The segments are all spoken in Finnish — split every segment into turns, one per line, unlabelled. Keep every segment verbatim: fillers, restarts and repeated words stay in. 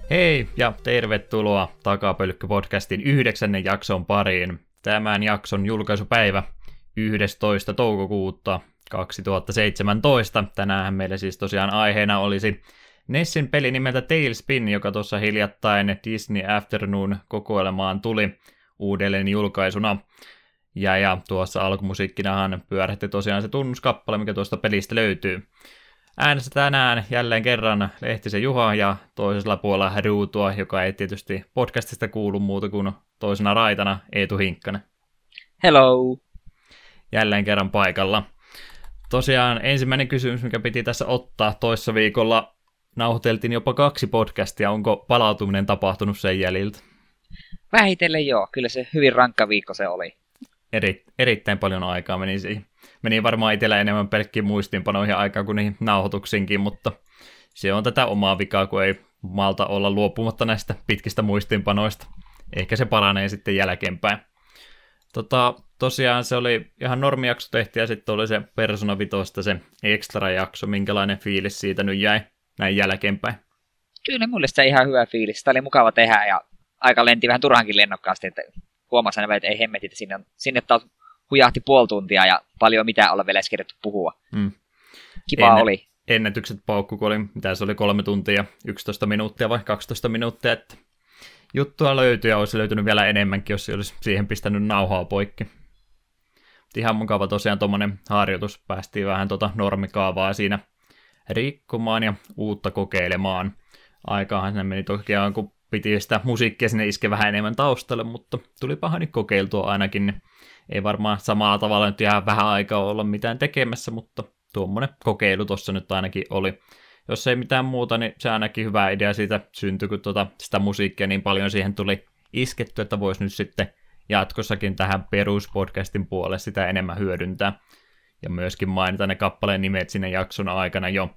Hei ja tervetuloa Takapölkky-podcastin yhdeksännen jakson pariin. Tämän jakson julkaisupäivä yhdestoista toukokuuta kaksituhattaseitsemäntoista. Tänään meillä siis tosiaan aiheena olisi Nessin peli nimeltä Tailspin, joka tuossa hiljattain Disney Afternoon kokoelmaan tuli uudelleen julkaisuna. Ja, ja tuossa alkumusiikkinahan pyörähti tosiaan se tunnuskappale, mikä tuosta pelistä löytyy. Äänessä tänään jälleen kerran Lehtisen Juha ja toisella puolella ruutua, joka ei tietysti podcastista kuulu muuta kuin toisena raitana Eetu Hinkkanen.
Hello!
Jälleen kerran paikalla. Tosiaan ensimmäinen kysymys, mikä piti tässä ottaa toissa viikolla, nauhoiteltiin jopa kaksi podcastia. Onko palautuminen tapahtunut sen jäljiltä?
Vähitellen joo, kyllä se hyvin rankka viikko se oli.
Eri, erittäin paljon aikaa meni siihen. Meni varmaan itsellä enemmän pelkkiin muistiinpanoihin aikaa kuin niihin nauhoituksiinkin, mutta se on tätä omaa vikaa, kun ei malta olla luopumatta näistä pitkistä muistiinpanoista. Ehkä se paranee sitten jälkeenpäin. Tota, tosiaan se oli ihan normijakso tehty ja sitten oli se Persona Vitosta se extra-jakso. Minkälainen fiilis siitä nyt jäi näin jälkeenpäin?
Kyllä mulle sitä ihan hyvä fiilis. Sitä oli mukava tehdä ja aika lenti vähän turhankin lennokkaasti, että huomasin aina, että ei hemmetit, että sinne, sinne taas hujahti puoli tuntia ja paljon mitään olla vielä edes keretty puhua. Mm. Kiva Enne, oli.
Ennätykset paukku, kun oli, mitä se oli, kolme tuntia, yksitoista minuuttia vai kaksitoista minuuttia, että juttua löytyi ja olisi löytynyt vielä enemmänkin, jos olisi siihen pistänyt nauhaa poikki. Ihan mukava tosiaan tuommoinen harjoitus, päästiin vähän tuota normikaavaa siinä rikkomaan ja uutta kokeilemaan. Aikaahan sinne meni tosiaan, kun piti sitä musiikkia sinne iske vähän enemmän taustalle, mutta tulipahan nyt kokeiltua ainakin, niin ei varmaan samalla tavalla nyt ihan vähän aikaa olla mitään tekemässä, mutta tuommoinen kokeilu tuossa nyt ainakin oli. Jos ei mitään muuta, niin se ainakin hyvä idea siitä syntyi, kun tuota, sitä musiikkia niin paljon siihen tuli isketty, että voisi nyt sitten jatkossakin tähän peruspodcastin puolelle sitä enemmän hyödyntää. Ja myöskin mainita ne kappaleen nimet sinne jakson aikana jo.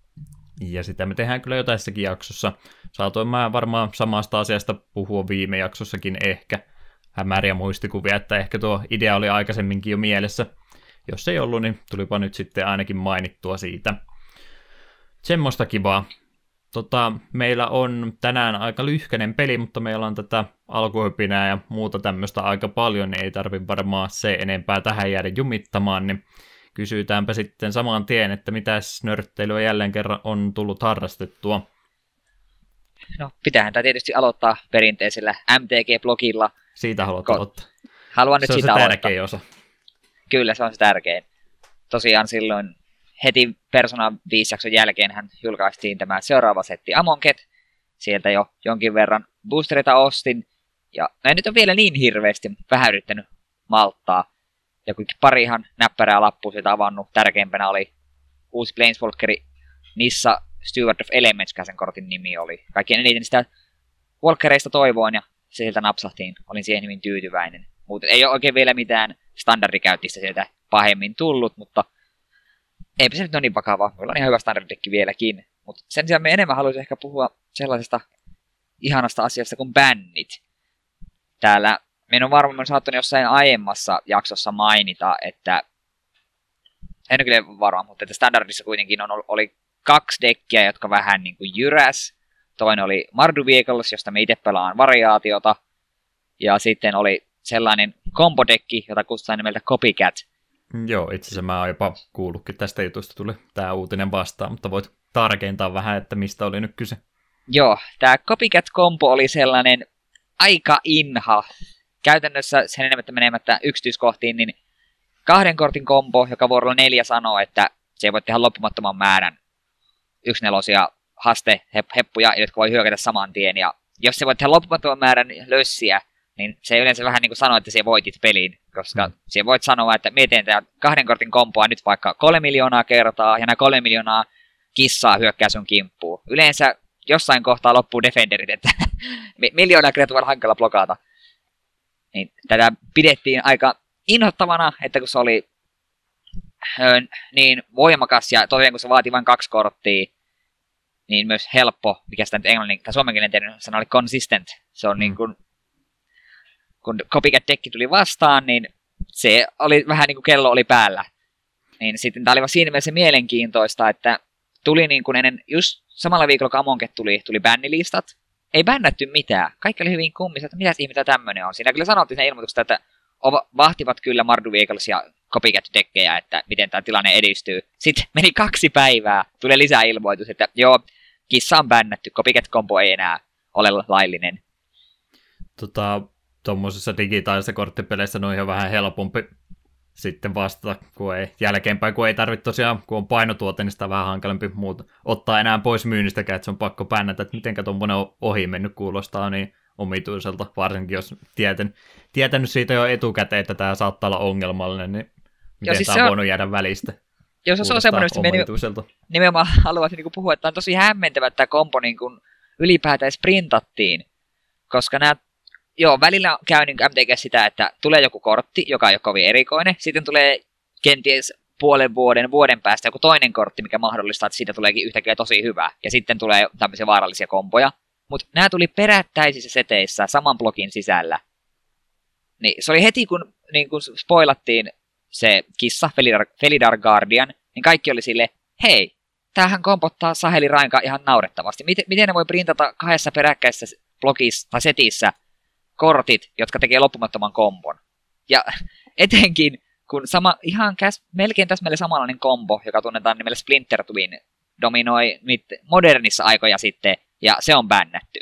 Ja sitä me tehdään kyllä jo tässäkin jaksossa. Saatoin mä varmaan samasta asiasta puhua viime jaksossakin ehkä. Hämäriä muistikuvia, että ehkä tuo idea oli aikaisemminkin jo mielessä. Jos ei ollut, niin tulipa nyt sitten ainakin mainittua siitä. Semmoista kivaa. Tota, meillä on tänään aika lyhkäinen peli, mutta meillä on tätä alkuhöpinää ja muuta tämmöistä aika paljon, niin ei tarvitse varmaan se enempää tähän jäädä jumittamaan, niin kysytäänpä sitten saman tien, että mitäs nörtteilyä jälleen kerran on tullut harrastettua.
No, pitäähän tämä tietysti aloittaa perinteisellä M T G-blogilla.
Siitä haluat Ko- aloittaa.
Haluan nyt
se on
sitä
se
aloittaa.
Tärkein osa.
Kyllä, se on se tärkein. Tosiaan silloin heti Persona viisi jakson jälkeen hän julkaistiin tämä seuraava setti Amonkhet. Sieltä jo jonkin verran boosterita ostin. Ja no, nyt on vielä niin hirveästi vähän yrittänyt malttaa. Ja kuitenkin parihan näppärää lappua sieltä avannut. Tärkeimpänä oli uusi Planeswalkeri Nissa Steward of Elements, sen kortin nimi oli. Kaikkien eniten sitä Walkereista toivoin ja sieltä napsahtiin. Olin siihen hyvin tyytyväinen. Mutta ei ole oikein vielä mitään standardikäyttistä sieltä pahemmin tullut, mutta eipä se nyt ole niin vakavaa. Meillä on ihan hyvä standardikki vieläkin. Mutta sen sijaan me enemmän haluaisin ehkä puhua sellaisesta ihanasta asiasta kuin bännit. Täällä meidän on varmaan saattanut jossain aiemmassa jaksossa mainita, että en ole kyllä varma, mutta että standardissa kuitenkin on, oli kaksi dekkiä, jotka vähän niin kuin jyräs. Toinen oli Mardu Vehicles, josta me itse pelaan variaatiota. Ja sitten oli sellainen kombodekki, jota kutsutaan nimeltä Copycat.
Joo, itse asiassa mä oon jopa kuullutkin tästä jutusta, tuli tää uutinen vastaan, mutta voit tarkentaa vähän, että mistä oli nyt kyse.
Joo, tää Copycat-kombo oli sellainen aika inha. Käytännössä sen enemmän menemättä yksityiskohtiin, niin kahden kortin kombo, joka vuorolla neljä sanoo, että se voi tehdä loppumattoman määrän yksinelosia haste heppuja, jotka voi hyökätä saman tien. Ja jos se voi tehdä loppumattoman määrän lössiä, niin se yleensä vähän niin kuin sanoo, että se voitit pelin. Koska mm. se voit sanoa, että me teen tämän kahden kortin komboa nyt vaikka kolme miljoonaa kertaa, ja nämä kolme miljoonaa kissaa hyökkää sun kimppuun. Yleensä jossain kohtaa loppuu defenderit, että miljoonaa kertaa on hankala blokata. Niin tätä pidettiin aika inhottavana, että kun se oli öö, niin voimakas ja tosiaan kun se vaati vain kaksi korttia, niin myös helppo, mikä sitä nyt englannin tai suomenkielinen sana oli consistent. Se on mm. niin kuin, kun Copycat-dekki tuli vastaan, niin se oli vähän niin kuin kello oli päällä. Niin sitten tämä oli siinä mielessä mielenkiintoista, että tuli niin kuin ennen, just samalla viikolla kun Amonkhet tuli, tuli bännilistat, ei bännätty mitään. Kaikki oli hyvin kummissa, että mitäs ihmettä tämmöinen on. Siinä kyllä sanottiin sen ilmoituksesta, että vahtivat kyllä Mardu Vehicles ja copycat-dekkejä, että miten tämä tilanne edistyy. Sitten meni kaksi päivää, tuli lisää ilmoitus, että joo, kissa on bännätty, copycat-kompo ei enää ole laillinen.
Tota, tuommoisessa digitaalisessa korttipeleissä ne on ihan vähän helpompi sitten vastata, kun ei jälkeenpäin, kun ei tarvitse tosiaan, kun on painotuote, niin sitä on vähän hankalampi muuta ottaa enää pois myynnistäkään, että se on pakko bännätä, että mitenkä tuommoinen ohi mennyt kuulostaa niin omituiselta, varsinkin jos tietän, tietänyt siitä jo etukäteen, että tämä saattaa olla ongelmallinen, niin miten siis tämä on, on voinut jäädä välistä.
Jos se on semmoinen, että me nimenomaan haluaisin niin puhua, että on tosi hämmentävä, että tämä kompo niin kuin ylipäätään sprintattiin, koska nämä, joo, välillä käy niin M T G sitä, että tulee joku kortti, joka ei ole kovin erikoinen, sitten tulee kenties puolen vuoden, vuoden päästä joku toinen kortti, mikä mahdollistaa, että siitä tuleekin yhtäkkiä tosi hyvä, ja sitten tulee tämmöisiä vaarallisia komboja. Mutta nämä tuli perättäisissä seteissä saman blogin sisällä. Niin se oli heti, kun, niin kun spoilattiin se kissa, Felidar, Felidar Guardian, niin kaikki oli silleen, hei, tämähän kompottaa Saheli Rainka ihan naurettavasti. Miten, miten ne voi printata kahdessa peräkkäisessä blogissa tai setissä kortit, jotka tekee loppumattoman kombon? Ja etenkin, kun sama, ihan käs, melkein täsmälleen samanlainen kombo, joka tunnetaan nimellä Splinter Twin, dominoi modernissa aikoja sitten, ja se on bännätty.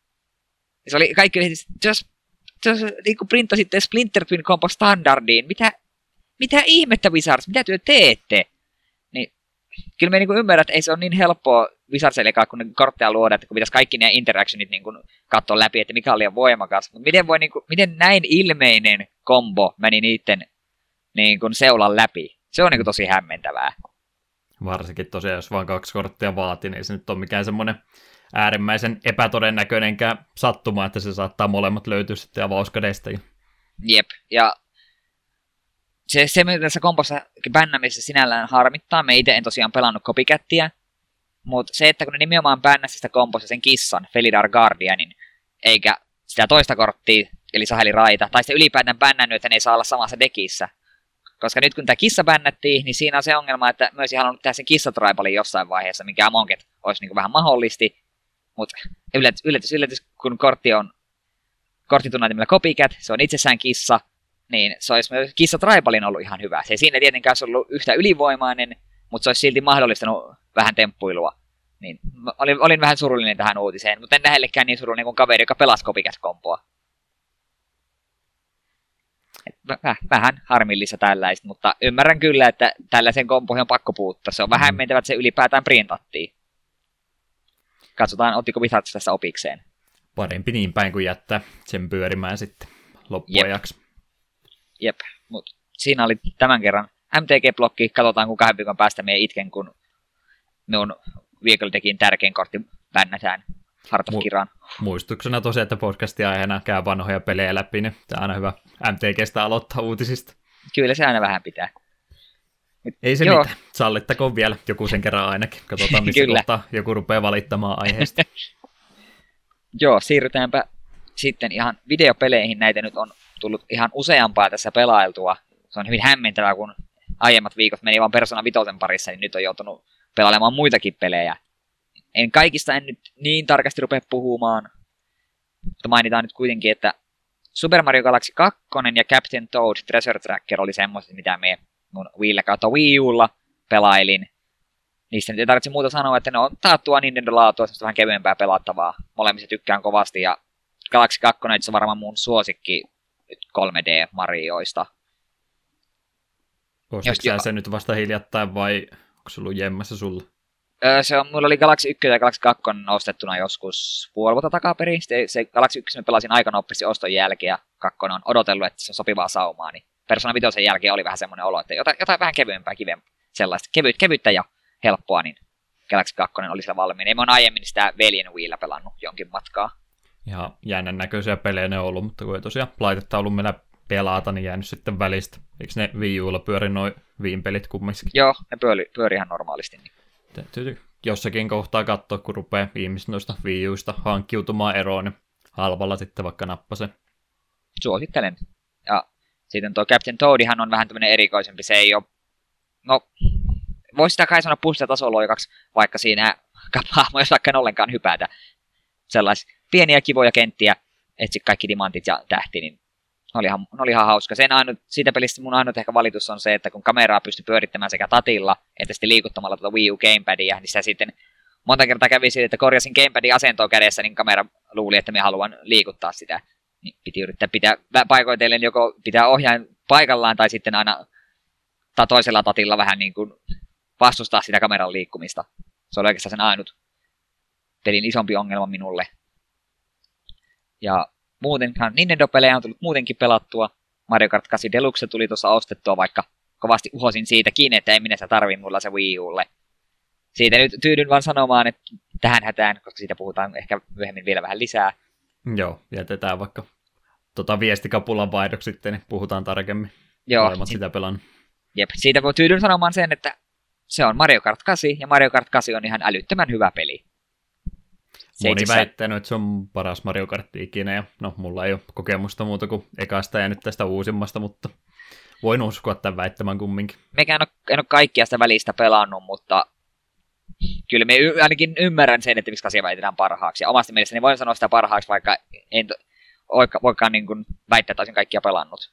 Se oli kaikki, jos, jos niin kuin printasitte Splinter Twin kompo standardiin, mitä, mitä ihmettä Wizards, mitä työ teette? Niin, kyllä me niin kuin ymmärrän, että ei se ole niin helppoa Wizardsillekaan, kun kortteja luoda, että kun pitäisi kaikki ne interactionit niin kuin katsoa läpi, että mikä on liian voimakas. Mutta miten, voi, niin kuin, miten näin ilmeinen kombo meni niiden niin kuin seulan läpi? Se on niin kuin tosi hämmentävää.
Varsinkin tosiaan, jos vain kaksi korttia vaati, niin se nyt on mikään semmoinen äärimmäisen epätodennäköinenkään sattuma, että se saattaa molemmat löytyä sitten avauskadeista.
Jep, ja se, se mitä tässä kompossa bännämisessä sinällään harmittaa, me itse en tosiaan pelannut copycattia, mutta se, että kun ne nimenomaan bännäsi sitä kompossa sen kissan, Felidar Guardianin, eikä sitä toista korttia, eli Saheli Raita, tai sitten ylipäätään bännännyt, että ne ei saa olla samassa dekissä. Koska nyt kun tämä kissa bännättiin, niin siinä on se ongelma, että myös ei halunnut tehdä sen kissatraibalin jossain vaiheessa, mikä Amonket olisi niin kuin vähän mahdollisesti. Mutta yllätys, yllätys, yllätys, kun kortti on kortti tunnetaan nimellä Copycat, se on itsessään kissa, niin se olisi myös kissatraibalin ollut ihan hyvä. Se ei siinä tietenkään olisi ollut yhtä ylivoimainen, mutta se olisi silti mahdollistanut vähän temppuilua. Niin olin, olin vähän surullinen tähän uutiseen, mutta en lähellekään niin surullinen kuin kaveri, joka pelasi Copycat-kompoa. Väh, vähän harmillista tällaista, mutta ymmärrän kyllä, että tällaisen kompoihin on pakko puuttua. Se on vähän mentävä, että se ylipäätään printattiin. Katsotaan, ottiko Wizards tässä opikseen.
Parempi niin päin kuin jättää sen pyörimään sitten loppuajaksi.
Jep, Jep. Mutta siinä oli tämän kerran M T G-blokki. Katsotaan, kun kahden viikon päästä me itken, kun minun viikoltekin tärkein kortti bännätään. Heart of Kiran.
Muistuksena tosiaan, että podcastia aiheena käy vanhoja pelejä läpi, niin tämä on aina hyvä M T G:stä aloittaa uutisista.
Kyllä se aina vähän pitää.
Ei se Joo. mitään. Sallittakoon vielä joku sen kerran ainakin. Katsotaan, missä kohtaa joku rupeaa valittamaan aiheesta.
Joo, siirrytäänpä sitten ihan videopeleihin. Näitä nyt on tullut ihan useampaa tässä pelailtua. Se on hyvin hämmentävää, kun aiemmat viikot meni vaan Persona Vitosen parissa, niin nyt on joutunut pelailemaan muitakin pelejä. En kaikista en nyt niin tarkasti rupea puhumaan, mutta mainitaan nyt kuitenkin, että Super Mario Galaxy kaksi ja Captain Toad Treasure Tracker oli semmoiset, mitä me mun Wiillä kautta Wii Ulla pelailin. Niistä nyt ei tarvitse muuta sanoa, että ne on taattua Nintendo-laatua, semmoista vähän kevyempää pelattavaa. Molemmissa tykkään kovasti, ja Galaxy kaksi on varmaan mun suosikki kolme D-Marioista.
Ostitko sä sen nyt vasta hiljattain, vai onko se ollut jemmässä sulla?
Öö, se on, mulla oli Galaxy yksi ja Galaxy kaksi ostettuna joskus puoli vuotta takaperin. Sitten se Galaxy yksi mä pelasin aika nopeasti oston jälkeen, ja kakkonen on odotellut, että se on sopivaa saumaa. Niin Persona Vitosen jälkeen oli vähän semmoinen olo, että jotain, jotain vähän kevyempää, kivempää, sellaista kevyt, kevyttä ja helppoa, niin Galaxy kaksi oli siellä valmiina. Ei mä oon aiemmin sitä veljen Wiillä pelannut jonkin matkaa.
Ja jännän näköisiä pelejä ne on ollut, mutta kun ei tosiaan laitetta ollut meillä pelata, niin jäänyt sitten välistä. Eikö ne Wii Ulla pyöri noin Wiin pelit kumminkin?
Joo, ne pyöri, pyöri ihan normaalisti. Niin.
Täytyy jossakin kohtaa katsoa, kun rupeaa ihmiset noista Wii Uista hankkiutumaan eroon, niin halvalla sitten vaikka nappasen.
Suosittelen. Ja sitten tuo Captain Toadihan on vähän tämmöinen erikoisempi. Se ei ole, no, voisi sitä kai sanoa pussita tasoloikaksi, vaikka siinä hahmo, jos vaikka en ollenkaan hypätä. sellaisia pieniä kivoja kenttiä, etsi kaikki dimantit ja tähti, niin ne oli ihan, ne oli ihan hauska. Sen ainut, siitä pelistä mun ainut ehkä valitus on se, että kun kameraa pystyy pyörittämään sekä tatilla että sitten liikuttamalla tuota Wii U gamepadia, niin se sitten monta kertaa kävi siitä, että korjasin gamepadin asentoa kädessä, niin kamera luuli, että minä haluan liikuttaa sitä. Niin piti yrittää pitää paikoitellen joko pitää ohjaan paikallaan tai sitten aina tai toisella tatilla vähän niin kuin vastustaa sitä kameran liikkumista. Se oli oikeastaan sen ainut pelin isompi ongelma minulle. Ja muutenhan Nintendo-pelejä on tullut muutenkin pelattua. Mario Kart kahdeksan Deluxe tuli tuossa ostettua, vaikka kovasti uhosin siitäkin, että ei minä sitä tarvitse mulla se Wii Ulle. Siitä nyt tyydyn vaan sanomaan, että tähän hätään, koska siitä puhutaan ehkä myöhemmin vielä vähän lisää.
Joo, jätetään vaikka tota viestikapulan vaihdoksi sitten, niin puhutaan tarkemmin.
Joo.
Olemat sitä pelannut.
Jep, siitä voi tyydyn sanomaan sen, että se on Mario Kart kahdeksan, ja Mario Kart kahdeksan on ihan älyttömän hyvä peli. Se
Moni
itse...
väittänyt, että se on paras Mario Kart ikinä, ja no, mulla ei ole kokemusta muuta kuin ekasta ja nyt tästä uusimmasta, mutta voin uskoa tämän väittämän kumminkin.
Mekään en ole, en ole kaikkia sitä välistä pelannut, mutta kyllä me y- ainakin ymmärrän sen, että miksi kasia väitetään parhaaksi. Ja omasta mielestäni voin sanoa sitä parhaaksi, vaikka en to- voikaan niin kuin väittää, että olisin kaikkia pelannut.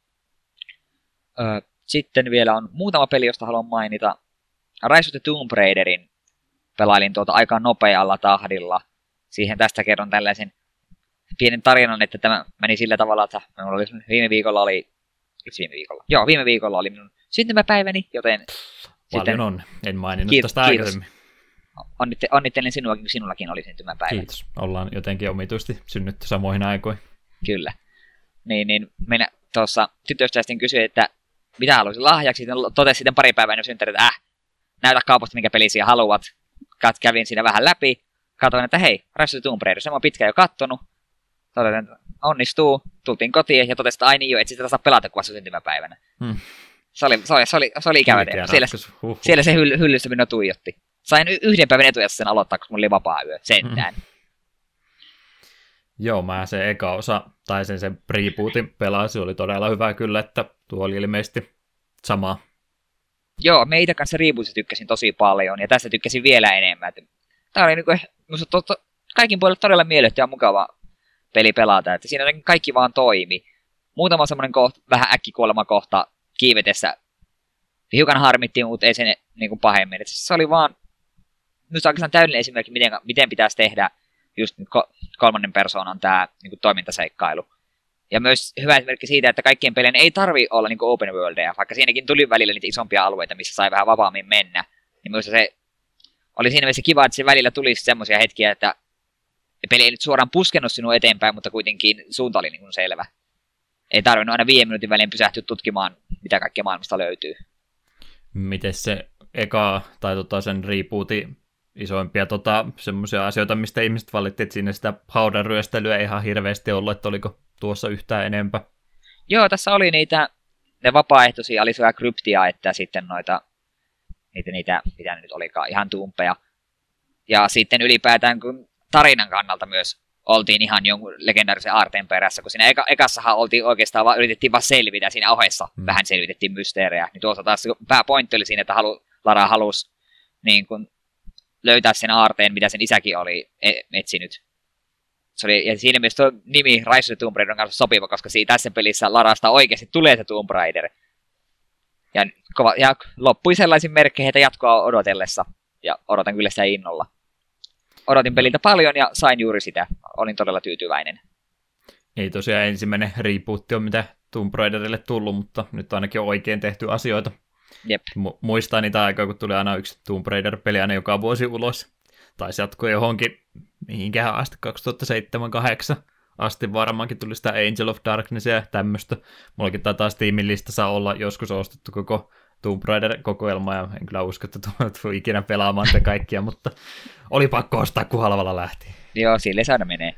Öö, sitten vielä on muutama peli, josta haluan mainita. Rise of the Tomb Raiderin pelailin tuota aika nopealla tahdilla. Siihen tästä kerron tällaisen pienen tarinan, että tämä meni sillä tavalla, että minulla oli viime viikolla oli... viime viikolla? Joo, viime viikolla oli minun syntymäpäiväni, joten...
Paljon sitten... on, en maininnut
Kiit-
tästä aikaisemmin.
Onnitte, onnittelen sinua, kun sinullakin oli syntymäpäivä.
Kiitos, ollaan jotenkin omituisesti synnytty samoihin aikoihin.
Kyllä. Niin, niin minä tuossa tytöstä sitten kysyin, että mitä haluaisin lahjaksi, sitten totesi sitten pari päivää ennen synttärit, että äh, näytä kaupasta, minkä pelisiä haluat. Kävin siinä vähän läpi, katsoin, että hei, Rise of the Tomb Raider, se mä oon pitkään jo kattonut. Totesin, että onnistuu, tultiin kotiin ja totesin, että ai niin jo, et sitä saa pelata kuvassa syntymäpäivänä. Hmm. Se, oli, se, oli, se, oli, se oli ikävä teema. Siellä, uh-huh. siellä se hyll, hyllystä minua tuijotti. Sain y- yhden päivän etujassa sen aloittaa, koska mulla oli vapaa yö, sentään. Hmm.
Joo, mä se eka osa, tai sen, sen rebootin pelasin, oli todella hyvä kyllä, että tuo oli ilmeisesti sama.
Joo, me itse kanssa rebootista tykkäsin tosi paljon, ja tästä tykkäsin vielä enemmän. Tämä oli niinku, musta to, to, kaikin puolella todella miellyttävä ja mukava peli pelata, että siinä kaikki vaan toimi. Muutama semmoinen kohta, vähän äkkikuolema kohta kiivetessä hiukan harmitti, mutta ei sen niin pahemmin. Et se oli vaan minusta oikeastaan täydellinen esimerkki, miten, miten pitäisi tehdä just kolmannen persoonan tämä niin toimintaseikkailu. Ja myös hyvä esimerkki siitä, että kaikkien pelien ei tarvi olla niin open worldeja, vaikka siinäkin tuli välillä niitä isompia alueita, missä sai vähän vapaammin mennä. Niin myös se oli siinä mielessä kiva, että se välillä tulisi semmoisia hetkiä, että peli ei nyt suoraan puskenut sinua eteenpäin, mutta kuitenkin suunta oli niin kuin selvä. Ei tarvinnut aina viiden minuutin välein pysähtyä tutkimaan, mitä kaikkea maailmasta löytyy.
Miten se eka, tai tota sen rebootin isoimpia tota, semmoisia asioita, mistä ihmiset valittiin, että siinä sitä haudan ryöstelyä ei ihan hirveästi ollut, että oliko tuossa yhtään enempää?
Joo, tässä oli niitä, ne vapaaehtoisia, oli sekä kryptia, että sitten noita, niitä, niitä mitä nyt olikaan, ihan tuumpeja. Ja sitten ylipäätään, kun tarinan kannalta myös oltiin ihan jonkun legendaarisen aarteen perässä, kun siinä eka, ekassahan oltiin oikeastaan vaan, yritettiin vaan selvitä, siinä ohessa hmm. vähän selvitettiin mysteerejä. Niin tuossa taas pääpointti oli siinä, että halu, Lara halusi niin kun, löytää sen aarteen, mitä sen isäkin oli etsinyt. Se oli, ja siinä mielessä tuo nimi Rise of the Tomb Raider on kanssa sopiva, koska siinä tässä pelissä Larasta oikeasti tulee se Tomb Raider. Ja, kova, ja loppui sellaisin merkkeihin, että jatkoa odotellessa, ja odotan kyllä sitä innolla. Odotin peliltä paljon ja sain juuri sitä. Olin todella tyytyväinen.
Ei tosiaan ensimmäinen reboot on mitä Tomb Raiderille tullut, mutta nyt ainakin on oikein tehty asioita.
Jep.
Mu- muistaa niitä aikaa, kun tuli aina yksi Tomb Raider-peli aina joka vuosi ulos. Taisi jatkoi johonkin, mihinkään asti, kaksituhattaseitsemän kahdeksan asti varmaankin tuli sitä Angel of Darknessia ja tämmöistä. Mullakin taitaa Steamin listassa olla joskus ostettu koko Tomb Raider-kokoelma, ja en kyllä usko, että tule ikinä pelaamaan sitä kaikkia, mutta oli pakko ostaa, kun halvalla lähti.
Joo, sille se aina menee.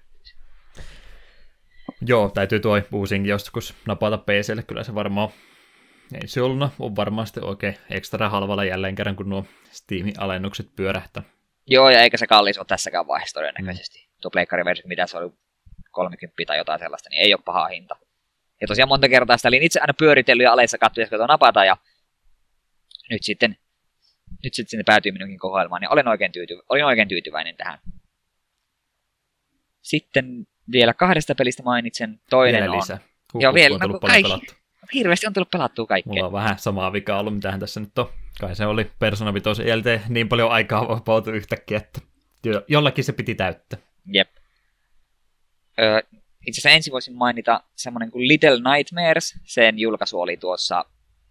Joo, täytyy tuo uusinkin joskus napata P C:lle, kyllä se varmaan ensi jouluna on varmasti oikein ekstra halvalla jälleen kerran, kun nuo Steam-alennukset pyörähtää.
Joo, ja eikä se kallis ole tässäkään vaiheessa todennäköisesti. Mm. Tuo pleikkariversio, mitä se oli kolmekymmentä tai jotain sellaista, niin ei ole paha hinta. Ja tosiaan monta kertaa sitä olin itse aina pyöritellyt ja aleissa katsoin, jos napata, ja nyt sitten, nyt sitten sinne päätyi minunkin kokoelmaan, niin olen oikein, tyyty, olin oikein tyytyväinen tähän. Sitten vielä kahdesta pelistä mainitsen. Toinen
vielä
on...
lisää. Huh,
Joo, vielä.
on tullut
No,
paljon
kaikki,
pelattua.
hirveästi on tullut pelattua kaikkea.
Mulla on vähän samaa vikaa ollut, mitähän tässä nyt on. Kai se oli Persona viisi jälkeen niin paljon aikaa vapautui yhtäkkiä, että jo- jollakin se piti täyttää.
Jep. Öö, itse asiassa ensin voisin mainita semmoinen kuin Little Nightmares. Sen julkaisu oli tuossa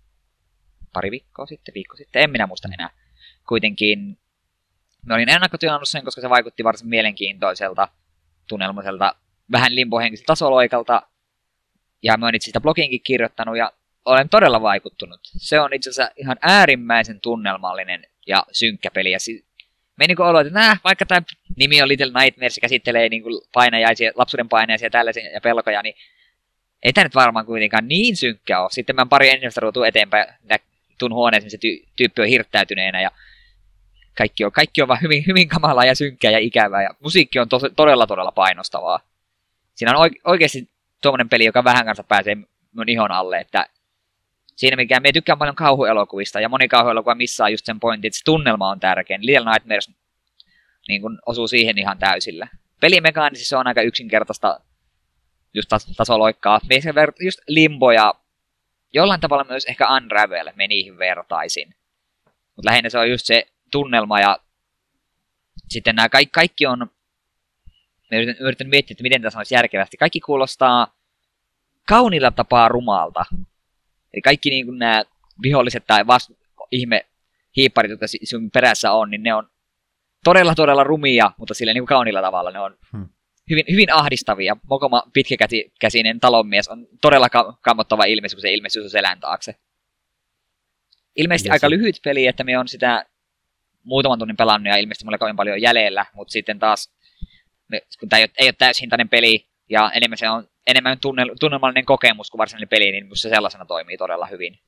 pari viikkoa sitten, viikko sitten, en minä muista enää. Kuitenkin mä olin ennakkotilannut sen, koska se vaikutti varsin mielenkiintoiselta, tunnelmaiselta, vähän limbohenkiseltä tasoloikalta. Ja mä oon itse sitä blogiinkin kirjoittanut ja olen todella vaikuttunut. Se on itse asiassa ihan äärimmäisen tunnelmallinen ja synkkä peli. Ja si- me niin olo, että nää, vaikka tämä nimi on Little Nightmares, se käsittelee niin painajaisia, lapsuuden painajaisia ja tällaisia ja pelkoja, niin ei tämä nyt varmaan kuitenkaan niin synkkä ole. Sitten mä pari ensimmäistä ruutua eteenpäin, tuun huoneeseen, se ty- tyyppi on hirttäytyneenä ja kaikki on, kaikki on vaan hyvin, hyvin kamalaa ja synkkää ja ikävää. Ja musiikki on tos- todella, todella painostavaa. Siinä on oike- oikeasti tuommoinen peli, joka vähän kanssa pääsee mun ihon alle, että siinä mikä me tykkään paljon kauhuelokuvista, ja moni kauhuelokuva missaa just sen pointin, että se tunnelma on tärkein. Little Nightmares niin kun osuu siihen ihan täysillä. Pelimekaanisesti se on aika yksinkertaista just tas- tasoloikkaa. Just Limbo ja jollain tavalla myös ehkä Unravel me niihin vertaisin. Mutta lähinnä se on just se tunnelma ja sitten nämä kaikki, kaikki on, mä yritän, yritän miettiä, että miten tässä olisi järkevästi. Kaikki kuulostaa kauniilla tapaa rumalta. Eli kaikki niin kuin nämä viholliset tai vast, ihme hiipparit, jotka sinun perässä on, niin ne on todella todella rumia, mutta sillä niin kuin kauniilla tavalla. Ne on hmm. hyvin, hyvin ahdistavia. Mokoma pitkäkäsinen talonmies on todella ka- kammottava ilmestys, kun se ilmestyy sun selän taakse. Ilmeisesti yes. Aika lyhyt peli, että me on sitä muutaman tunnin pelannut ja ilmeisesti mulla on kovin paljon jäljellä, mutta sitten taas, me, kun tämä ei ole, ei ole täyshintainen peli ja enemmän se on enemmän tunnel, tunnelmallinen kokemus kuin varsinainen peli, niin se sellaisena toimii todella hyvin.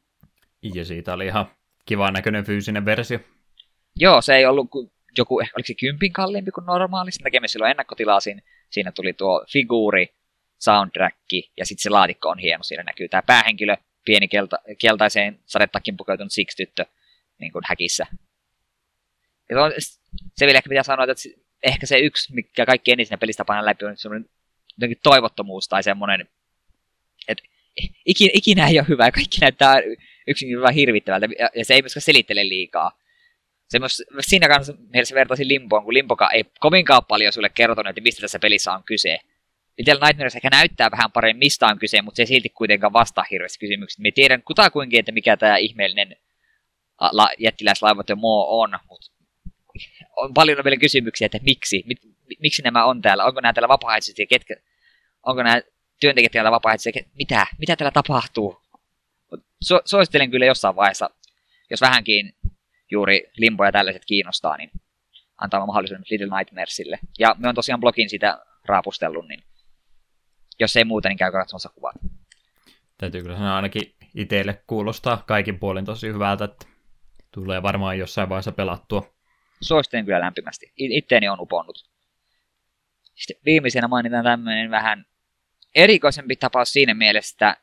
Ja siitä oli ihan kivan näköinen fyysinen versio.
Joo, se ei ollut joku, oliko se kympin kalliimpi kuin normaali, sen takia me silloin ennakkotilasin. Siinä tuli tuo figuuri, soundtrack ja sitten se laatikko on hieno, siinä näkyy tämä päähenkilö, pieni kelta, keltaiseen sadetakkin pukeutunut Six-tyttö niin kuin häkissä. Ja se vielä ehkä pitää sanoa, että ehkä se yksi, mikä kaikki eniten siinä pelistä painaa läpi, on semmoinen jotenkin toivottomuus tai semmoinen, että ikinä, ikinä ei ole hyvä ja kaikki näyttää yksinkin vaan hirvittävältä ja se ei myöskään selittele liikaa. Se myös, siinä kanssa mielessä vertaisin Limboon, kun Limbokaan ei kovinkaan paljon sulle kertonut, että mistä tässä pelissä on kyse. Little Nightmares ehkä näyttää vähän paremmin, mistä on kyse, mutta se ei silti kuitenkaan vastaa hirveästi kysymyksiä. Me tiedän kutakuinkin, että mikä tämä ihmeellinen la- jättiläislaivatyö Moo on, mutta on paljon vielä kysymyksiä, että miksi, mit, miksi nämä on täällä, onko nämä täällä vapaaehtoisesti ja ketkä, onko nämä työntekijät täällä vapaaehtoisesti, mitä, mitä täällä tapahtuu. Su- suosittelen kyllä jossain vaiheessa, jos vähänkin juuri Limbo ja tällaiset kiinnostaa, niin antaa mahdollisuuden Little Nightmaresille. Ja me on tosiaan blogin sitä raapustellut, niin jos ei muuta, niin käy katsomassa kuvat.
Täytyy kyllä sanoa ainakin itselle kuulostaa kaikin puolin tosi hyvältä, että tulee varmaan jossain vaiheessa pelattua.
Suosittelen kyllä lämpimästi. Itteeni on uponnut. Sitten viimeisenä mainitaan tämmöinen vähän erikoisempi tapaus siinä mielessä, että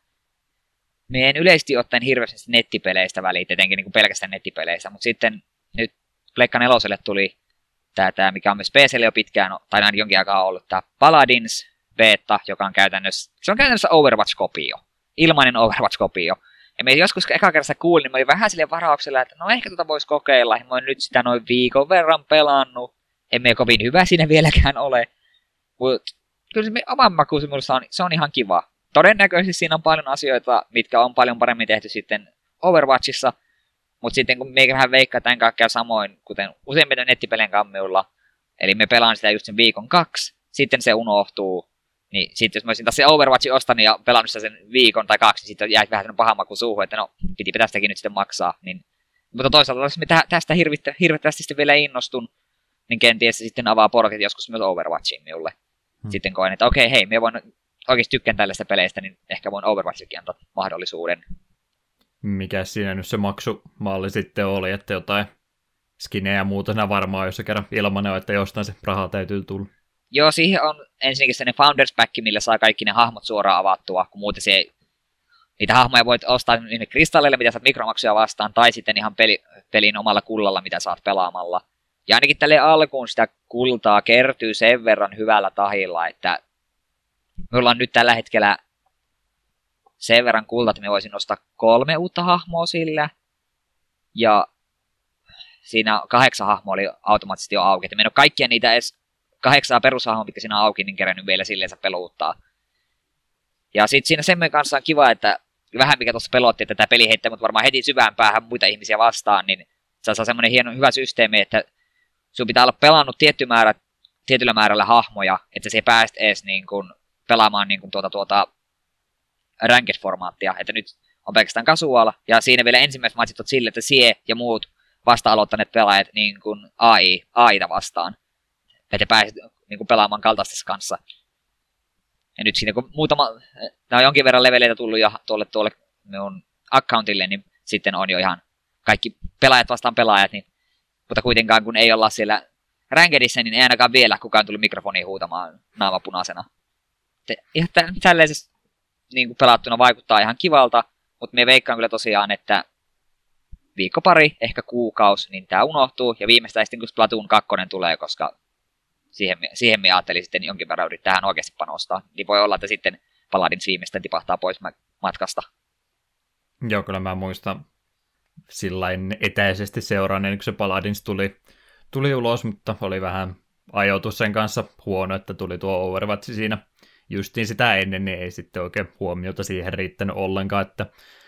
me en yleisesti ottaen hirveästi nettipeleistä väliin, etenkin niin kuin pelkästään nettipeleistä, mutta sitten nyt Pleikka neloselle tuli tämä, tämä, mikä on myös P C:lle jo pitkään, tai ainakin jonkin aikaa ollut, tämä Paladins beta, joka on käytännössä, se on käytännössä Overwatch-kopio, ilmainen Overwatch-kopio. Ja me joskus eka kerrassa kuulin, niin mä olin vähän sille varauksella, että no ehkä tota voisi kokeilla, ja mä oon nyt sitä noin viikon verran pelannut, emme kovin hyvä siinä vieläkään ole, mutta kyllä se oman makuusi minusta on, se on ihan kiva. Todennäköisesti siinä on paljon asioita, mitkä on paljon paremmin tehty sitten Overwatchissa, mutta sitten kun meikä vähän veikkaa tämän kaikkea samoin, kuten useimmiten nettipelien kammiulla, eli me pelaan sitä just sen viikon kaksi, sitten se unohtuu, niin sitten jos mä olisin taas se Overwatchin ostanut ja pelannut sitä sen viikon tai kaksi, niin sitten jäi vähän sellainen paha maku suuhun, että no, pitipä tästäkin nyt sitten maksaa. Niin, mutta toisaalta, jos mä tästä hirvittä, hirvittävästi sitten vielä innostun, niin kenties se sitten avaa portit joskus myös Overwatchiin minulle. Hmm. Sitten koen, että okei, hei, me voin oikeasti tykkään tällaista peleistä, niin ehkä voin Overwatchikin antaa mahdollisuuden.
Mikä siinä nyt se maksumalli sitten oli, että jotain skinejä ja muuta siinä varmaan, jos se kerran ilmanen on, että jostain se rahaa täytyy tulla. Joo,
siihen on ensinnäkin sellainen Founders Pack, millä saa kaikki ne hahmot suoraan avattua, kun muuten se ei, niitä hahmoja voit ostaa niille kristalleille, mitä saat mikromaksuja vastaan, tai sitten ihan peli, pelin omalla kullalla, mitä saat pelaamalla. Ja ainakin tälle alkuun sitä kultaa kertyy sen verran hyvällä tahilla, että me ollaan nyt tällä hetkellä sen verran kultaa, että me voisin nostaa kolme uutta hahmoa sillä. Ja siinä kahdeksan hahmoa oli automaattisesti jo auki. Että me en ole kaikkia niitä edes kahdeksaa perushahmoa, mitkä siinä on auki, niin kerännyt vielä silleensä peluuttaa. Ja sitten siinä semmoinen kanssa on kiva, että vähän mikä tuossa pelotti, että tämä peli heittää mut varmaan heti syvään päähän muita ihmisiä vastaan, niin se saa semmoinen hieno hyvä systeemi, että sun pitää olla pelannut tietty määrä, tietyllä määrällä hahmoja, että se ei päästä edes niin kuin pelaamaan niin kuin tuota, tuota ranked-formaattia, että nyt on pelkästään casual, ja siinä vielä ensimmäiset matsit on sille, että sie ja muut vasta-aloittaneet pelaajat niin kuin A I, A I:ta vastaan, että pääset niin kuin pelaamaan kaltaisessa kanssa. Ja nyt siinä kun muutama, nämä on jonkin verran leveleitä tullut jo tuolle, tuolle minun accountille, niin sitten on jo ihan kaikki pelaajat vastaan pelaajat, niin, mutta kuitenkaan kun ei olla siellä rankedissä, niin ei ainakaan vielä kukaan tullut mikrofoniin huutamaan naama punaisena. Ihan tällaisessa niin kuin pelattuna vaikuttaa ihan kivalta, mutta me veikkaan kyllä tosiaan, että viikko pari, ehkä kuukausi, niin tämä unohtuu, ja viimeistään sitten kun Splatoon kaksi tulee, koska siihen, siihen me ajattelin sitten jonkin verran yrittää tähän oikeasti panostaa, niin voi olla, että sitten Paladins viimeistään tipahtaa pois matkasta.
Joo, kyllä mä muistan sillain etäisesti seuranneen, kun se Paladins tuli, tuli ulos, mutta oli vähän ajoitus sen kanssa huono, että tuli tuo Overwatch siinä justiin sitä ennen, niin ei sitten oikein huomiota siihen riittänyt ollenkaan, että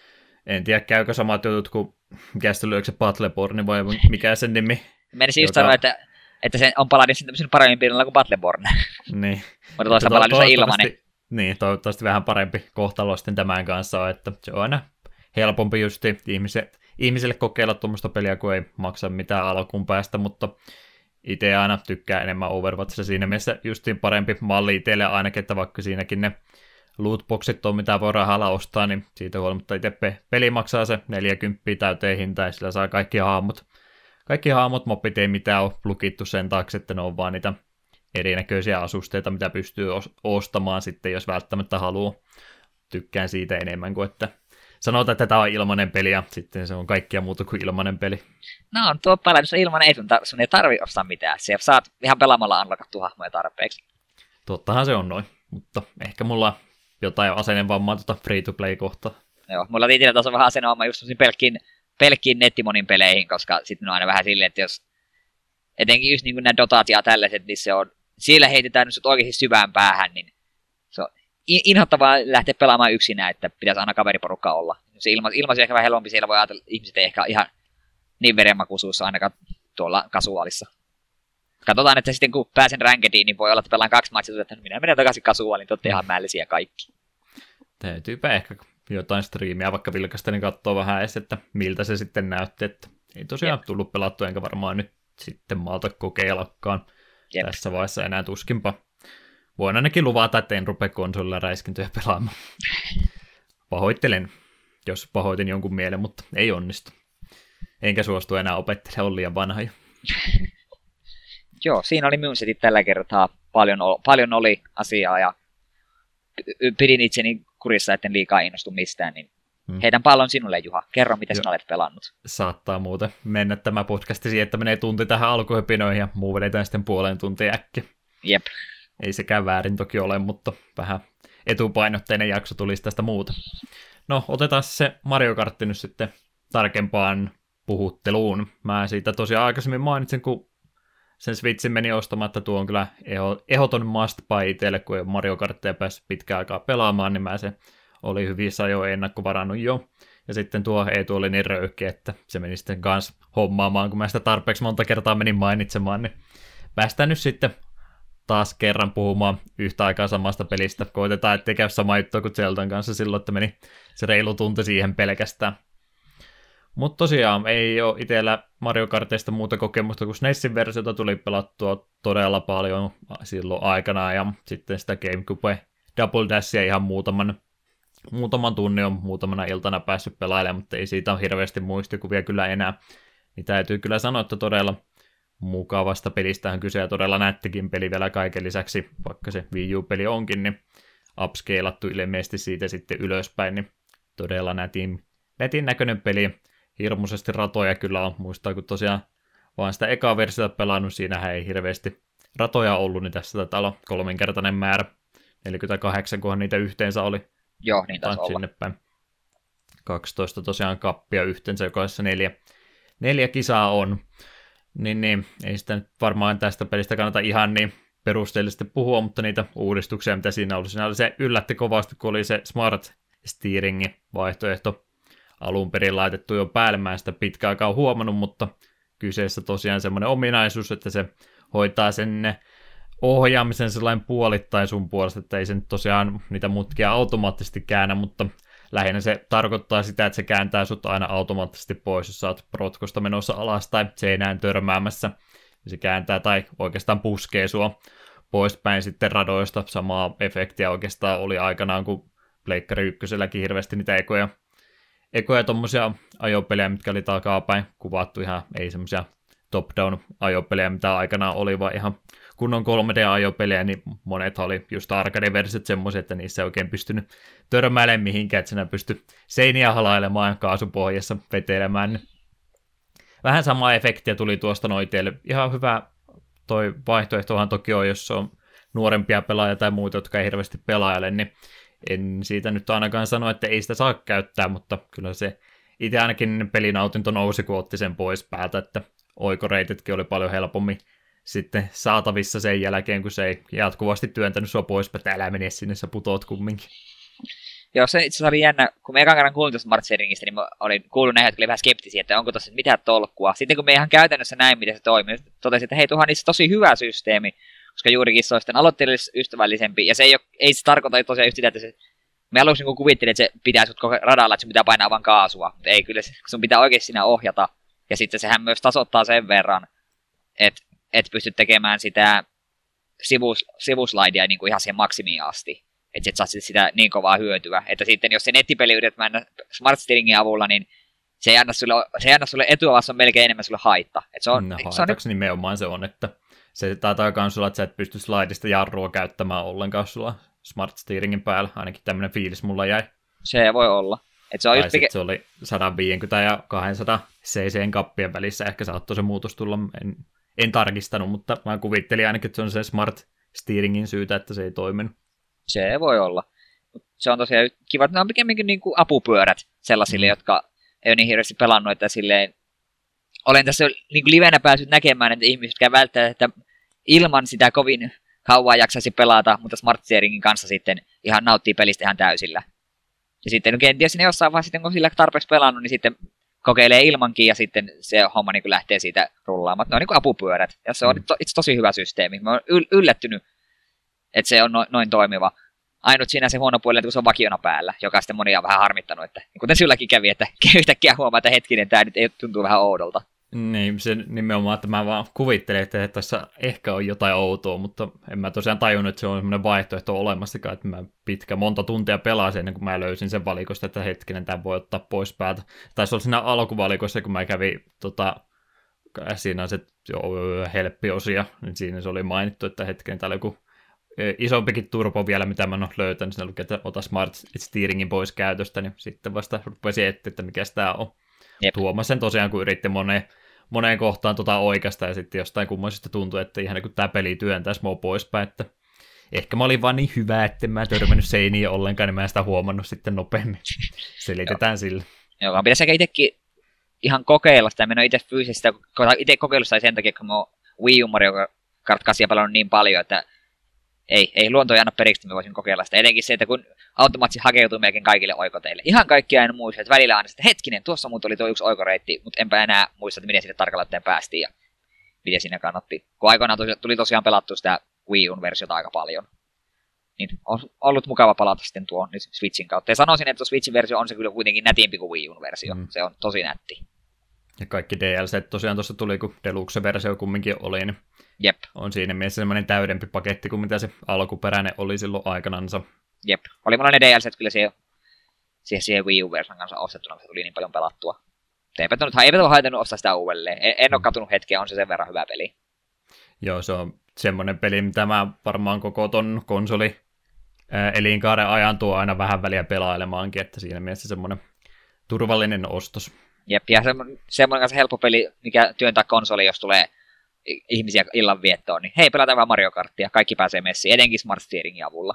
en tiedä, käykö samat jutut kuin mikä sitten oli, se Battleborn vai mikä sen nimi?
Menisin just sanoa, että, että se on Paladins tämmöisen paremmin piirrellä kuin Battleborn.
Niin.
Mutta toisaalta to- Paladins on ilmanen.
Niin, toivottavasti vähän parempi kohtalo sitten tämän kanssa on, että se on aina helpompi justi ihmisille, ihmisille kokeilla tuommoista peliä, kun ei maksa mitään alkuun päästä, mutta itse aina tykkää enemmän Overwatchissa siinä mielessä justiin parempi malli itselle ainakin, että vaikka siinäkin ne lootboxit on, mitä voi rahalla ostaa, niin siitä huolimatta itse peli maksaa se neljäkymmentä täyteen hintaan, ja sillä saa kaikki haamut. Kaikki haamut, moppit ei mitään ole lukittu sen taakse, että ne on vaan niitä erinäköisiä asusteita, mitä pystyy ostamaan sitten, jos välttämättä haluaa. Tykkään siitä enemmän kuin, että sanotaan, että tämä on ilmainen peli, ja sitten se on kaikkia muuta kuin ilmainen peli.
No, tuo Paladins on ilmainen, ei sun, tar- sun ei tarvitse ostaa mitään. Siellä saat ihan pelaamalla unlockattua hahmoja tarpeeksi.
Tottahan se on noin, mutta ehkä mulla jotain asennevammaa tuota free-to-play-kohtaa.
Joo, mulla itsellä taas on vähän asennevammaa just pelkkiin, pelkkiin nettimonin peleihin, koska sitten on aina vähän silleen, että jos etenkin just niin kuin nämä Dotat ja tällaiset, niin se on, siellä heitetään nyt oikeasti syvään päähän, niin se on inhottavaa lähteä pelaamaan yksinään, että pitäisi aina kaveriporukka olla. Se ilma, ilmaisu ehkä vähän helpompi, siellä voi ajatella, ihmiset ei ehkä ihan niin verenmakuisuussa ainakaan tuolla kasuaalissa. Katsotaan, että sitten kun pääsen rankediin, niin voi olla, että pelaan kaksi matsia, että minä menen takaisin kasuaaliin, totta ihan mällisiä kaikki.
Täytyypä ehkä jotain striimiä vaikka vilkasta, niin katsoo vähän edes, että miltä se sitten näytti, että ei tosiaan Jep. tullut pelattua, enkä varmaan nyt sitten malta kokeillakaan Jep. tässä vaiheessa enää tuskinpa. Voin ainakin luvata, että en rupea konsolilla räiskintöjä pelaamaan. Pahoittelen, jos pahoitin jonkun mielen, mutta ei onnistu. Enkä suostu enää opettelemaan, on liian vanha jo.
Joo, siinä oli minun setit tällä kertaa. Paljon, paljon oli asiaa ja pidin itseni kurissa, etten liikaa innostu mistään, niin hmm. heitän pallon sinulle, Juha. Kerro, mitä Joo. sinä olet pelannut.
Saattaa muuten mennä tämä podcasti siihen, että menee tunti tähän alkuhöpinoihin ja muu vedetään sitten puoleen tuntia äkki.
Jep.
Ei sekään väärin toki ole, mutta vähän etupainotteinen jakso tulisi tästä muuta. No, otetaan se Mario Kart nyt sitten tarkempaan puhutteluun. Mä siitä tosiaan aikaisemmin mainitsin, kun sen Switchin meni ostamaan, että tuo on kyllä ehdoton must buy itselle, kun ei ole Mario Karttia päässyt pitkään aikaa pelaamaan, niin mä se oli hyvissä jo ennakkovarannut jo. Ja sitten tuo Eetu oli niin röyhkeä, että se meni sitten kans hommaamaan, kun mä sitä tarpeeksi monta kertaa menin mainitsemaan, niin päästään nyt sitten taas kerran puhumaan yhtä aikaa samasta pelistä. Koitetaan, ettei käy sama juttu kuin Zeldan kanssa silloin, että meni se reilu tunti siihen pelkästään. Mutta tosiaan ei ole itsellä Mario Kartista muuta kokemusta kuin SNESin versiota tuli pelattua todella paljon silloin aikana ja sitten sitä GameCube Double Dashia ihan muutaman, muutaman tunnin on muutamana iltana päässyt pelailemaan, mutta ei siitä ole hirveästi muistikuvia kyllä enää. Niin täytyy kyllä sanoa, että todella mukavasta pelistähän kyse ja todella nättikin peli vielä kaiken lisäksi, vaikka se Wii U-peli onkin, niin upscalattu ilmeisesti siitä sitten ylöspäin, niin todella nätin, nätin näköinen peli. Hirmuisesti ratoja kyllä on, muistaa kun tosiaan vaan sitä ekaa versiota pelannut, siinähän ei hirveästi ratoja ollut, niin tässä taitaa olla kolminkertainen määrä. neljäkymmentäkahdeksan, kunhan niitä yhteensä oli.
Joo, niin taisi olla.
Sinne päin. kaksitoista tosiaan kappia yhteensä, jokaisessa neljä, neljä kisaa on. Niin, niin, ei sitä nyt varmaan tästä pelistä kannata ihan niin perusteellisesti puhua, mutta niitä uudistuksia, mitä siinä oli. Siinä oli se yllätti kovasti, kun oli se Smart Steeringin vaihtoehto alun perin laitettu jo päälle. Mä en sitä pitkään aikaa huomannut, mutta kyseessä tosiaan semmoinen ominaisuus, että se hoitaa sen ohjaamisen sellainen puolittain sun puolesta, että ei se nyt tosiaan niitä mutkia automaattisesti käännä, mutta lähinnä se tarkoittaa sitä, että se kääntää sut aina automaattisesti pois, jos sä oot rotkosta menossa alas tai seinään törmäämässä. Se kääntää tai oikeastaan puskee sua poispäin sitten radoista. Samaa efektiä oikeastaan oli aikanaan, kun Pleikkari ykköselläkin hirveästi niitä ekoja, ekoja tommosia ajopelejä, mitkä oli takapäin kuvattu ihan, ei semmosia top-down ajopelejä, mitä aikanaan oli, vaan ihan kunnon kolme D-ajopelejä, niin monet oli just arcade-versiot semmoisia, että niissä ei oikein pystynyt törmäilemään mihinkään, että sinä pysty seiniä halailemaan kaasupohjassa vetelemään. Niin vähän samaa efektiä tuli tuosta noiteille. Ihan hyvä toi vaihtoehtohan toki on, jos on nuorempia pelaajia tai muita, jotka ei hirveästi pelaile, niin en siitä nyt ainakaan sano, että ei sitä saa käyttää, mutta kyllä se itse ainakin pelinautinto nousi, kun otti sen pois päältä, että oikoreititkin oli paljon helpommin sitten saatavissa sen jälkeen, kun se ei jatkuvasti työntänyt sua pois, että älä mene sinne, sä putoot kumminkin.
Joo, se itse asiassa oli jännä. Kun me ekan kerran kuulin tuosta Smart Steeringistä, niin mä olin kuullut näihin, jotka oli vähän skeptisiä, että onko tuossa mitään tolkkua. Sitten kun me ihan käytännössä näin, miten se toimii, totesin, että hei, tuohan niissä tosi hyvä systeemi, koska juurikin se on sitten aloitteellis-ystävällisempi, ja se ei, ole, ei se tarkoita tosiaan just sitä, että se, me aluksi niin kuvittelin, että se pitää sut koko radalla, että sun pitää painaa vaan kaasua, mutta ei kyllä, sun pitää oikeasti siinä ohjata, ja sitten sehän myös tasoittaa sen verran, että et pystyt tekemään sitä sivus, sivuslaidia niin kuin ihan siihen maksimiin asti. Että et saat sitä niin kovaa hyötyä. Että sitten jos se nettipeli yrität mennä Smart Steeringin avulla, niin se ei anna sulle, se ei anna sulle etua, vaan se on melkein enemmän sulle haitta. Et se on,
no,
se on
haitaksi nimenomaan se on, että se taitaa myös sulla, että sä et pysty slaidista jarrua käyttämään ollenkaan sulla Smart Steeringin päällä. Ainakin tämmöinen fiilis mulla jäi.
Se voi olla. Et se, on
tai
just pike...
se oli sata viisikymmentä ja kaksisataa cc kappien välissä. Ehkä saattoi se muutos tulla. En, en tarkistanut, mutta mä kuvittelin ainakin, että se on se Smart Steeringin syytä, että se ei toiminut.
Se voi olla. Se on tosiaan kiva, että ne on pikemminkin niin kuin apupyörät sellaisille, mm. jotka ei ole niin hirveästi pelannut, että silleen olen tässä niin kuin livenä päässyt näkemään, että ihmiset, jotka välttämättä että ilman sitä kovin kauan jaksaisi pelata, mutta Smart Steeringin kanssa sitten ihan nauttii pelistä ihan täysillä. Ja sitten no kenties ne jossain vaiheessa, sitten kun sillä tarpeeksi pelannut, niin sitten kokeilee ilmankin ja sitten se homma niin kuin lähtee siitä rullaamaan. Ne on niin kuin apupyörät ja se on mm. to, itse tosi hyvä systeemi. Mä oon yl- yllättynyt, että se on no, noin toimiva. Ainut siinä se huono puoli, että kun se on vakiona päällä, joka sitten monia on vähän harmittanut. Että, kuten sylläkin kävi, että yhtäkkiä huomaa, että hetkinen, tämä nyt ei tuntuu vähän oudolta.
Niin, se nimenomaan, että mä vaan kuvittelin, että tässä ehkä on jotain outoa, mutta en mä tosiaan tajunnut, että se on semmoinen vaihtoehto olemassakaan, että mä pitkä monta tuntia pelasin ennen kuin mä löysin sen valikosta, että hetkinen, tämä voi ottaa pois päältä. Taisi olla siinä alkuvalikossa, kun mä kävin, tota, siinä on se helppiosia, niin siinä se oli mainittu, että hetkinen, täällä joku isompikin turbo vielä, mitä mä en ole löytänyt, siinä luki, että ota Smart Steeringin pois käytöstä, niin sitten vasta rupesin etsiä, että mikä tämä on. Jep. Huomasin sen tosiaan, kun yritti moneen, moneen kohtaan tota oikeasta, ja sitten jostain kummoisesta tuntui, että ihan kun tämä peli työntäisi mua poispäin, että ehkä mä olin vaan niin hyvä, että mä en törmännyt seiniin ollenkaan, niin mä en sitä huomannut sitten nopeammin. Selitetään sillä. Joo,
vaan pitäisi ehkä itsekin ihan kokeilla sitä, mä en ole itse fyysistä, itse kokeillut sitä sen takia, kun mä oon Wii U Mario Kart kahdeksan pelannut niin paljon, että ei, ei luonto ei anna periksi, että mä voisin kokeilla sitä. Etenkin se, että kun automaattisesti hakeutuu melkein kaikille oikoteille. Ihan kaikkia en muista, että välillä aina sitten hetkinen, tuossa muut oli tuo yksi oikoreitti, mutta enpä enää muista, että miten sinne tarkalleen päästiin ja miten siinä kannatti. Kun aikoinaan tuli tosiaan pelattu sitä Wii U-versiota aika paljon. Niin on ollut mukava palata sitten tuon nyt Switchin kautta. Ja sanoisin, että tuo Switchin versio on se kyllä kuitenkin nätimpi kuin Wii U-versio. Mm. Se on tosi nätti.
Ja kaikki D L C tosiaan tuossa tuli, kun Deluxe-versio kumminkin oli, niin
Jep.
On siinä mielessä semmoinen täydempi paketti kuin mitä se alkuperäinen oli silloin aikanansa.
Jep. Oli mulla ne D L C kyllä siihen, siihen, siihen Wii U-version kanssa ostettuna, se tuli niin paljon pelattua. Eipä ole haitannut ostaa sitä uudelleen. En, en ole katunut hetkeä, on se sen verran hyvä peli.
Joo, se on semmoinen peli, mitä mä varmaan koko ton konsoli ää, elinkaaren ajan tuo aina vähän väliä pelailemaankin, että siinä mielessä semmoinen turvallinen ostos.
Jep, ja semmoinen, semmoinen kanssa helppo peli, mikä työntää konsoli, jos tulee ihmisiä illanviettoon, niin hei, pelataan vähän Mario Karttia, kaikki pääsee messiin, etenkin Smart Steeringin avulla.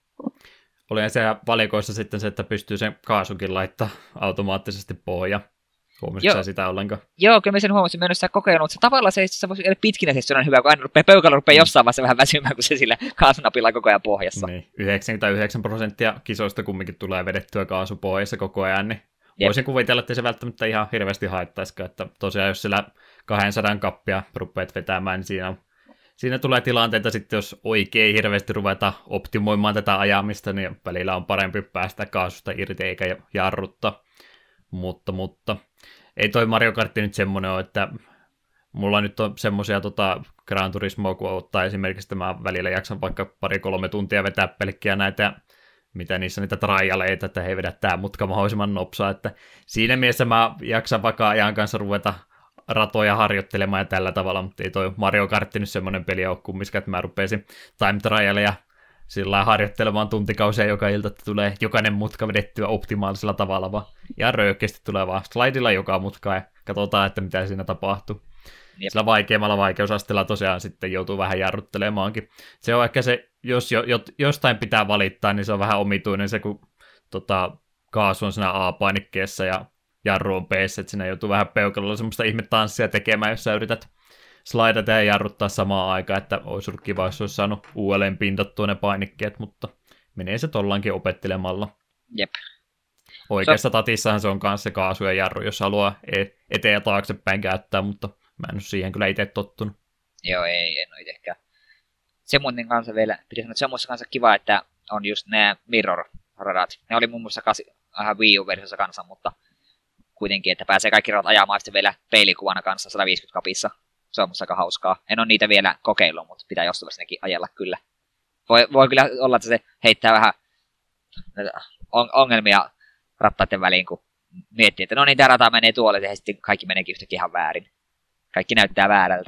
Oli siellä valikoissa sitten se, että pystyy sen kaasukin laittaa automaattisesti pohja. Huomasitko sä sitä ollenkaan?
Joo, kyllä mä sen huomasin, mä en ole sitä kokeillut, mutta se tavallaan se, se voisi olla pitkinä sessionan hyvä, kun aina rupeaa, peukalo rupeaa jossain vaiheessa vähän väsymään, kun se sillä kaasunapilla koko ajan pohjassa.
Niin, yhdeksänkymmentäyhdeksän prosenttia kisoista kumminkin tulee vedettyä kaasupohjassa koko ajan, niin Jep. voisin kuvitella, että se välttämättä ihan hirveästi haittaisikaan, että tosiaan jos sillä kaksisataa kappia rupeat vetämään, niin siinä, siinä tulee tilanteita sitten, jos oikein hirveästi ruveta optimoimaan tätä ajamista, niin välillä on parempi päästä kaasusta irti eikä jarruttaa, mutta, mutta ei toi Mario Kart nyt semmoinen ole, että mulla nyt on semmoisia tota, Gran Turismoa, kun ottaa esimerkiksi, että mä välillä jaksan vaikka pari-kolme tuntia vetää pelkkiä näitä, mitä niissä niitä trialeita, että he vedä tää mutka mahdollisimman nopsaa, että siinä mielessä mä jaksan vaikka ajan kanssa ruveta ratoja harjoittelemaan ja tällä tavalla, mutta ei toi Mario Kart nyt semmoinen peli ole kumminkaan, että mä rupeaisin time trialeja sillä harjoittelemaan tuntikausia joka ilta, että tulee jokainen mutka vedettyä optimaalisella tavalla, vaan ihan röyhkeästi tulee vaan slidilla joka mutka ja katsotaan, että mitä siinä tapahtuu. Jep. Sillä vaikeammalla vaikeusasteella tosiaan sitten joutuu vähän jarruttelemaankin. Se on ehkä se, jos jo, jo, jostain pitää valittaa, niin se on vähän omituinen se, kun tota, kaasu on siinä A-painikkeessa ja jarru on B:ssä, että siinä joutuu vähän peukalolla semmoista ihmetanssia tekemään, jos sä yrität slaidata ja jarruttaa samaan aikaan, että olisi ollut kiva, jos olisi saanut uudelleen pintattua ne painikkeet, mutta menee se tollaankin opettelemalla.
Jep.
Oikeassa so... tatissahan se on kanssa se kaasu ja jarru, jos haluaa eteen ja taaksepäin käyttää, mutta mä en ole siihen kyllä itse tottunut.
Joo, ei, en ole itsekään. Se muuten kanssa vielä, pitäisi sanoa, että se on musta kanssa kiva, että on just nämä mirror-radat. Ne oli muun muassa vähän Wii U-versiossa kanssa, mutta kuitenkin, että pääsee kaikki radat ajamaan sitten vielä peilikuvana kanssa sata viisikymmentä kapissa. Se on musta aika hauskaa. En ole niitä vielä kokeillut, mutta pitää jostain nekin ajella kyllä. Voi, voi kyllä olla, että se heittää vähän ongelmia rattaiden väliin, kun miettii, että no niin, tämä rata menee tuolle, ja sitten kaikki meneekin yhtäkkiä ihan väärin. Kaikki näyttää väärältä.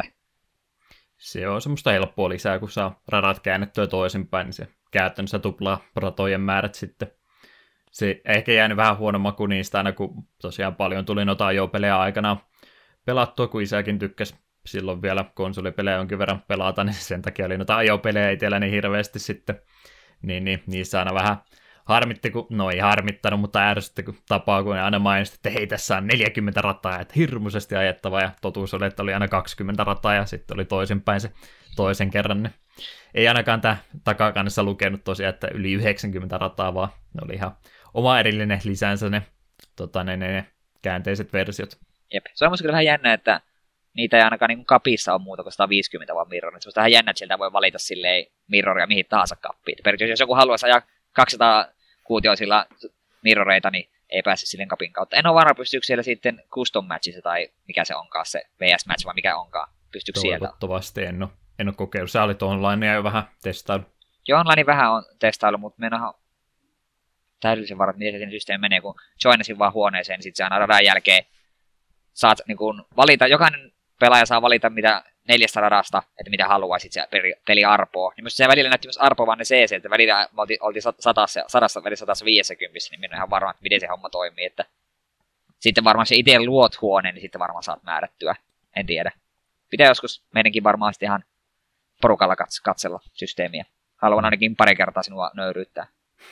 Se on semmoista helppoa lisää, kun saa radat käännettyä toisinpäin, niin se käytännössä tuplaa ratojen määrät sitten. Se ehkä jäänyt vähän huono maku niistä aina, kun tosiaan paljon tuli noita ajopelejä aikanaan pelattua, kun isäkin tykkäsi silloin vielä konsolipelejä jonkin verran pelata, niin sen takia oli noita ajopelejä itsellä niin hirveästi sitten. Niin, niin niissä aina vähän harmitti, kun, no ei harmittanut, mutta ärsytti kun tapaa, kun aina mainitsi, että hei, tässä on neljäkymmentä rataa, että hirmuisesti ajettava, ja totuus oli, että oli aina kaksikymmentä rataa, ja sitten oli toisinpäin se toisen kerran. Niin ei ainakaan tämä takakannessa lukenut tosiaan, että yli yhdeksänkymmentä rataa, vaan ne oli ihan oma erillinen lisänsä ne, tota, ne, ne, ne käänteiset versiot. Jep,
se on musta kyllä vähän jännä, että niitä ei ainakaan niin kapissa ole muuta kuin sata viisikymmentä vaan mirroria. Se on vähän jännä, että sieltä voi valita silleen mirroria mihin tahansa kappiin. Periaatteessa jos joku haluaisi ajaa kaksisataa kuutioisilla mirroreita, niin ei pääse silleen kapin kautta. En ole varma, pystyykö siellä sitten custom matchissa tai mikä se onkaan, se V S-match vai mikä onkaan. Pystyykö sieltä?
Toivottavasti en ole, en ole kokeillut. Sä olit online ja jo vähän testaillut.
Joo, online vähän on testaillut, mutta meinahan täydellisen varat, miten se siinä systeemi menee, kun joinasin vaan huoneeseen, niin sitten se aina radan jälkeen saat niin kun valita, jokainen pelaaja saa valita mitä neljästä radasta, että mitä haluaisit se peli arpoa. Niin myös se välillä näytti myös arpoavan ne C C, että välillä oltiin, oltiin satassa, sadassa, välillä satassa viisikymmentä, niin minä olen ihan varma, että miten se homma toimii. Että sitten varmaan se itse luot huoneen, niin sitten varmaan saat määrättyä. En tiedä. Pitää joskus meidänkin varmaan sitten ihan porukalla katsella systeemiä. Haluan ainakin pari kertaa sinua nöyryyttää.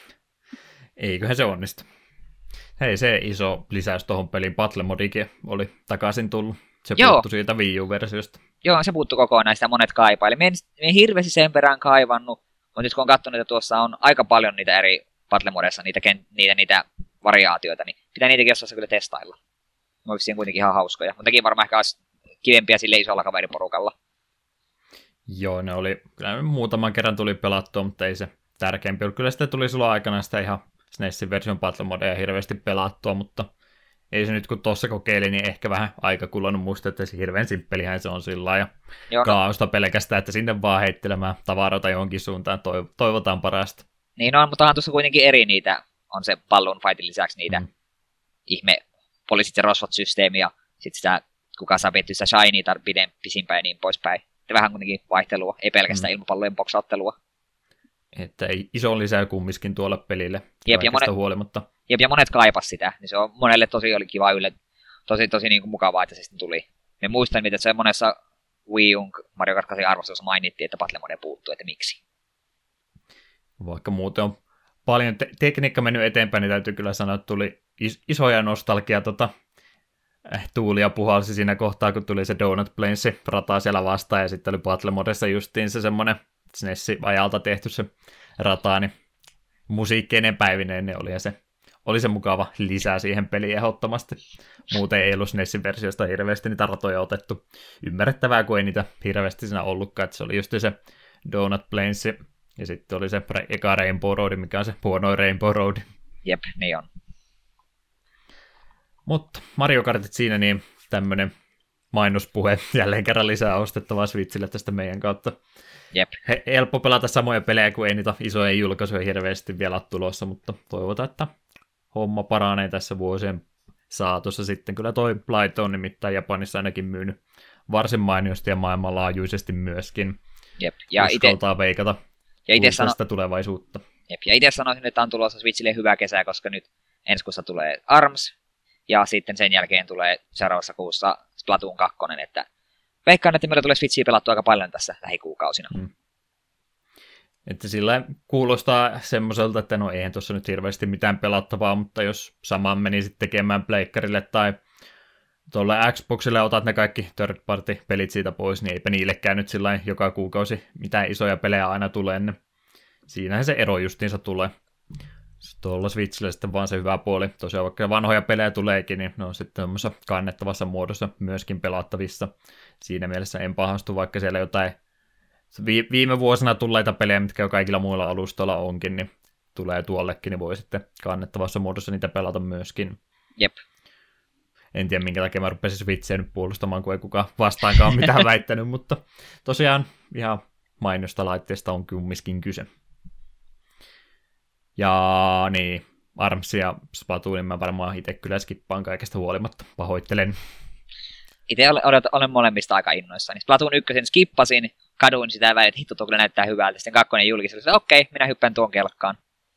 Eiköhän se onnistu. Hei, se iso lisäys tuohon peliin, Battle Modikin oli takaisin tullut. Se puuttui siitä Wii U-versiosta.
Joo, se puuttui kokonaan, sitä monet kaipaili. Mä en, mä en hirveästi sen perään kaivannut, mutta nyt kun on katsonut, että tuossa on aika paljon niitä eri Battle Modeissa, niitä, niitä, niitä variaatioita, niin pitää niitäkin jossain kyllä testailla. Mä olisin kuitenkin ihan hauskoja, mutta nekin varmaan ehkä olisi kivempiä sille isolla kaveriporukalla.
Joo, ne oli, kyllä muutaman kerran tuli pelattua, mutta ei se tärkeämpi ollut. Kyllä sitä tuli sulla aikana sitä ihan S N E Sin version Battle Modea hirveästi pelattua, mutta ei se nyt kun tuossa kokeili, niin ehkä vähän aika kulunut muista, että se hirveän simppelihän se on sillä ja Joo. kaaosta pelkästään, että sinne vaan heittelemään tavaroita johonkin suuntaan, toivotaan parasta.
Niin on, mutta onhan tuossa kuitenkin eri niitä, on se Balloon Fightin lisäksi niitä mm. ihme poliisit ja rosvot-systeemi ja sitten sitä, kuka saa viettyä sitä Shinyta pisimpään ja niin poispäin. Että vähän kuitenkin vaihtelua, ei pelkästään mm. ilmapallojen boksauttelua.
Että ei iso lisää kumminkin tuolle pelille
jep, ja monet,
huolimatta.
Jep, ja monet kaipas sitä, niin se on monelle tosi oli kiva ylle tosi, tosi niin kuin mukavaa, että se sitten tuli. Me muistan, miten se monessa Wii U:n Mario Kart kahdeksan arvostelussa mainittiin, että Battle Mode puuttuu, että miksi.
Vaikka muuten on paljon te- tekniikka mennyt eteenpäin, niin täytyy kyllä sanoa, että tuli is- isoja nostalgia tota, äh, tuulia puhalsi siinä kohtaa, kun tuli se Donut Plains rata siellä vastaan, ja sitten oli Battle Modessa justiin se semmoinen S N E S-ajalta tehty se rata, niin musiikkeinen päivineen ne oli, ja se oli se mukava lisää siihen peliin ehdottomasti. Muuten ei ollut S N E Sin versiosta hirveästi niitä ratoja otettu. Ymmärrettävää, kun ei niitä hirveästi siinä ollutkaan, että se oli just se Donut Plains, ja sitten oli se eka Rainbow Road, mikä on se huono Rainbow Road.
Jep, niin on.
Mutta Mario Kartit siinä, niin tämmönen mainospuhe, jälleen kerran lisää ostettavaa Switchille tästä meidän kautta.
Jep.
He, helppo pelata samoja pelejä, kun ei niitä isoja julkaisuja hirveästi vielä tulossa, mutta toivotaan, että homma paranee tässä vuosien saatossa sitten. Kyllä toi laite on nimittäin Japanissa ainakin myynyt varsin mainiosti ja maailmanlaajuisesti myöskin.
Jep. Ja
uskaltaa
ite,
veikata
ja ite sano,
tulevaisuutta.
Jep. Ja itse sanoisin, että on tulossa Switchille hyvä kesä, koska nyt ensi kuussa tulee ARMS, ja sitten sen jälkeen tulee seuraavassa kuussa Splatoon kaksi, että veikkaan, että meillä tulee Switchiä pelattua aika paljon tässä lähikuukausina. Hmm.
Että sillä kuulostaa semmoiselta, että no eihän tuossa nyt hirveästi mitään pelattavaa, mutta jos saman menisit tekemään pleikkarille tai tuolle Xboxille otat ne kaikki third party pelit siitä pois, niin eipä niillekään nyt sillä joka kuukausi mitään isoja pelejä aina tulee, niin siinähän se ero justiinsa tulee. Tuolla Switchillä sitten vaan se hyvä puoli. Tosiaan vaikka vanhoja pelejä tuleekin, niin ne on sitten tämmöisessä kannettavassa muodossa myöskin pelattavissa. Siinä mielessä en pahastu, vaikka siellä jotain viime vuosina tulleita pelejä, mitkä jo kaikilla muilla alustoilla onkin, niin tulee tuollekin, niin voi sitten kannettavassa muodossa niitä pelata myöskin.
Jep.
En tiedä, minkä takia mä rupesin Switchiä nyt puolustamaan, kun ei kukaan vastaankaan mitään väittänyt, mutta tosiaan ihan mainosta laitteesta on kumminkin kyse. Ja niin, ARMS ja Splatoonin mä varmaan itse kyllä skippaan kaikesta huolimatta. Pahoittelen.
Itse olen, olen molemmista aika innoissani. Splatoon ykkösen skippasin, kaduin sitä väliin, että hitto tuo kyllä näyttää hyvältä. Sitten kakkonen julkisella, että okei, okay, minä hyppään tuon kelkkaan.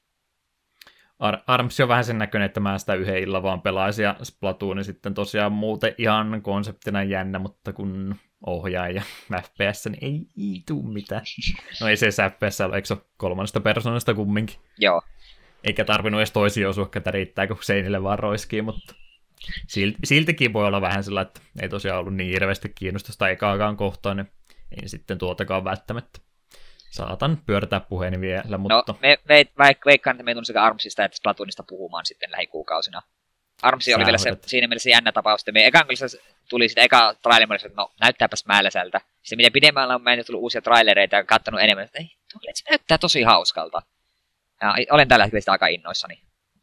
Ar- ARMS on vähän sen näköinen, että mä sitä yhden illan vaan pelaisin, ja Splatoon sitten tosiaan muuten ihan konseptina jännä, mutta kun ohjaa ja F P S, niin ei, ei tuu mitään. No ei se F P S ole, eikö se ole kolmannesta persoonasta kumminkin?
Joo.
Eikä tarvinnut edes toisia osua, että riittää, kun seinille vaan roiskii, mutta silti, siltikin voi olla vähän sillä, että ei tosiaan ollut niin hirveästi kiinnostusta ekaakaan kohtaan, niin ei sitten tuotakaan välttämättä. Saatan pyörätää puheeni vielä, mutta...
No, me, me, veik, veikkaan, että me ei tullut sekä ARMSista että Splatoonista puhumaan sitten lähikuukausina. ARMS oli vielä se, siinä mielessä jännä tapaus, että me ekan kyllä tuli sitä eka trailerissa, että no, näyttääpäs määläiseltä. Sitten miten pidemmällä on mennyt tullut uusia trailereita ja katsonut enemmän, että ei, se näyttää tosi hauskalta. Ja olen tällä hetkellä sitä aika innoissani.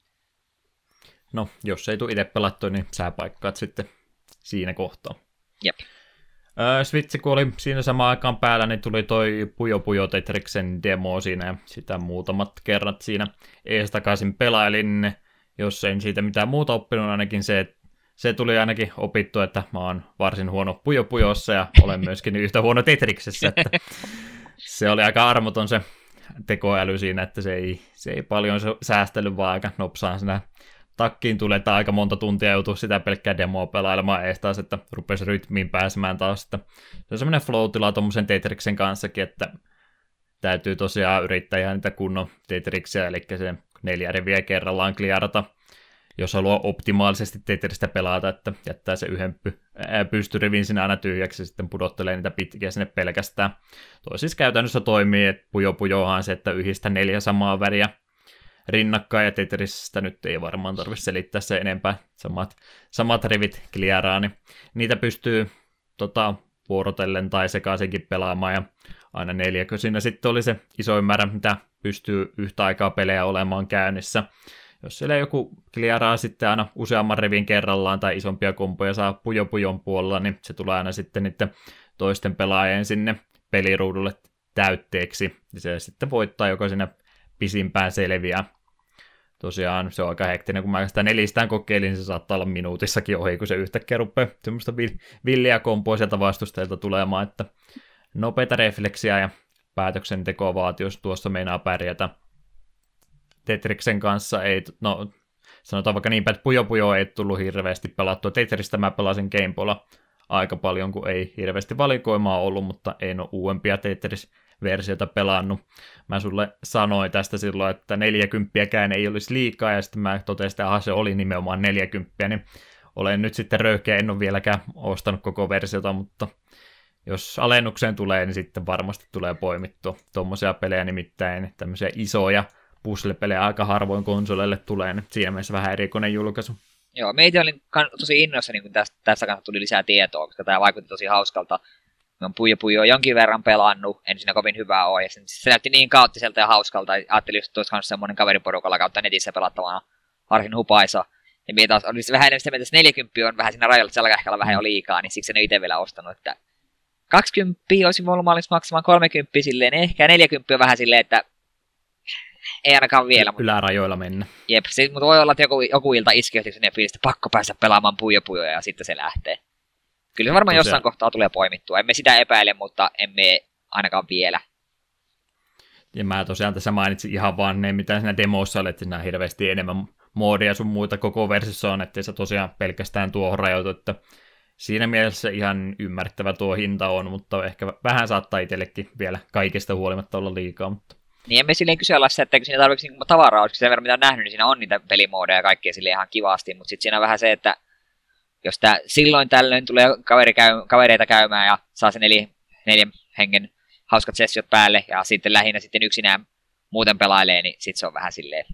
No, jos ei tule itse pelattua, niin sä paikkaat sitten siinä kohtaa.
Jep.
Äh, Switch, kun oli siinä samaan aikaan päällä, niin tuli toi Puyo Puyo Tetriksen demo siinä, ja sitä muutamat kerrat siinä ees takaisin pelailin. Jos en siitä mitään muuta oppinut, ainakin se, että se tuli ainakin opittu, että mä oon varsin huono Puyo Puyossa, ja olen myöskin yhtä huono Tetriksessä, että se oli aika armoton se tekoäly siinä, että se ei, se ei paljon säästellyt, vaan aika nopsaan siinä takkiin tulee, että aika monta tuntia joutuu sitä pelkkää demoa pelailemaan ees taas, että rupesi rytmiin pääsemään taas. Että se on semmoinen flow-tila tuommoisen Tetriksen kanssakin, että täytyy tosiaan yrittää ihan niitä kunnon Tetriksiä, eli se neljä riviä kerrallaan kliarata, jos haluaa optimaalisesti Tetristä pelata, että jättää se yhden py- ää, pystyrivin sinne aina tyhjäksi ja sitten pudottelee niitä pitkiä sinne pelkästään. Toi siis käytännössä toimii, että Puyo Puyohan se, että yhdistä neljä samaa väriä rinnakkain, ja Tetrisistä nyt ei varmaan tarvitse selittää se enempää. Samat, samat rivit kliaraa, niin niitä pystyy tota, vuorotellen tai sekaisinkin pelaamaan, ja aina neljäkö siinä sitten oli se isoin määrä, mitä pystyy yhtä aikaa pelejä olemaan käynnissä. Jos siellä joku kliaraa sitten aina useamman rivin kerrallaan tai isompia kompoja saa Puyo Puyon puolella, niin se tulee aina sitten niiden toisten pelaajien sinne peliruudulle täytteeksi, ja se sitten voittaa, joka siinä pisimpään selviää. Tosiaan se on aika hektinen, kun mä sitä nelistään kokeilin, niin se saattaa olla minuutissakin ohi, kun se yhtäkkiä rupeaa semmoista villiä kompoa sieltä vastustajilta tulemaan, että nopeita refleksiä ja päätöksentekoa vaatii, jos tuossa meinaa pärjätä. Tetriksen kanssa ei, no sanotaan vaikka niinpä, että Puyo Puyo ei tullut hirveästi pelattua. Tetristä mä pelasin Game Boylla aika paljon, kun ei hirveästi valikoimaa ollut, mutta ei ole uudempia Tetris-versioita pelannut. Mä sulle sanoin tästä silloin, että neljäkymppiäkään ei olisi liikaa, ja sitten mä totesin, että aha, se oli nimenomaan neljäkymppiä, niin olen nyt sitten röyhkeä, en ole vieläkään ostanut koko versiota, mutta jos alennukseen tulee, niin sitten varmasti tulee poimittua tuommoisia pelejä, nimittäin tämmöisiä isoja puzzle-pelejä aika harvoin konsoleille tulee, niin siinä mielessä vähän erikoinen julkaisu.
Joo, meitä olin tosi innoissa, niin kun tästä, tästä kanssa tuli lisää tietoa, koska tämä vaikutti tosi hauskalta. Me on Puyo Puyo jonkin verran pelannut, en siinä kovin hyvää ole, ja se näytti niin kaoottiselta ja hauskalta, että ajattelin, että olisi myös semmoinen kaveriporukalla kautta netissä pelattavana varsin hupaisa. Ja minä taas olisi vähän enemmän sitä, että neljäkymppiä on vähän siinä rajalla, että siellä ehkä on vähän jo liikaa, niin siksi en ole itse vielä ostanut, että kaksikymmentä olisi mulla valmis maksamaan kolmekymmentä silleen, ehkä neljäkymmentä on vähän silleen, että ei ainakaan vielä. Mutta
ylärajoilla mennä.
Jep, siis, mutta voi olla, että joku, joku ilta iskeytyy sinne fiilistä, pakko päästä pelaamaan Puyo Puyoa ja sitten se lähtee. Kyllä se varmaan jossain kohtaa tulee poimittua. Emme sitä epäile, mutta emme ainakaan vielä.
Ja mä tosiaan tässä mainitsin ihan vaan ne, mitä siinä demoissa oli, että siinä on hirveästi enemmän moodia sun muita koko versiossa on, ettei se tosiaan pelkästään tuohon rajoitu, että siinä mielessä ihan ymmärrettävä tuo hinta on, mutta ehkä vähän saattaa itsellekin vielä kaikesta huolimatta olla liikaa. Mutta
niin emme silleen kyseenalaista, että siinä tarvitsisi niinku tavaraa, koska sen verran mitä on nähnyt, niin siinä on niitä pelimoodeja ja kaikkea silleen ihan kivasti, mutta sitten siinä on vähän se, että jos tää silloin tällöin tulee kaveri käy, kavereita käymään ja saa se neljä, neljän hengen hauskat sessiot päälle ja sitten lähinnä sitten yksinään muuten pelailee, niin sitten se on vähän silleen.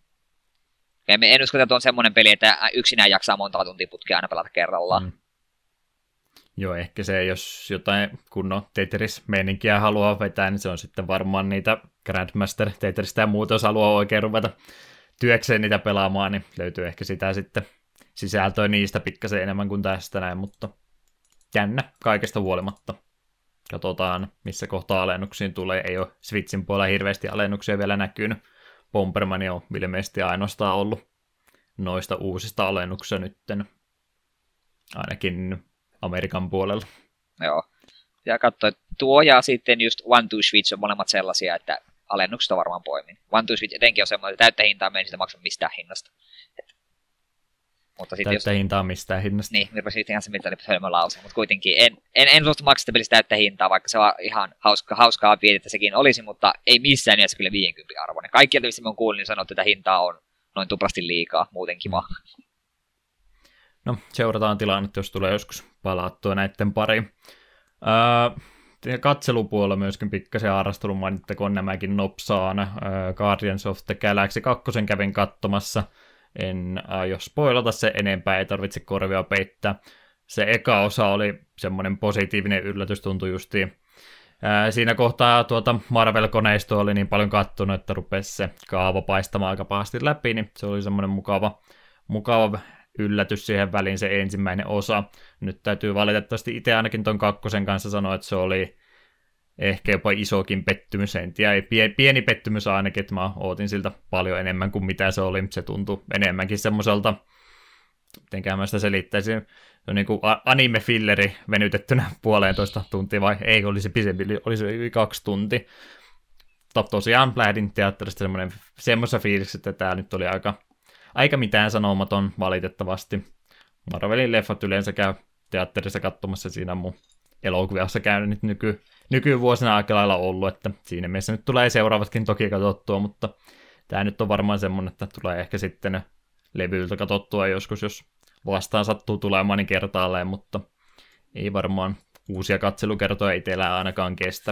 En, en usko, että on semmoinen peli, että yksinään jaksaa monta tuntia putkea aina pelata kerrallaan. Mm.
Joo, ehkä se, jos jotain kunnon Tetris-meininkiä haluaa vetää, niin se on sitten varmaan niitä Grandmaster Tetristä ja muuta, jos haluaa oikein ruveta työkseen niitä pelaamaan, niin löytyy ehkä sitä sitten sisältöä niistä pikkasen enemmän kuin tästä näin, mutta jännä kaikesta huolimatta. Katsotaan, missä kohtaa alennuksiin tulee. Ei ole Switchin puolella hirveästi alennuksia vielä näkynyt. Bomberman on ilmeisesti ainoastaan ollut noista uusista alennuksista nytten, ainakin Amerikan puolella.
Joo. Ja katso, että tuo ja sitten just One Two Switch on molemmat sellaisia, että alennukset on varmaan poimin. One Two Switch etenkin on semmoinen, että täyttä hintaa me ei sitä maksa mistään hinnasta. Et, mutta
täyttä jos hintaa mistään hinnasta.
Niin, minä sitten ihan se miltä hölmö lause, mutta kuitenkin en, en, en suostu maksaa pelistä täyttä hintaa, vaikka se on ihan hauska, hauskaa että sekin olisi, mutta ei missään nimessä kyllä viisikymmentä arvoinen. Kaikkialta, mistä minä kuulin, niin sanoo, että tätä hintaa on noin tuplasti liikaa, muutenkin vaan.
No, seurataan tilannetta, jos tulee joskus palattua näiden pariin. Öö, katselupuolella myöskin pikkasen harrastelun mainittakoon nämäkin nopsaan. Öö, Guardians of the Galaxy kaksi kävin katsomassa. En aio spoilata se enempää, ei tarvitse korvia peittää. Se eka osa oli semmoinen positiivinen yllätys, tuntui justiin. Öö, siinä kohtaa tuota Marvel-koneistoa oli niin paljon kattonut, että rupesi se kaava paistamaan aika pahasti läpi, niin se oli semmoinen mukava, mukava yllätys siihen väliin se ensimmäinen osa. Nyt täytyy valitettavasti itse ainakin ton kakkosen kanssa sanoa, että se oli ehkä jopa isokin pettymys. En tiedä, pieni pettymys ainakin, että mä ootin siltä paljon enemmän kuin mitä se oli. Se tuntui enemmänkin semmoiselta, mitenkään mä sitä selittäisin, se on niin kuin anime-filleri venytettynä puoleentoista tuntia, vai ei, oli se pisempi, oli se yli kaksi tuntia. Tosiaan lähdin teatterista semmoisessa fiiliksessä, että tää nyt oli aika Aika mitään sanomaton valitettavasti. Marvelin leffat yleensä käy teatterissa katsomassa, siinä mun elokuvassa käynyt nyt nyky, nykyvuosina aika lailla ollut, että siinä mielessä nyt tulee seuraavatkin toki katsottua, mutta tämä nyt on varmaan semmoinen, että tulee ehkä sitten levyiltä katsottua joskus, jos vastaan sattuu tulemaan niin kertaalleen, mutta ei varmaan uusia katselukertoja itsellään ainakaan kestä.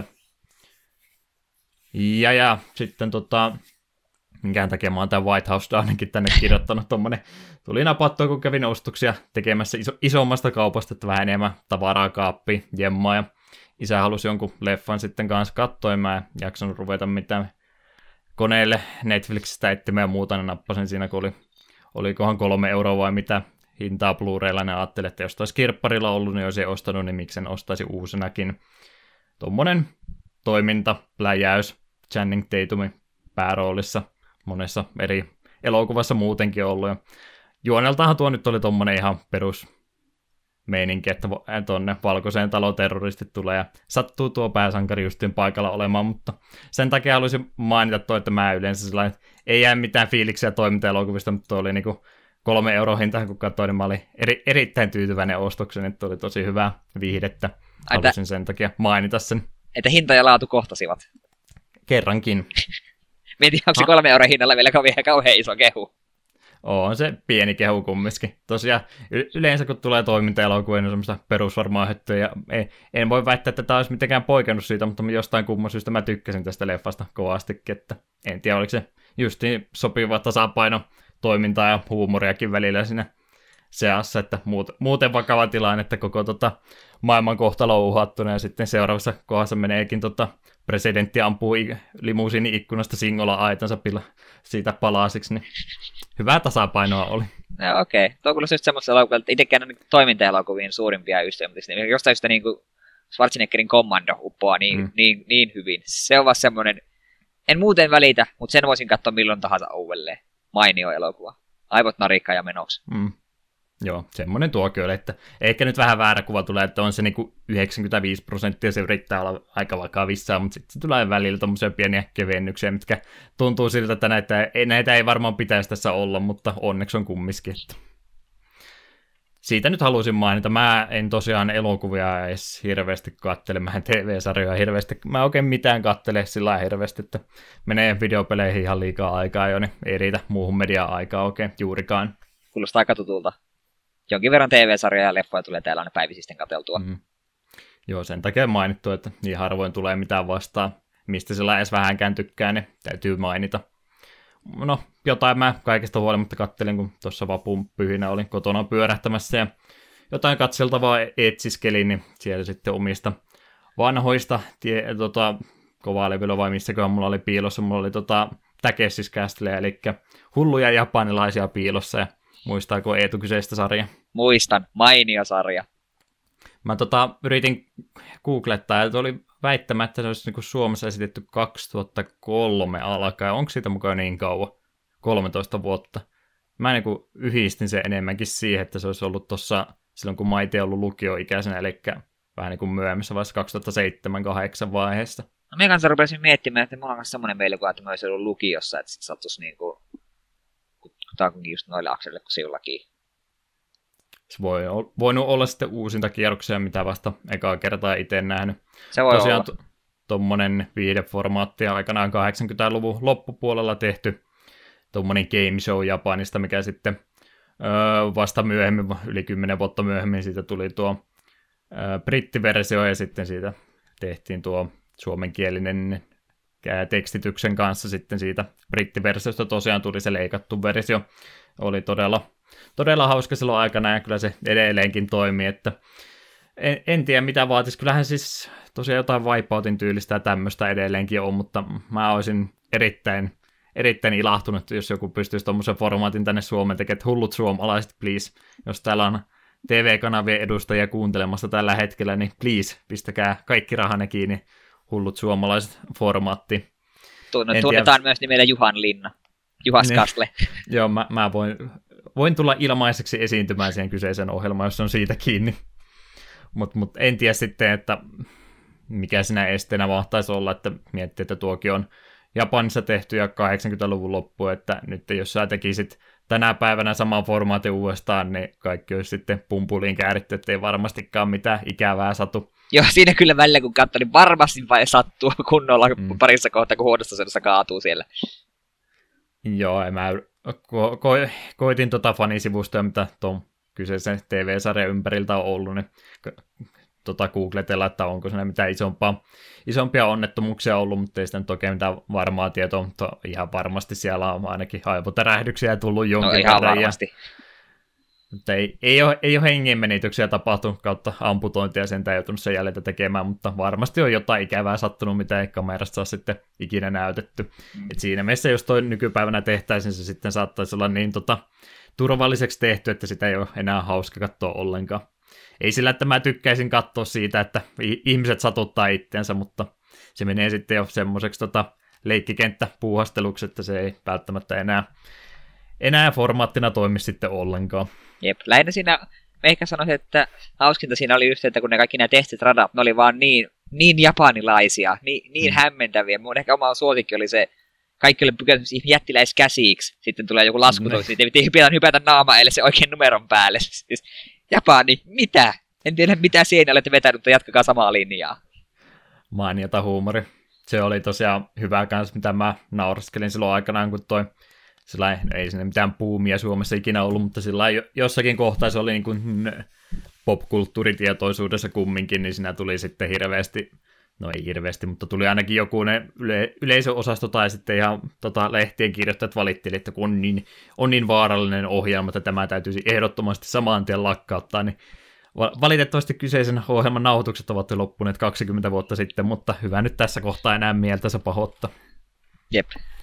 Ja, ja sitten tota... Minkään takia mä oon tämän White House Downinkin tänne kirjoittanut tommonen. Tuli napattua, kun kävin ostuksia tekemässä iso, isommasta kaupasta, että vähän enemmän tavaraa kaappiin, jemmaa. Ja isä halusi jonkun leffan sitten kanssa katsoa, mä en jaksanut ruveta mitään koneelle Netflixistä etsimään ja muuta, niin nappasin siinä, kun oli, olikohan kolme euroa vai mitä hintaa Blu-raylla, ne ajattelin, että jos taisi kirpparilla ollut, niin olisi ostanut, niin miksen ostaisi uusenakin. Tuommoinen toiminta, pläjäys, Channing Tatumin pääroolissa. Monessa eri elokuvassa muutenkin ollut. Ja juoneltahan tuo nyt oli tommonen ihan perus meininki, että tuonne valkoiseen taloon terroristit tulee ja sattuu tuo pääsankari justiin paikalla olemaan, mutta sen takia haluaisin mainita tuo, että mä yleensä sellainen, että ei jää mitään fiiliksiä toiminta-elokuvista, mutta tuo oli niinku kolme euroa hintaan, kun katsoin, niin mä olin eri, erittäin tyytyväinen ostoksen, että oli tosi hyvää viihdettä. Haluaisin sen takia mainita sen.
Että hinta ja laatu kohtasivat.
Kerrankin.
Mietin, onko se kolme euroa hinnalla vielä kauhean, kauhean iso kehu?
On se pieni kehu kumminkin. Tosiaan y- yleensä kun tulee toiminta-elokuvia, niin on semmoista perusvarmaa höttöä. Ja en, en voi väittää, että tämä olisi mitenkään poikennut siitä, mutta jostain kumman syystä mä tykkäsin tästä leffasta kovastikin. Että en tiedä, oliko se just niin sopiva tasapaino toimintaa ja huumoriakin välillä siinä seassa, että muut, muuten vakava tilanne, että koko tota, maailman kohtalo on uhattuna ja sitten seuraavassa kohdassa meneekin tota, presidentti ampuu limusiini ikkunasta singolla aitansa pila, siitä palasiksi, niin hyvää tasapainoa oli.
No okei, okay. Tuo on kyllä just semmoista elokuvia, että itsekään on toiminta-elokuviin suurimpia ystäviä, mutta niin jostain syystä niin Schwarzeneggerin Commando uppoaa niin, mm. niin, niin hyvin. Se on vaan semmoinen, en muuten välitä, mutta sen voisin katsoa milloin tahansa uudelleen. Mainio elokuva. Aivot narikkaa ja menoksi. Mm.
Joo, semmoinen tuokio oli, että ehkä nyt vähän väärä kuva tulee, että on se niinku yhdeksänkymmentäviisi prosenttia, se yrittää olla aika vakavissaan, mutta sitten se tulee välillä tommosia pieniä kevennyksiä, mitkä tuntuu siltä, että näitä, näitä ei varmaan pitäisi tässä olla, mutta onneksi on kumminkin. Siitä nyt haluaisin mainita, mä en tosiaan elokuvia edes hirveästi kattele, mä en T V-sarjoja hirveästi, mä oikein mitään kattele sillä hirveästi, että menee videopeleihin ihan liikaa aikaa jo, niin ei riitä muuhun mediaan aikaa oikein juurikaan.
Kuulostaa aika tutulta. Jonkin verran T V-sarjoja ja leffoja tulee täällä aina päivisisten katseltua. Mm.
Joo, sen takia mainittu, että niin harvoin tulee mitään vastaan. Mistä sillä edes vähänkään tykkää, niin täytyy mainita. No, jotain mä kaikesta huolimatta kattelin, kun tuossa vapun pyhinä olin kotona pyörähtämässä ja jotain katseltavaa etsiskelin, niin siellä sitten omista vanhoista tie, tota, kovaa levyllä vai missäköhän mulla oli piilossa. Mulla oli tota, Takeshis Castle, eli hulluja japanilaisia piilossa ja muistaako Eetu kyseistä sarjaa?
Muistan, mainio sarja.
Mä tota, yritin googlettaa, ja oli väittämättä, että se olisi niin Suomessa esitetty kaksituhattakolme alkaen. Onko siitä mukaan niin kauan? kolmetoista vuotta. Mä niin kuin yhdistin sen enemmänkin siihen, että se olisi ollut tuossa silloin, kun mä itse ollut lukioikäisenä, eli vähän niin kuin myöhemmissä vaiheessa kaksituhattaseitsemän kahdeksan vaiheessa.
No minä kanssa rupesin miettimään, että mulla on myös semmoinen mielikuva, että mä olisin ollut lukiossa, että sit sattuisi niin kuin kutakuinkin just noille akselille kuin siullakin.
Se voi voinut olla sitten uusinta kierroksia, mitä vasta ekaa kertaa itse nähnyt.
Se voi
Tosiaan
olla.
Tuommoinen viihdeformaatti aikanaan kahdeksankymmentäluvun loppupuolella tehty tuommoinen game show Japanista, mikä sitten öö, vasta myöhemmin, yli kymmenen vuotta myöhemmin siitä tuli tuo öö, brittiversio ja sitten siitä tehtiin tuo suomenkielinen tekstityksen kanssa sitten siitä brittiversiosta tosiaan tuli se leikattu versio. Oli todella, todella hauska silloin aikana ja kyllä se edelleenkin toimii, että en, en tiedä mitä vaatisi. Kyllähän siis tosiaan jotain Wipeoutin tyylistä ja tämmöistä edelleenkin on, mutta mä olisin erittäin, erittäin ilahtunut, jos joku pystyisi tuommoisen formaatin tänne Suomeen tekemään, että hullut suomalaiset, please. Jos täällä on T V-kanavien edustajia kuuntelemassa tällä hetkellä, niin please, pistäkää kaikki rahanne kiinni. Hullut suomalaiset formaatti.
Tunnetaan tiedä myös nimellä Juhan Linna. Juhas Kastle.
Joo, mä, mä voin, voin tulla ilmaiseksi esiintymään siihen kyseisen ohjelmaan, jos on siitä kiinni. Mutta mut en tiedä sitten, että mikä siinä esteenä mahtaisi olla, että miettii, että tuokin on Japanissa tehty ja kahdeksankymmentäluvun loppu, että nyt jos sä tekisit tänä päivänä saman formaatin uudestaan, niin kaikki olisi sitten pumpuliin kääritty, ettei varmastikaan mitään ikävää satu.
Joo, siinä kyllä välillä kun katsoin, niin varmasti vai sattuu kunnolla mm. parissa kohtaa, kun huodossa kaatuu siellä.
Joo, en mä ko- ko- koitin tota fanisivustoja, mitä tuon kyseisen T V-sarjan ympäriltä on ollut, niin tota googletella, että onko siinä mitään isompaa, isompia onnettomuuksia ollut, mutta ei sitä nyt oikein mitään varmaa tietoa, mutta ihan varmasti siellä on ainakin aivotärähdyksiä tullut jonkin
no, ihan
verran.
Varmasti.
Mutta ei, ei, ole, ei ole hengenmenityksiä tapahtunut kautta amputointia sen joutunut sen jäljiltä tekemään, mutta varmasti on jotain ikävää sattunut, mitä ei kamerasta saa sitten ikinä näytetty. Mm. Et siinä mielessä, jos toi nykypäivänä tehtäisiin, se sitten saattaisi olla niin tota, turvalliseksi tehty, että sitä ei ole enää hauska katsoa ollenkaan. Ei sillä, että mä tykkäisin katsoa siitä, että ihmiset satuttaa itseensä, mutta se menee sitten jo semmoiseksi tota, leikkikenttäpuuhasteluksi, että se ei välttämättä enää, enää formaattina toimi sitten ollenkaan.
Jep, lähinnä siinä ehkä sanoisin, että hauskinta siinä oli just, että kun ne kaikki nämä testit radat, ne oli vaan niin, niin japanilaisia, niin, niin mm. hämmentäviä. Mun ehkä oma suosikki oli se, kaikki oli pykännyt jättiläiskäsiksi, sitten tulee joku lasku, mm. sitten piti hypätä, hypätä naama eli se oikein numeron päälle. Siis, Japani, mitä? En tiedä mitä siinä olette vetänyt, mutta jatkakaa samaa linjaa.
Mainiota huumori. Se oli tosiaan hyvä kans, mitä mä nauraskelin silloin aikanaan, kun toi sillä ei sinne mitään buumia Suomessa ikinä ollut, mutta sillä jossakin kohtaa se oli niin kuin popkulttuuritietoisuudessa kumminkin, niin siinä tuli sitten hirveästi, no ei hirveästi, mutta tuli ainakin joku ne yle, yleisöosasto tai sitten ihan tota, lehtien kirjoittajat valitteli, että kun on niin, on niin vaarallinen ohjelma, että tämä täytyisi ehdottomasti saman tien lakkauttaa, niin valitettavasti kyseisen ohjelman nauhoitukset ovat jo loppuneet kaksikymmentä vuotta sitten, mutta hyvä nyt tässä kohtaa enää mieltänsä pahoittaa.
Jep.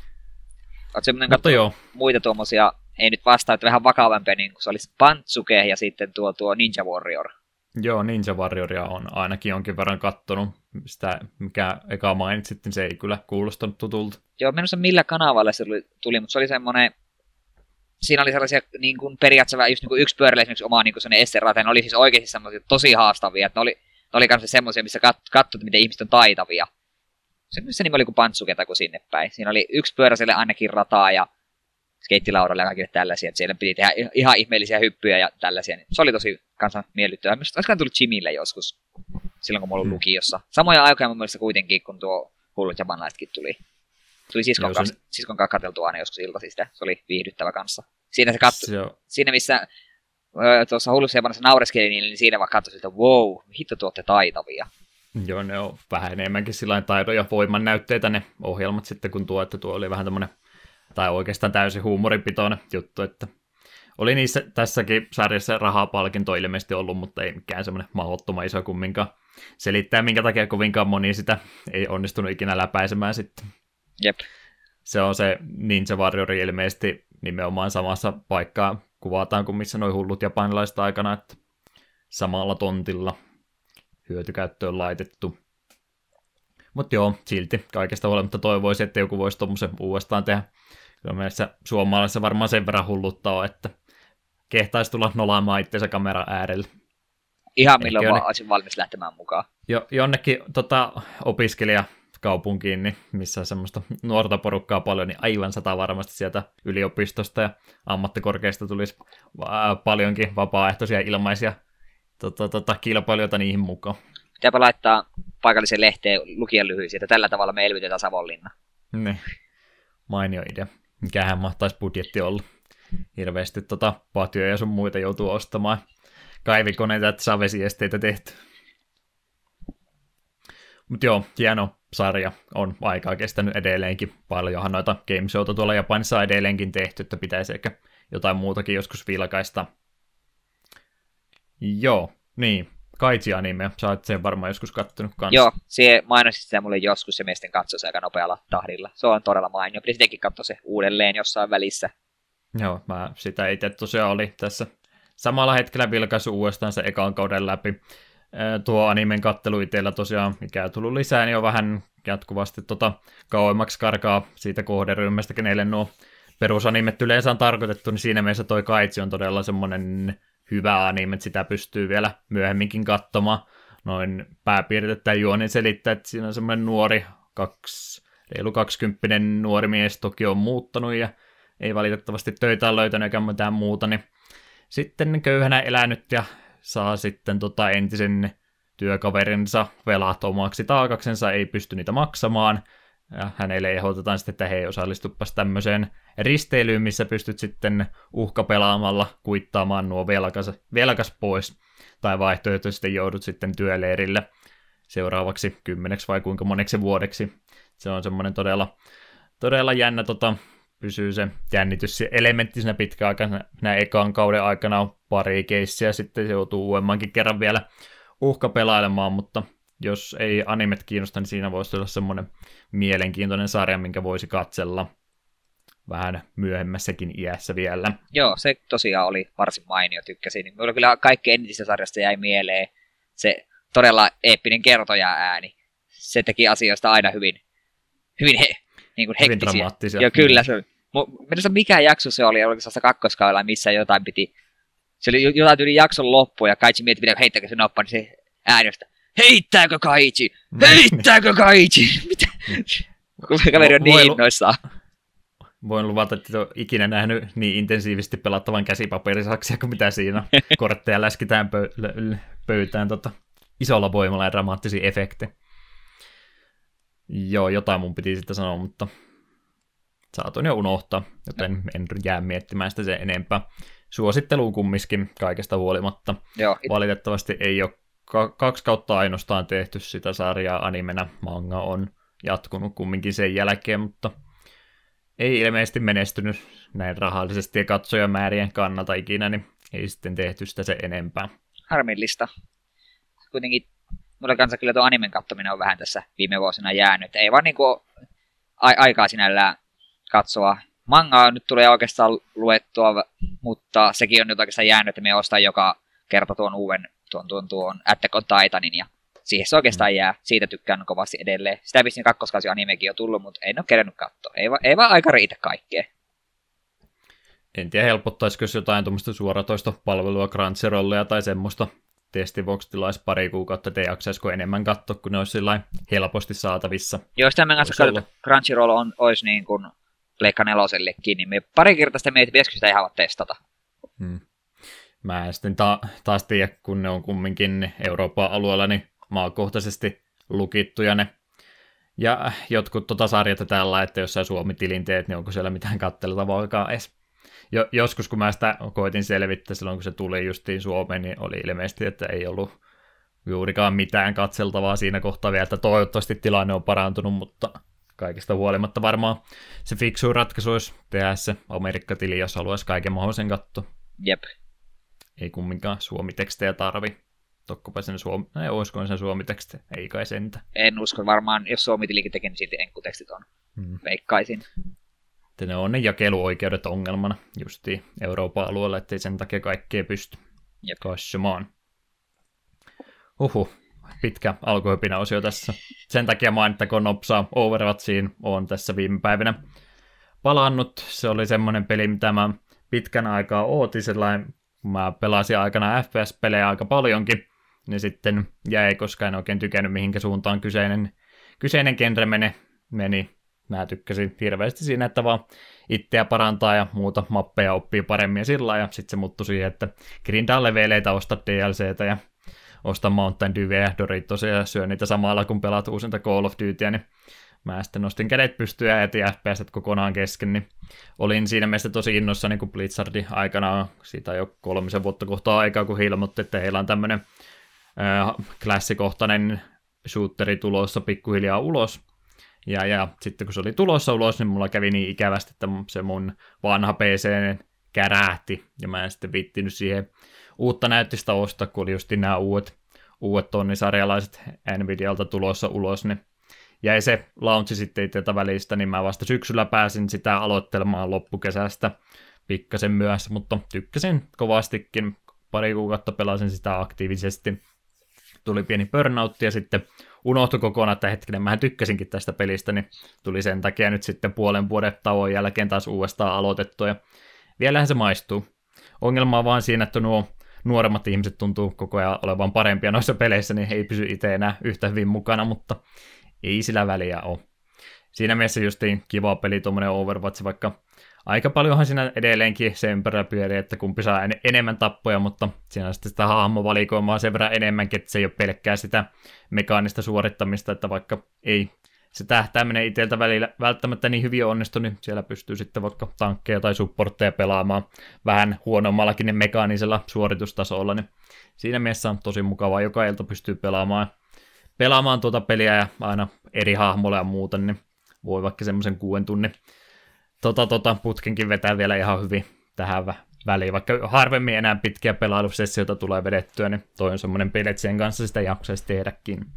Oletko semmoinen katsonut muita tuommoisia, ei nyt vastaa, että vähän vakavampia, niin kuin se olisi Pantsuke ja sitten tuo, tuo Ninja Warrior.
Joo, Ninja Warrioria on ainakin jonkin verran kattonut. Sitä, mikä eka mainitsit, niin se ei kyllä kuulostanut tutulta.
Joo, minusta millä kanavalla se tuli, mutta se oli semmoinen, siinä oli sellaisia niin kuin periaatteessa just niin kuin yksi pyörällä esimerkiksi oma niin kuin sellainen esterata, ne oli siis oikeasti semmoisia tosi haastavia, että ne oli, ne oli kanssa semmoisia, missä kat, katsoi, miten ihmiset on taitavia. Se, se nimi oli kuin Pantsuketa kuin sinne päin. Siinä oli yksi pyöräiselle ainakin rataa ja skeittilaudalle ja kaikille tällaisia, että siellä piti tehdä ihan ihmeellisiä hyppyjä ja tällaisia. Se oli tosi kanssa miellyttävää. Minusta olisikohan tullut Jimille joskus, silloin kun mulla oli lukiossa. Samoja aikoja mun mielestä kuitenkin, kun tuo hullut japanilaisetkin tuli. Tuli siskon, Joo, se... kanssa, siskon kanssa katseltua aina joskus iltasista. Se oli viihdyttävä kanssa. Siinä, se katso, se siinä missä ö, tuossa hullussa japanissa naureskeli niille, niin siinä vaan katsoi, että wow, hitto tuotte taitavia.
Joo, ne on vähän enemmänkin sillain taidon ja voiman näytteitä ne ohjelmat sitten, kun tuo, että tuo oli vähän tämmöinen, tai oikeastaan täysin huumorinpitoinen juttu, että oli niissä tässäkin sarjassa rahapalkinto ilmeisesti ollut, mutta ei mikään semmoinen mahdottoman iso kumminkaan selittää, minkä takia kovinkaan moni sitä ei onnistunut ikinä läpäisemään sitten.
Jep.
Se on se Ninja Warrior ilmeisesti nimenomaan samassa paikkaa kuvataan kuin missä noi hullut japanilaiset aikana, että samalla tontilla hyötykäyttöön laitettu. Mutta joo, silti kaikesta huolimatta toivoisin, että joku voisi tuommoisen uudestaan tehdä. Kyllä mielessä suomalaisessa varmaan sen verran hulluttaa, että kehtaisi tulla nolaamaan itseensä kameran äärelle.
Ihan milloin vaan olisin valmis lähtemään mukaan.
Jo, jonnekin tota, opiskelijakaupunkiin, niin missä on semmoista nuorta porukkaa paljon, niin aivan sata varmasti sieltä yliopistosta ja ammattikorkeista tulisi ää, paljonkin vapaaehtoisia ilmaisia tota, tota, kilpailijoita niihin mukaan.
Pitääpä laittaa paikalliseen lehteen lukijan lyhyisiä, että tällä tavalla me elvytetään Savonlinna.
Niin, mainio idea. Mikähän mahtaisi budjetti olla. Hirveästi tota, patioja ja sun muita joutuu ostamaan kaivikoneita, että saa vesiesteitä tehty. Mutta joo, hieno sarja on aikaa kestänyt edelleenkin. Paljonhan noita game showta tuolla Japanissa on edelleenkin tehty, että pitäisi ehkä jotain muutakin joskus vilkaista. Joo, niin. Kaiji-anime, sä oot sen varmaan joskus kattonut kanssa.
Joo, se mainosit sitä mulle joskus, ja miesten katsoi se aika nopealla tahdilla. Se on todella mainio. Piti sitäkin katsoa se uudelleen jossain välissä.
Joo, mä sitä itse tosiaan oli tässä samalla hetkellä vilkaisu uudestaan se ekan kauden läpi. Tuo animen kattelu itsellä tosiaan, mikä tullut lisää, niin on vähän jatkuvasti tota, kauemmaksi karkaa siitä kohderyhmästä, kenelle nuo perusanimet yleensä on tarkoitettu, niin siinä mielessä toi Kaiji on todella semmoinen hyvä anime, että sitä pystyy vielä myöhemminkin katsomaan. Noin pääpiirteet tai juoni selittää, että siinä on semmoinen nuori, kaksi, reilu kaksikymppinen nuori mies toki on muuttanut ja ei valitettavasti töitä ole löytänyt eikä mitään muuta, niin sitten köyhänä elänyt ja saa sitten tota entisen työkaverinsa velat omaksi taakaksensa, ei pysty niitä maksamaan. Ja hänelle ehdotetaan sitten, että hei, osallistupas tämmöiseen risteilyyn, missä pystyt sitten uhkapelaamalla kuittaamaan nuo velkas, velkas pois. Tai vaihtoehtoisesti joudut sitten työleirille seuraavaksi kymmeneksi vai kuinka moneksi vuodeksi. Se on semmoinen todella, todella jännä, tota, pysyy se jännitys elementti siinä pitkäaikana. Näin ekan kauden aikana on pari keissiä, sitten se joutuu uudemmankin kerran vielä uhkapelailemaan, mutta jos ei animet kiinnosta, niin siinä voisi olla semmoinen mielenkiintoinen sarja, minkä voisi katsella vähän myöhemmässäkin iässä vielä.
Joo, se tosiaan oli varsin mainio, tykkäsin. Minulla kyllä kaikki entisistä sarjasta jäi mieleen se todella eeppinen kertoja ääni. Se teki asioista aina hyvin, hyvin, he, niin kuin hektisiä.
Hyvin dramaattisia.
Joo, kyllä. Se, minusta mikä jakso se oli, oliko se kakkoskaudella, missä jotain piti, Se oli jotain yli jakson loppu, ja Kaichi mietti, että heittääkö se noppa, niin se äänestä. Heittääkö Kaichi? Heittääkö Kaichi? Mitä? Kun kaveri on niin innoissaan.
Voin luvata, että et ole ikinä nähnyt niin intensiivisesti pelattavan käsipaperisaksia kuin mitä siinä. Kortteja läskitään pö- pöytään tota, isolla voimalla ja dramaattisia efektejä. Joo, jotain mun piti sitten sanoa, mutta saatoin jo unohtaa, joten en jää miettimään sitä sen enempää. Suositteluun kumminkin kaikesta huolimatta.
Joo, it...
Valitettavasti ei ole ka- kaksi kautta ainoastaan tehty sitä sarjaa animena. Manga on jatkunut kumminkin sen jälkeen, mutta ei ilmeisesti menestynyt näin rahallisesti ja katsojamäärien kannalta ikinä, niin ei sitten tehty sitä sen enempää.
Harmillista. Kuitenkin mulla kanssa kyllä tuo animen katsominen on vähän tässä viime vuosina jäänyt. Ei vaan niinku a- aikaa sinällään katsoa. Mangaa nyt tulee oikeastaan luettua, mutta sekin on nyt oikeastaan jäänyt, että me ostaa joka kerta tuon uuden tuon, tuon, tuon Attack on Titanin ja siihen se oikeastaan mm. jää. Siitä tykkään kovasti edelleen. Sitä vissiin kakkoskausi animekin on tullut, mutta en ole kerännyt katsoa. Ei, va- ei vaan aika riitä kaikkeen.
En tiedä, helpottaisiko jos jotain tuommoista suoratoistopalvelua, Crunchyrollia tai semmoista testivox tilaisi pari kuukautta, te jaksaisiko enemmän katsoa, kun ne olisi helposti saatavissa.
Joo, sitä me kanssa katsotaan, että Crunchyroll on, olisi niin kuin Pleikka nelosellekin, niin me pari kertaa sitä mietin, pitäisikö sitä ihan testata. Hmm.
Mä en sitten ta- taas tiedä, kun ne on kumminkin Euroopan alueella niin maakohtaisesti lukittuja ne. Ja jotkut tota sarjat ja tällä, että jos sä Suomi-tilin teet, niin onko siellä mitään katseltavaa edes. Jo, joskus kun mä sitä koitin selvittää silloin, kun se tuli justiin Suomeen, niin oli ilmeisesti, että ei ollut juurikaan mitään katseltavaa siinä kohtaa vielä, että toivottavasti tilanne on parantunut, mutta kaikista huolimatta varmaan se fiksu ratkaisu olisi tehdä se Amerikka-tili, jos haluaisi kaiken mahdollisen katsoa.
Jep.
Ei kumminkaan suomitekstejä tarvi. Tokkopa sen suomi... Ei, olisiko sen suomitekstejä? Ei kai sentä.
En usko varmaan, jos suomitilikin tekee, niin silti enkkutekstit on. Hmm. Veikkaisin.
Että ne on ne jakeluoikeudet ongelmana justiin Euroopan alueella, ettei sen takia kaikkea pysty katsomaan. Huhhuh, pitkä alkuhypinä-osio tässä. Sen takia mainittakoon nopsaa Overwatchiin on tässä viime päivinä palannut. Se oli semmoinen peli, mitä mä pitkän aikaa ootin sellainen. Mä pelasin aikana F P S-pelejä aika paljonkin, niin sitten jäi, koska en oikein tykännyt mihinkä suuntaan kyseinen, kyseinen genre meni. meni. Mä tykkäsin hirveästi siinä, että vaan itseä parantaa ja muuta mappeja oppii paremmin ja sillä ja sitten se muuttui siihen, että grindaa leveleitä, osta D L C:tä ja osta Mountain Deweyä ja Doritosia ja syö niitä samalla, kun pelaat uusinta Call of Dutyä, niin mä sitten nostin kädet pystyyn ja jätin F P S kokonaan kesken, niin olin siinä mielessä tosi innossa niin kuin Blizzardin aikana, siitä jo kolmisen vuotta kohtaa aikaa, kun he ilmoitti, että heillä on tämmöinen äh, klassikohtainen shooteri tulossa pikkuhiljaa ulos. Ja, ja sitten kun se oli tulossa ulos, niin mulla kävi niin ikävästi, että se mun vanha P C kärähti, ja mä en sitten viittinyt siihen uutta näyttistä ostaa, kun oli just nämä uudet, uudet tonnisarjalaiset Nvidialta tulossa ulos, niin jäi se launchi sitten itseltä välistä, niin mä vasta syksyllä pääsin sitä aloittelemaan loppukesästä pikkasen myös, mutta tykkäsin kovastikin, pari kuukautta pelasin sitä aktiivisesti, tuli pieni burnout ja sitten unohtui kokonaan, että hetkinen, mähän tykkäsinkin tästä pelistä, niin tuli sen takia nyt sitten puolen vuoden tauon jälkeen taas uudestaan aloitettu, ja vielähän se maistuu. Ongelma on vaan siinä, että nuo nuoremmat ihmiset tuntuu koko ajan olevan parempia noissa peleissä, niin he ei pysy itse enää yhtä hyvin mukana, mutta ei sillä väliä ole. Siinä mielessä justiin kiva peli tuommoinen Overwatch, vaikka aika paljonhan siinä edelleenkin se ympärillä pyörii, että kumpi saa en- enemmän tappoja, mutta siinä on sitten sitä hahmovalikoimaa sen verran enemmänkin, että se ei ole pelkkää sitä mekaanista suorittamista, että vaikka ei se tähtääminen itseltä välillä välttämättä niin hyvin onnistu, niin siellä pystyy sitten vaikka tankkeja tai supportteja pelaamaan vähän huonommallakin ne mekaanisella suoritustasolla, niin siinä mielessä on tosi mukavaa, joka ilta pystyy pelaamaan, pelaamaan tuota peliä ja aina eri hahmolla ja muuta, niin voi vaikka semmoisen kuuden tunnin tota, tota, putkenkin vetää vielä ihan hyvin tähän väliin, vaikka harvemmin enää pitkiä pelailusessioita tulee vedettyä, niin toi on semmoinen peli, että sen kanssa sitä jaksaisi tehdäkin.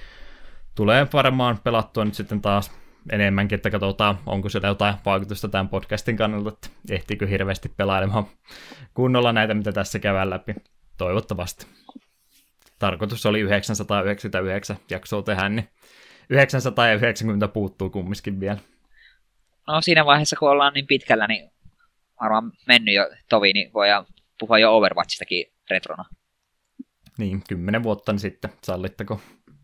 Tulee varmaan pelattua nyt sitten taas enemmänkin, että katsotaan, onko siellä jotain vaikutusta tämän podcastin kannalta, että ehtiikö hirveästi pelailemaan kunnolla näitä, mitä tässä käydään läpi. Toivottavasti. Tarkoitus oli yhdeksänsataayhdeksänkymmentäyhdeksän jaksoa tehdä, niin yhdeksänsataayhdeksänkymmentä puuttuu kumminkin vielä.
No siinä vaiheessa, kun ollaan niin pitkällä, niin varmaan mennyt jo tovi, niin voidaan puhua jo Overwatchistakin retrona.
Niin, kymmenen vuotta sitten, sallittako?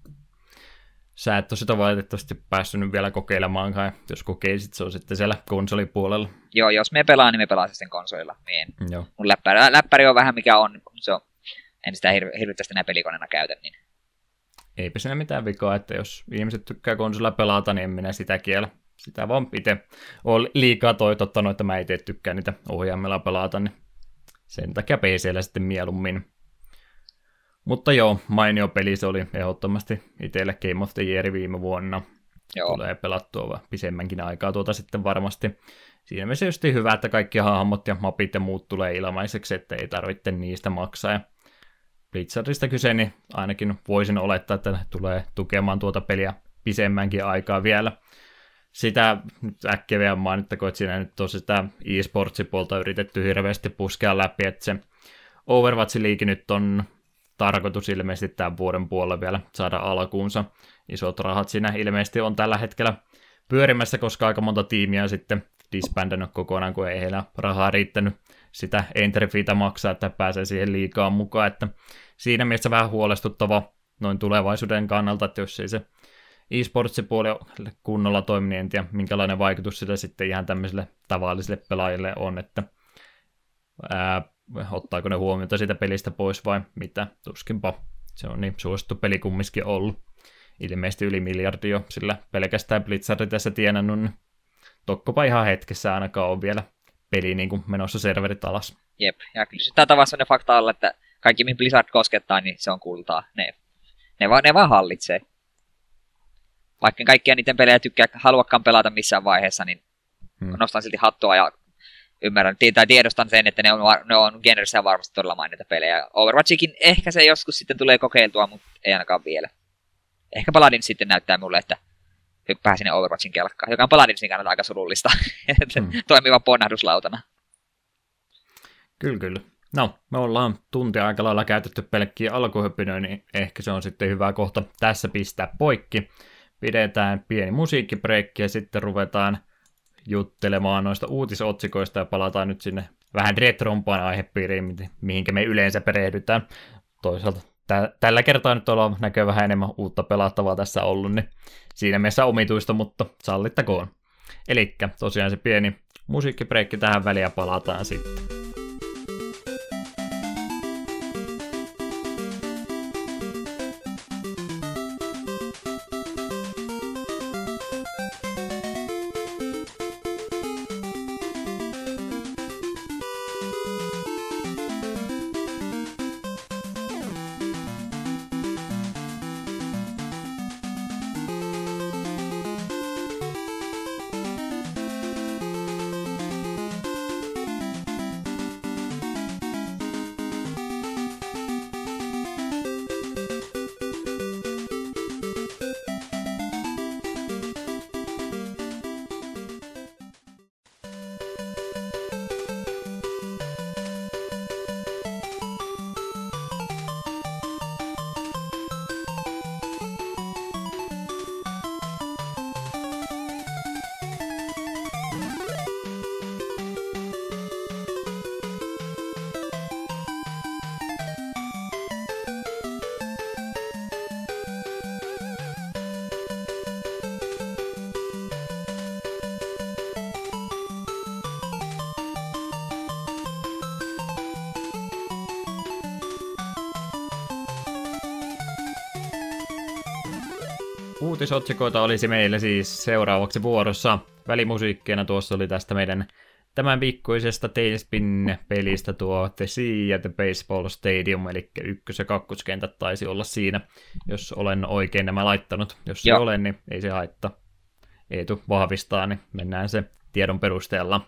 Sä et ole sitä valitettavasti päässyt vielä kokeilemaankaan, jos kokeisit, se on sitten siellä konsolipuolella.
Joo, jos me pelaan, niin me pelaan sen konsolilla. Niin.
Joo.
Mun läppäri, läppäri on vähän mikä on, se on, en sitä hir- hirvittävästi enää pelikoneena käytä. Niin.
Eipä siinä mitään vikaa, että jos ihmiset tykkää konsolilla pelata, niin en minä sitä kiellä. Sitä vaan itse on liikaa toitottanut, että mä itse tykkään niitä ohjaimella pelata, niin sen takia P C:llä sitten mieluummin. Mutta joo, mainio peli se oli ehdottomasti itselle Game of the Year viime vuonna. Joo. Tulee pelattua pisemmänkin aikaa tuota sitten varmasti. Siinä mielessä just hyvä, että kaikki hahmot ja mapit ja muut tulee ilmaiseksi, että ei tarvitse niistä maksaa. Ja Blizzardista kyse, niin ainakin voisin olettaa, että tulee tukemaan tuota peliä pisemmänkin aikaa vielä. Sitä nyt äkkiä vielä mainittakoon, että siinä nyt on sitä e-sportsipuolta yritetty hirveästi puskea läpi, että se Overwatch-liigi nyt on tarkoitus ilmeisesti tämän vuoden puolella vielä saada alkuunsa. Isot rahat siinä ilmeisesti on tällä hetkellä pyörimässä, koska aika monta tiimiä on sitten disbandannut kokonaan, kun ei heillä rahaa riittänyt sitä entry feetä maksaa, että pääsee siihen liigaan mukaan. Että siinä mielessä vähän huolestuttava noin tulevaisuuden kannalta, että jos ei se e-sportsipuolelle kunnolla toimi, niin en tiedä, minkälainen vaikutus sillä sitten ihan tämmöisille tavallisille pelaajille on, että ää, ottaako ne huomiota siitä pelistä pois vai mitä, tuskinpa. Se on niin suosittu peli kumminkin ollut. Ilmeisesti yli miljardi jo, sillä pelkästään Blizzard tässä tienannut, niin tokkopa ihan hetkessä ainakaan on vielä peli niin kuin menossa serverit alas.
Jep, ja kyllä se tätä vasta on ne fakta alla, että kaikki mihin Blizzard koskettaa, niin se on kultaa. Ne, ne, vaan, ne vaan hallitsee. Vaikka kaikkia niiden pelejä tykkää haluakaan pelata missään vaiheessa, niin hmm. nostan silti hattua ja ymmärrän, tai tiedostan sen, että ne on, ne on genressä varmasti todella mainita pelejä. Overwatchikin ehkä se joskus sitten tulee kokeiltua, mutta ei ainakaan vielä. Ehkä Paladin sitten näyttää mulle, että hyppää sinne Overwatchin kelkkaan, joka on Paladinsin kannalta aika surullista. Hmm. Toimiva ponnahduslautana.
Kyllä, kyllä. No, me ollaan tuntia aika lailla käytetty pelkkiä alkuhypinöitä, niin ehkä se on sitten hyvä kohta tässä pistää poikki. Pidetään pieni musiikkibreikki ja sitten ruvetaan juttelemaan noista uutisotsikoista ja palataan nyt sinne vähän retrompaan aihepiiriin, mihinkä me yleensä perehdytään. Toisaalta tä- tällä kertaa nyt ollaan näköjään vähän enemmän uutta pelattavaa tässä ollut, niin siinä mielessä omituista, mutta sallittakoon. Elikkä tosiaan se pieni musiikkibreikki tähän väliin ja palataan sitten. Uutisotsikoita olisi meillä siis seuraavaksi vuorossa. Välimusiikkeina tuossa oli tästä meidän tämän viikkoisesta Tailspin-pelistä tuo The Sea ja The Baseball Stadium, eli ykkös- ja kakkoskentät taisi olla siinä, jos olen oikein nämä laittanut. Jos ei ole, niin ei se haittaa. Eetu vahvistaa, niin mennään se tiedon perusteella.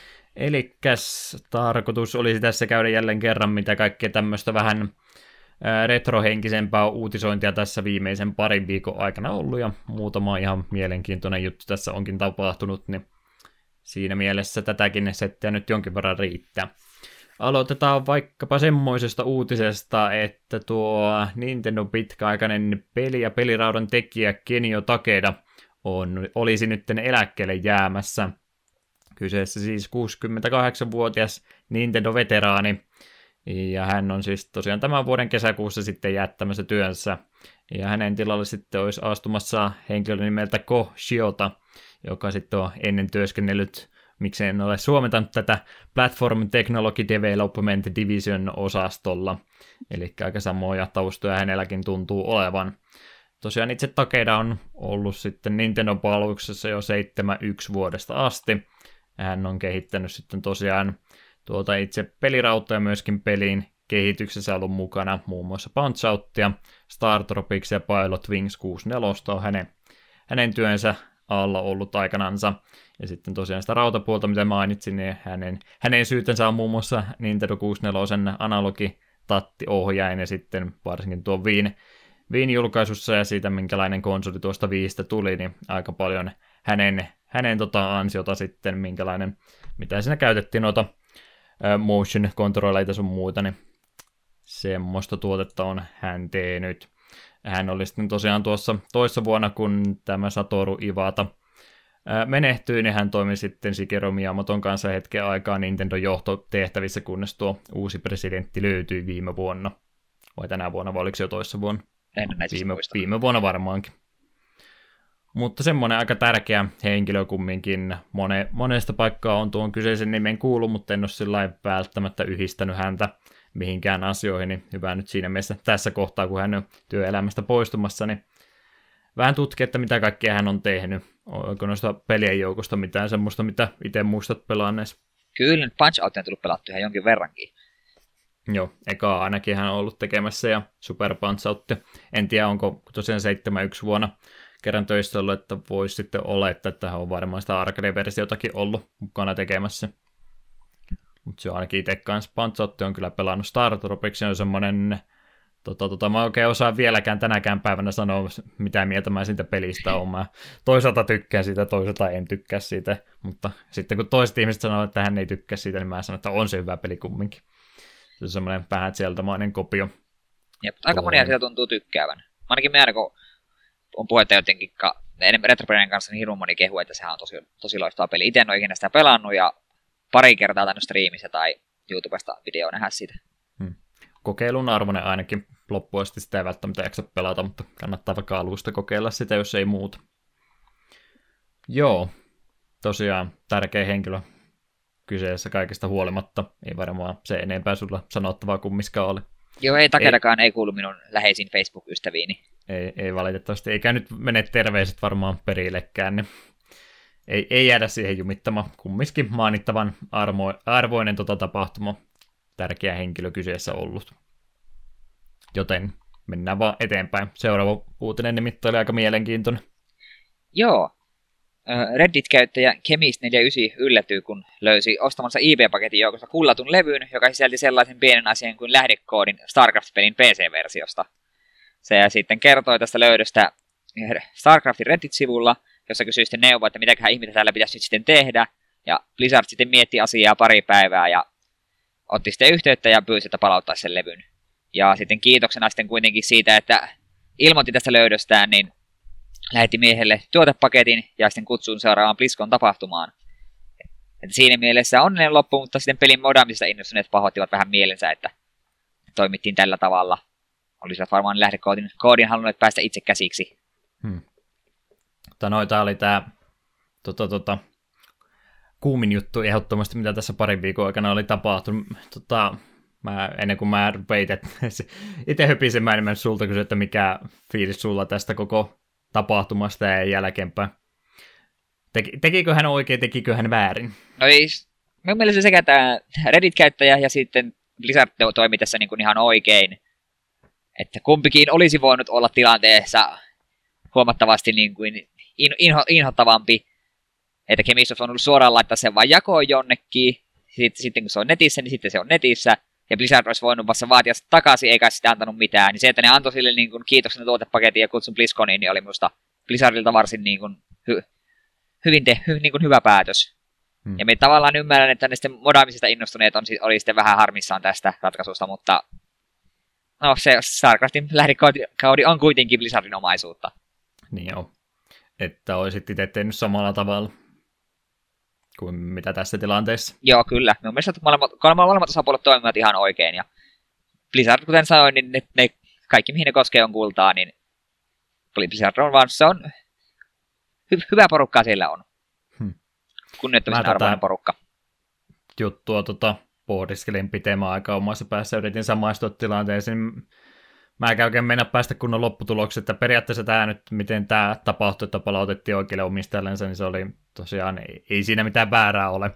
Elikkäs tarkoitus olisi tässä käydä jälleen kerran, mitä kaikkea tämmöistä vähän retrohenkisempää uutisointia tässä viimeisen parin viikon aikana ollut, ja muutama ihan mielenkiintoinen juttu tässä onkin tapahtunut, niin siinä mielessä tätäkin settiä nyt jonkin verran riittää. Aloitetaan vaikkapa semmoisesta uutisesta, että tuo Nintendo pitkäaikainen peli- ja peliraudan tekijä Kenjo Takeda on, olisi nyt eläkkeelle jäämässä. Kyseessä siis kuusikymmentäkahdeksanvuotias Nintendo-veteraani, ja hän on siis tosiaan tämän vuoden kesäkuussa sitten jättämässä työnsä, ja hänen tilalle sitten olisi astumassa henkilö nimeltä Ko Shiota, joka sitten on ennen työskennellyt, miksei en ole suomentanut tätä Platform Technology Development Division osastolla, eli aika samoja taustoja hänelläkin tuntuu olevan. Tosiaan itse Takeda on ollut sitten Nintendon palveluksessa jo seitsemänkymmentäyksi vuodesta asti. Hän on kehittänyt sitten tosiaan tuota itse pelirautta ja myöskin pelin kehityksessä ollut mukana muun muassa Punch-Outia, Star Tropics ja Pilot Wings kuusikymmentäneljä on hänen, hänen työnsä alla ollut aikanansa. Ja sitten tosiaan sitä rautapuolta, mitä mainitsin, niin hänen, hänen syytensä on muun muassa Nintendo kuusikymmentäneljä analogi tatti-ohjain ja sitten varsinkin tuo Viin, Viin julkaisussa ja siitä, minkälainen konsoli tuosta Viistä tuli, niin aika paljon hänen, hänen tota ansiota sitten, minkälainen, mitä siinä käytettiin noita uh, motion controlleita sun muuta, niin semmoista tuotetta on hän tehnyt. Hän oli sitten tosiaan tuossa toissa vuonna, kun tämä Satoru Iwata menehtyi, niin hän toimi sitten Shigeru Miyamoton kanssa hetken aikaa Nintendo-johtotehtävissä, kunnes tuo uusi presidentti löytyi viime vuonna. Vai tänä vuonna, vai oliko se jo toissa vuonna?
En näitä
viime, viime vuonna varmaankin. Mutta semmoinen aika tärkeä henkilö kumminkin. Mone, monesta paikkaa on tuon kyseisen nimen kuullut, mutta en ole sillä välttämättä yhdistänyt häntä mihinkään asioihin. Niin hyvä nyt siinä mielessä tässä kohtaa, kun hän on työelämästä poistumassa, niin vähän tutkia, että mitä kaikkea hän on tehnyt. Onko noista pelien joukosta mitään semmoista, mitä itse muistat pelanneessa?
Kyllä, nyt Punch-Out on tullut pelattu ihan jonkin verrankin.
Joo, eka ainakin hän on ollut tekemässä ja Super Punch-Out. En tiedä, onko tosiaan seitsemänkymmentäyksi vuonna kerran töissä ollut, että voisi sitten olettaa, että hän on varmaan sitä arcade-versiotakin ollut mukana tekemässä. Mutta se on ainakin itse kanssa Punch-Out on kyllä pelannut. Star Tropics on semmoinen, tota, tota, mä oikein osaan vieläkään tänäkään päivänä sanoa, mitä mieltä mä siitä pelistä oon. Mä toisaalta tykkään siitä, toisaalta en tykkää siitä, mutta sitten kun toiset ihmiset sanoo, että hän ei tykkää siitä, niin mä sanon, että on se hyvä peli kumminkin. Se on semmoinen vähän sieltämainen kopio.
Jep, aika monia sitä tuntuu tykkäävän. Ainakin meidän, kun on puhetta jotenkin enemmän Retropelien kanssa, niin hirveän moni kehu, että sehän on tosi, tosi loistava peli. Itse en ole ikinä sitä pelannut ja pari kertaa tainnut striimissä tai YouTubesta video nähdä sitä.
Hmm. Kokeilun arvoinen ainakin. Loppuun asti sitä ei välttämättä jaksa pelata, mutta kannattaa vaikka alusta kokeilla sitä, jos ei muuta. Joo, tosiaan tärkeä henkilö kyseessä kaikesta huolimatta. Ei varmaan se enempää sulla sanottavaa kummiskaan ole.
Joo, ei Takedakaan, ei, ei kuulu minun läheisiin Facebook-ystäviini.
Ei, ei valitettavasti, eikä nyt mene terveiset varmaan perillekään, niin ei, ei jäädä siihen jumittamaan. Kumminkin mainittavan armo, arvoinen tota tapahtuma, tärkeä henkilö kyseessä ollut. Joten mennään vaan eteenpäin. Seuraava uutinen nimittäin oli aika mielenkiintoinen.
Joo. Reddit-käyttäjä Chemist neljäkymmentäyhdeksän yllätyi, kun löysi ostamansa I B-paketin joukosta kullatun levyn, joka sisälti sellaisen pienen asian kuin lähdekoodin StarCraft-pelin P C-versiosta. Se sitten kertoi tästä löydöstä StarCraftin Reddit-sivulla, jossa kysyi sitten neuvoa, että mitäköhän ihmettä täällä pitäisi sitten tehdä. Ja Blizzard sitten mietti asiaa pari päivää ja otti sitten yhteyttä ja pyysi, että palauttaisi sen levyn. Ja sitten kiitoksena sitten kuitenkin siitä, että ilmoitti tästä löydöstään, niin lähetti miehelle tuotepaketin ja sitten kutsuun seuraavaan BlizzCon tapahtumaan. Että siinä mielessä onnellinen loppu, mutta sitten pelin modaamisesta innostuneet pahoittivat vähän mielensä, että toimittiin tällä tavalla. Olisivat varmaan lähdekoodin koodin halunneet päästä itse käsiksi.
Hmm. Noita oli tämä tota, tota, kuumin juttu ehdottomasti, mitä tässä parin viikon aikana oli tapahtunut. Tota, mä, ennen kuin mä rupein itse höpisemään, niin sulta kysyin, että mikä fiilis sulla tästä koko tapahtumasta ja jälkeenpäin. Teki, tekikö hän oikein, tekikö hän väärin?
No ei, minun mielestä sekä tämä Reddit-käyttäjä ja sitten Blizzard toimi tässä niin kuin ihan oikein. Että kumpikin olisi voinut olla tilanteessa huomattavasti niin kuin inho, inhottavampi. Että Chemist olisi voinut suoraan laittaa sen vain jakoon jonnekin. Sitten, sitten kun se on netissä, niin sitten se on netissä. Ja Blizzard olisi voinut vasta vaatia takaisin, eikä sitä antanut mitään. Niin se, että ne antoi sille niin kuin kiitoksen tuotepaketin ja kutsun BlizzConiin, niin oli minusta Blizzardilta varsin niin kuin hy, hyvin te, hy, niin kuin hyvä päätös. Hmm. Ja me tavallaan ymmärrän, että ne sitten modaamisesta innostuneet on, oli sitten vähän harmissaan tästä ratkaisusta, mutta no se StarCraftin lähdekoodi on kuitenkin Blizzardin omaisuutta.
Niin joo, että olisit itse tehnyt samalla tavalla. kuin mitä tässä tilanteessa.
Joo, kyllä. Minun mielestä molemmat, molemmat osapuolet toimivat ihan oikein. Ja Blizzard, kuten sanoin, niin ne, ne, kaikki mihin ne koskee on kultaa, niin Blizzard on vaan, se on hy, hyvä porukkaa siellä on. Hmm. Kunnioittamisen arvoinen porukka.
Juttua tota, pohdiskelin pitemmän aikaa omassa päässä, yritin samaistua tilanteeseen. Mä en oikein mennä päästä kunnon lopputulokset, että periaatteessa tämä nyt, miten tämä tapahtui, että palautettiin oikealle omistajallensa, niin se oli tosiaan, ei, ei siinä mitään väärää ole.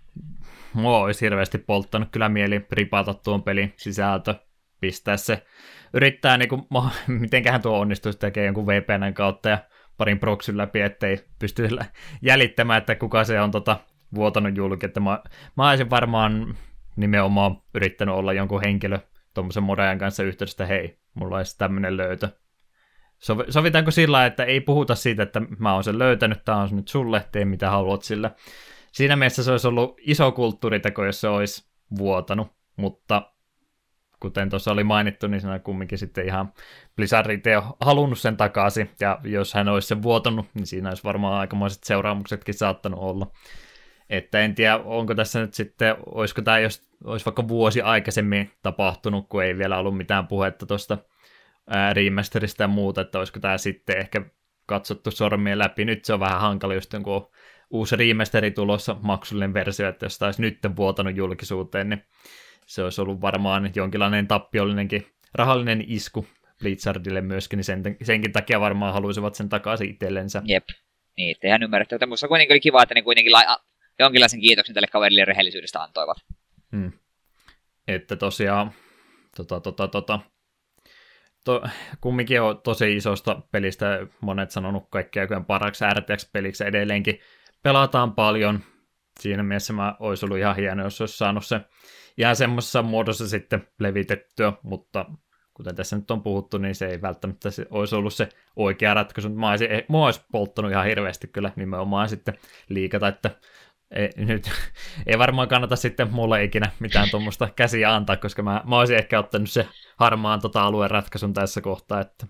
Mua olisi hirveästi polttanut kyllä mieli ripata tuon pelin sisältö, pistää se, yrittää niin kuin, mitenköhän tuo onnistuisi tekemään jonkun V P N:n kautta ja parin proxyn läpi, ettei pysty jäljittämään, että kuka se on tota, vuotanut julki, että mä, mä olisin varmaan nimenomaan yrittänyt olla jonkun henkilö tuommoisen modajan kanssa yhteydessä, hei, mulla olisi tämmöinen löytö. Sovi, sovitaanko sillä, että ei puhuta siitä, että mä oon sen löytänyt, tää on nyt sulle, tee mitä haluat sillä. Siinä mielessä se olisi ollut iso kulttuuriteko, jos se olisi vuotanut, mutta kuten tuossa oli mainittu, niin siinä kumminkin sitten ihan Blizzardit ei ole halunnut sen takaisin, ja jos hän olisi sen vuotanut, niin siinä olisi varmaan aikamoiset seuraamuksetkin saattanut olla. Että en tiedä, onko tässä nyt sitten, olisiko tämä jos olisi vaikka vuosi aikaisemmin tapahtunut, kun ei vielä ollut mitään puhetta tuosta remasterista ja muuta, että olisiko tämä sitten ehkä katsottu sormien läpi. Nyt se on vähän hankala, just kun on uusi remasteri tulossa, maksullinen versio, että jos tämä olisi nyt vuotanut julkisuuteen, niin se olisi ollut varmaan jonkinlainen tappiollinenkin rahallinen isku Blizzardille myöskin, niin sen, senkin takia varmaan haluaisivat sen takaisin itsellensä. Jep,
niin, ihan ymmärrettävä. Minusta kuitenkin oli kiva, että ne kuitenkin la- jonkinlaisen kiitoksen tälle kaverille rehellisyydestä antoivat.
Hmm. Että tosiaan, tota, tota, tota, to, kumminkin on tosi isosta pelistä, monet sanonut kaikkea aikojen paraksi R T X-peliksi edelleenkin. Pelataan paljon, siinä mielessä mä olisi ollut ihan hieno, jos olisi saanut se ihan semmoisessa muodossa sitten levitettyä, mutta kuten tässä nyt on puhuttu, niin se ei välttämättä se olisi ollut se oikea ratkaisu. Mä olisin, mä olisi polttanut ihan hirveästi kyllä nimenomaan sitten liikata, että ei, nyt ei varmaan kannata sitten mulle ikinä mitään tuommoista käsiä antaa, koska mä, mä olisin ehkä ottanut se harmaan tota alueen ratkaisun tässä kohtaa, että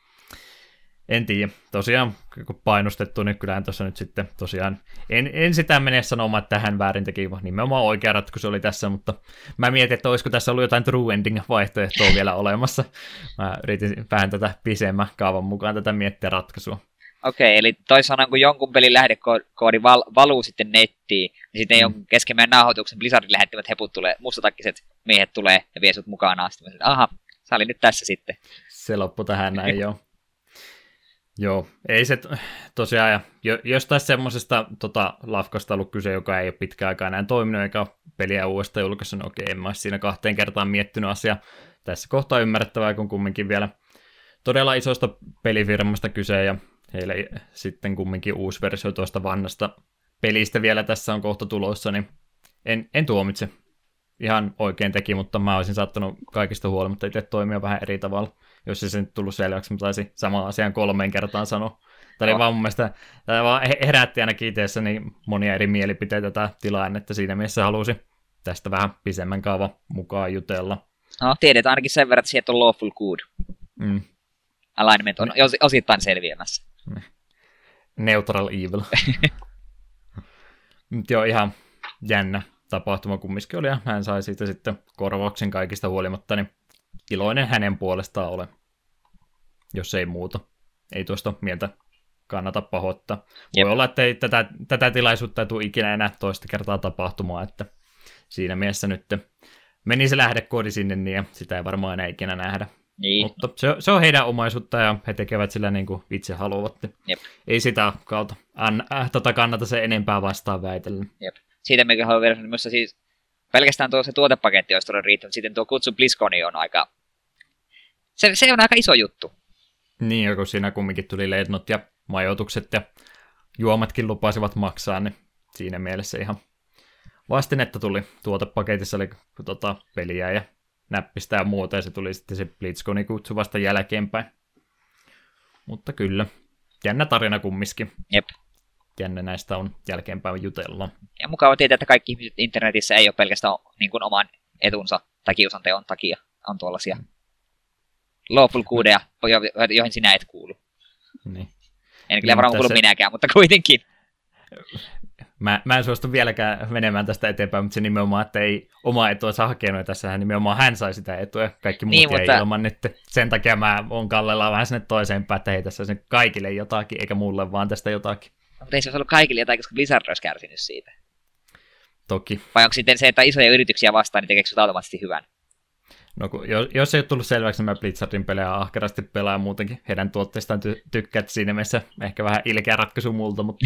en tiedä. Tosiaan, kun painostettu, niin kyllähän tuossa nyt sitten tosiaan, en, en sitä mene sanomaan, että hän väärin teki, nimenomaan oikea ratkaisu oli tässä, mutta mä mietin, että olisiko tässä ollut jotain true ending-vaihtoehtoa vielä olemassa. Mä yritin vähän tätä pisemmän kaavan mukaan tätä miettiä ratkaisua.
Okei, eli toisaalta kun jonkun pelin lähdekoodi val- valuu sitten nettiin, niin sitten mm. jonkun kesken meidän nauhoituksen Blizzardin lähettivät heput tulee, mustatakkiset miehet tulee ja vie sut mukanaan. Sitten mä sanoin, aha, sä oli nyt tässä sitten.
Se loppui tähän näin, joo. Joo, ei se tosiaan, ja jostain semmoisesta tota, lafkasta ollut kyse, joka ei ole pitkään aikaa enää toiminut, eikä ole peliä uudestaan julkaissut, no okei, en mä olisi siinä kahteen kertaan miettinyt asiaa. Tässä kohtaa ymmärrettävää, kun kumminkin vielä todella isosta pelifirmasta kyse, ja heille sitten kumminkin uusi versio tuosta vanhasta pelistä vielä tässä on kohta tulossa, niin en, en tuomitse. Ihan oikein teki, mutta mä olisin saattanut kaikista huolimatta itse toimia vähän eri tavalla. Jos ei se nyt tullut selväksi, mä taisin saman asian kolmeen kertaan sanoa. Tämä oli vaan mun mielestä, tämä vaan herätti ainakin itseessä niin monia eri mielipiteitä tätä tilannetta. Siinä mielessä halusin tästä vähän pisemmän kaavan mukaan jutella.
No, tiedetään ainakin sen verran, että sieltä on lawful good. Mm. Alignment on os- osittain selviämässä.
Neutral evil. Nyt joo, ihan jännä tapahtuma kumminkin oli, ja hän sai siitä sitten korvauksen kaikista huolimatta, niin iloinen hänen puolestaan ole, jos ei muuta. Ei tuosta mieltä kannata pahoittaa. Voi Jep. olla, että ei tätä, tätä tilaisuutta ei tule ikinä enää toista kertaa tapahtumaan, että siinä mielessä nyt meni se lähdekoodi sinne, niin ja sitä ei varmaan enää ikinä nähdä. Niin. Mutta se, se on heidän omaisuutta, ja he tekevät sillä niin kuin itse haluavat. Jep. Ei sitä kautta an, äh, tota kannata se enempää vastaan väitellä.
Jep. Siitä mekin haluan vielä sanoa, siis pelkästään tuo se tuotepaketti olisi todella riittänyt. Sitten tuo kutsu BlizzConi on aika, se, se on aika iso juttu.
Niin, kun siinä kumminkin tuli lennot ja majoitukset ja juomatkin lupasivat maksaa, niin siinä mielessä ihan vastinetta tuli tuotepaketissa, eli tota, peliä ja näppistä ja muuta, ja se tuli sitten se BlizzConi kutsu vasta jälkeenpäin. Mutta kyllä, jännä tarina kumminkin.
Jep.
Jännä näistä on jälkeenpäin jutella.
Ja mukava tietää, että kaikki ihmiset internetissä ei ole pelkästään niin kuin oman etunsa tai kiusanteon takia on tuollaisia lawful goodeja, joihin sinä et kuulu.
Niin.
En kyllä varmaan kuulu minäkään, mutta kuitenkin.
Mä, mä en suostu vieläkään menemään tästä eteenpäin, mutta se nimenomaan, että ei oma etua saa hakenut, tässä nimenomaan hän sai sitä etua, ja kaikki muut niin, jäi mutta... ilman nyt. Sen takia mä oon kallellaan vähän sinne toiseen päin, että hei, tässä on kaikille jotakin, eikä mulle vaan tästä jotakin.
Mutta ei se olisi ollut kaikille jotakin, koska Blizzard olisi kärsinyt siitä.
Toki.
Vai onko sitten se, että isoja yrityksiä vastaan, niin tekeekö sinut automaattisesti hyvän?
No, kun, jos, jos ei ole tullut selväksi, niin mä Blizzardin pelejä ahkerasti pelaan muutenkin. Heidän tuotteistaan ty- tykkää siinä mielessä ehkä vähän ilkeä ratkaisu multa, mutta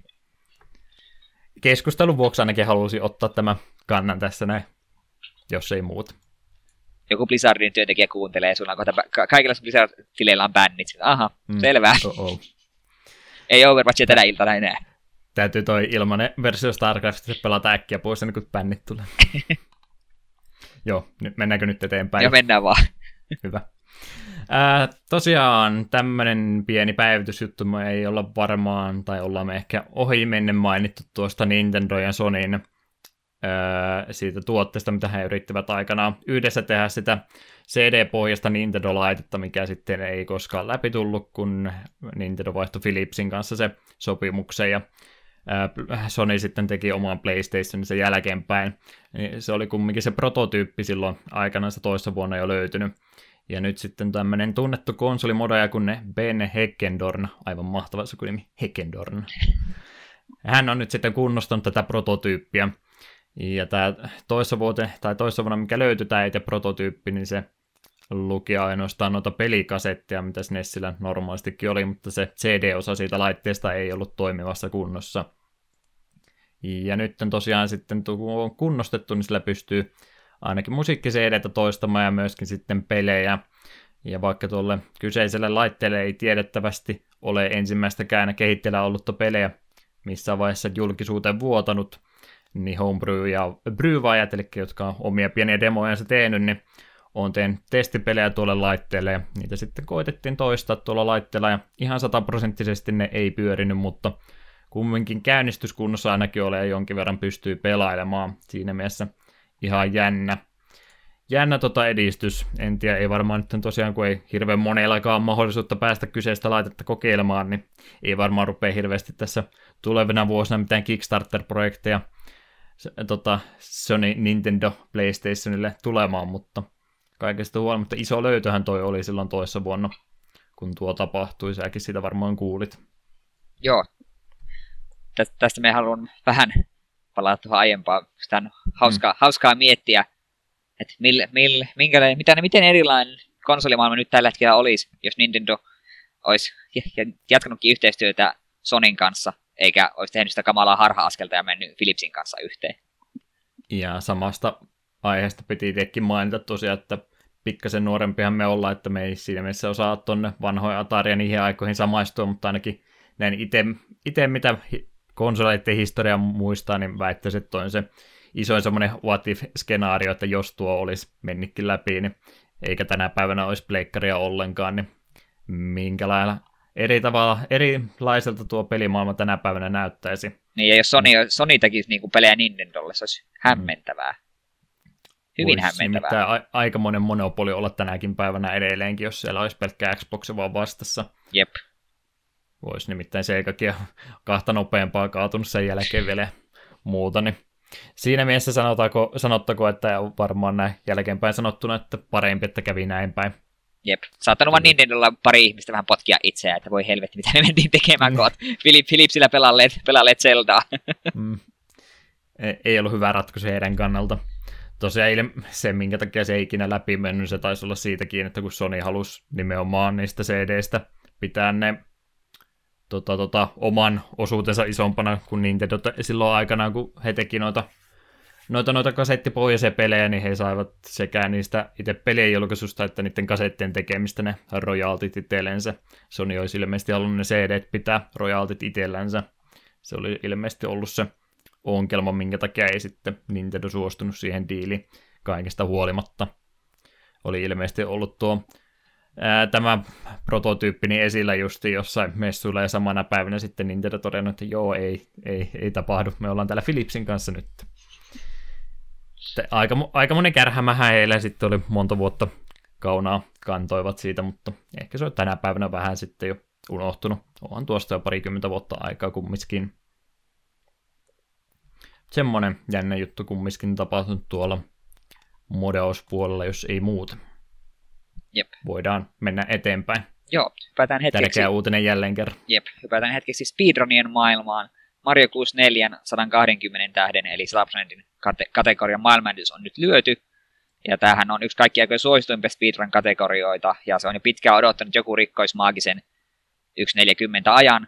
keskustelun vuoksi ainakin halusin ottaa tämän kannan tässä näin, jos ei muuta.
Joku Blizzardin työntekijä kuuntelee, sulla on kohta ka- kaikilla Blizzard-tileillä on bännit. Aha, mm. selvä. Oh-oh. Ei Overwatchia tänä iltana enää.
Täytyy toi ilmanen versio StarCraftista pelata äkkiä pois, ennen kuin bännit tulee. Joo, nyt mennäänkö nyt eteenpäin?
Joo, mennään vaan.
Hyvä. Ää, tosiaan tämmönen pieni päivitysjuttu, me ei olla varmaan, tai ollaan me ehkä ohi menen mainittu tuosta Nintendo ja Sonyn ää, siitä tuotteesta, mitä he yrittivät aikanaan yhdessä tehdä sitä C D-pohjasta Nintendo-laitetta, mikä sitten ei koskaan läpi tullut, kun Nintendo vaihtoi Philipsin kanssa se sopimuksen, ja Sony sitten teki oman PlayStationin sen jälkeenpäin. Se oli kumminkin se prototyyppi silloin aikanaan se toissa vuonna jo löytynyt. Ja nyt sitten tämmöinen tunnettu konsolimodaja kuin ne Ben Heckendorn, aivan mahtava sukunimi, Heckendorn. Hän on nyt sitten kunnostanut tätä prototyyppiä. Ja tämä toissa vuote, tai toissa vuonna, mikä löytyi tämä itse prototyyppi, niin se luki ainoastaan noita pelikasetteja, mitä Nessillä normaalistikin oli, mutta se C D-osa siitä laitteesta ei ollut toimivassa kunnossa. Ja nyt tosiaan sitten kun on kunnostettu, niin sillä pystyy ainakin musiikki-C D:tä toistamaan ja myöskin sitten pelejä. Ja vaikka tuolle kyseiselle laitteelle ei tiedettävästi ole ensimmäistäkään kehitteellä ollutta pelejä missään vaiheessa julkisuuteen vuotanut, niin Homebrew ja Brewvaajat, eli jotka on omia pieniä demojansa tehnyt, niin on tehnyt testipelejä tuolle laitteelle, ja niitä sitten koitettiin toistaa tuolla laitteella, ja ihan sataprosenttisesti ne ei pyörinyt, mutta kumminkin käynnistyskunnossa ainakin ole, ja jonkin verran pystyy pelailemaan. Siinä mielessä ihan jännä. Jännä tota edistys. En tiedä, ei varmaan nyt tosiaan, kun ei hirveän monellakaan mahdollisuutta päästä kyseistä laitetta kokeilemaan, niin ei varmaan rupea hirveästi tässä tulevina vuosina mitään Kickstarter-projekteja tota, Sony, Nintendo, PlayStationille tulemaan, mutta kaikesta huolimatta iso löytöhän toi oli silloin toissa vuonna, kun tuo tapahtui. Säkin sitä varmaan kuulit.
Joo. Tästä me haluan vähän palata tuohon aiempaan. Sitä on hauskaa, mm. hauskaa miettiä, että mille, mille, minkälainen, mitä, miten erilainen konsolimaailma nyt tällä hetkellä olisi, jos Nintendo olisi jatkanutkin yhteistyötä Sonyn kanssa, eikä olisi tehnyt sitä kamalaa harha-askelta ja mennyt Philipsin kanssa yhteen.
Ja samasta aiheesta piti itsekin mainita tosiaan, että pikkasen nuorempihan me ollaan, että me ei siinä mielessä osaa tuonne vanhoja Ataria niihin aikoihin samaistua, mutta ainakin näin itse mitä konsoleiden historiaa muistaa, niin väittäisin, että on se isoin semmoinen what if-skenaario, että jos tuo olisi mennytkin läpi, niin eikä tänä päivänä olisi pleikkaria ollenkaan, niin minkälailla eri tavalla, erilaiselta tuo pelimaailma tänä päivänä näyttäisi.
Niin, ja jos Sony, Sony tekisi niin kuin pelejä Nintendolle, se olisi hämmentävää. Hyvin
Voisi
hämmentävää.
a- aikamoinen monopoli olla tänäkin päivänä edelleenkin, jos siellä olisi pelkkä Xbox vaan vastassa.
Jep.
Voisi nimittäin Seikakin kahta nopeampaa kaatunut sen jälkeen vielä muuta. Niin siinä mielessä sanotaanko, sanottako, että on varmaan näin jälkeenpäin sanottuna, että parempi, että kävi näin päin.
Jep. Saattanut vaan Nintendolla pari ihmistä vähän potkia itseään, että voi helvetti, mitä me mentiin tekemään, kun oot Philip, Philipsillä pelalleet, pelalleet Zeldaa. mm.
Ei ollut hyvä ratkaisu heidän kannalta. Tosiaan se, minkä takia se ei ikinä läpi mennyt, se taisi olla siitäkin, että kun Sony halusi nimenomaan niistä C D:stä pitää ne tota, tota, oman osuutensa isompana kuin Nintendo silloin aikanaan, kun he teki noita, noita, noita kasettipohjaisia pelejä, niin he saivat sekä niistä itse pelien julkaisusta että niiden kasettien tekemistä ne royaltit itsellensä. Sony olisi ilmeisesti halunnut ne C D:t pitää royaltit itsellänsä. Se oli ilmeisesti ollut se ongelma, minkä takia ei sitten Nintendo suostunut siihen diiliin kaikesta huolimatta. Oli ilmeisesti ollut tuo ää, tämä prototyyppini esillä justi jossain messuilla ja samana päivänä sitten Nintendo todennut, että joo, ei, ei, ei tapahdu, me ollaan täällä Philipsin kanssa nyt. Aika, aika monen kärhämähän heillä sitten oli monta vuotta kaunaa kantoivat siitä, mutta ehkä se on tänä päivänä vähän sitten jo unohtunut. Onhan tuosta jo parikymmentä vuotta aikaa kumminkin. semmonen jännä juttu kumminkin tapahtunut tuolla modauspuolella, jos ei muuta.
Jep.
Voidaan mennä eteenpäin.
Joo, hypätään hetkeksi.
Tärkeä uutinen jälleen kerran.
Jep, hypätään hetkeksi speedrunien maailmaan. Mario kuusikymmentäneljä sata kaksikymmentä tähden, eli sata prosentin kate- kategorian maailmanennätys on nyt lyöty. Ja tämähän on yksi kaikkien aikojen suosituimpia speedrun-kategorioita, ja se on jo pitkään odottanut, joku rikkoisi maagisen yksi neljäkymmentä ajan.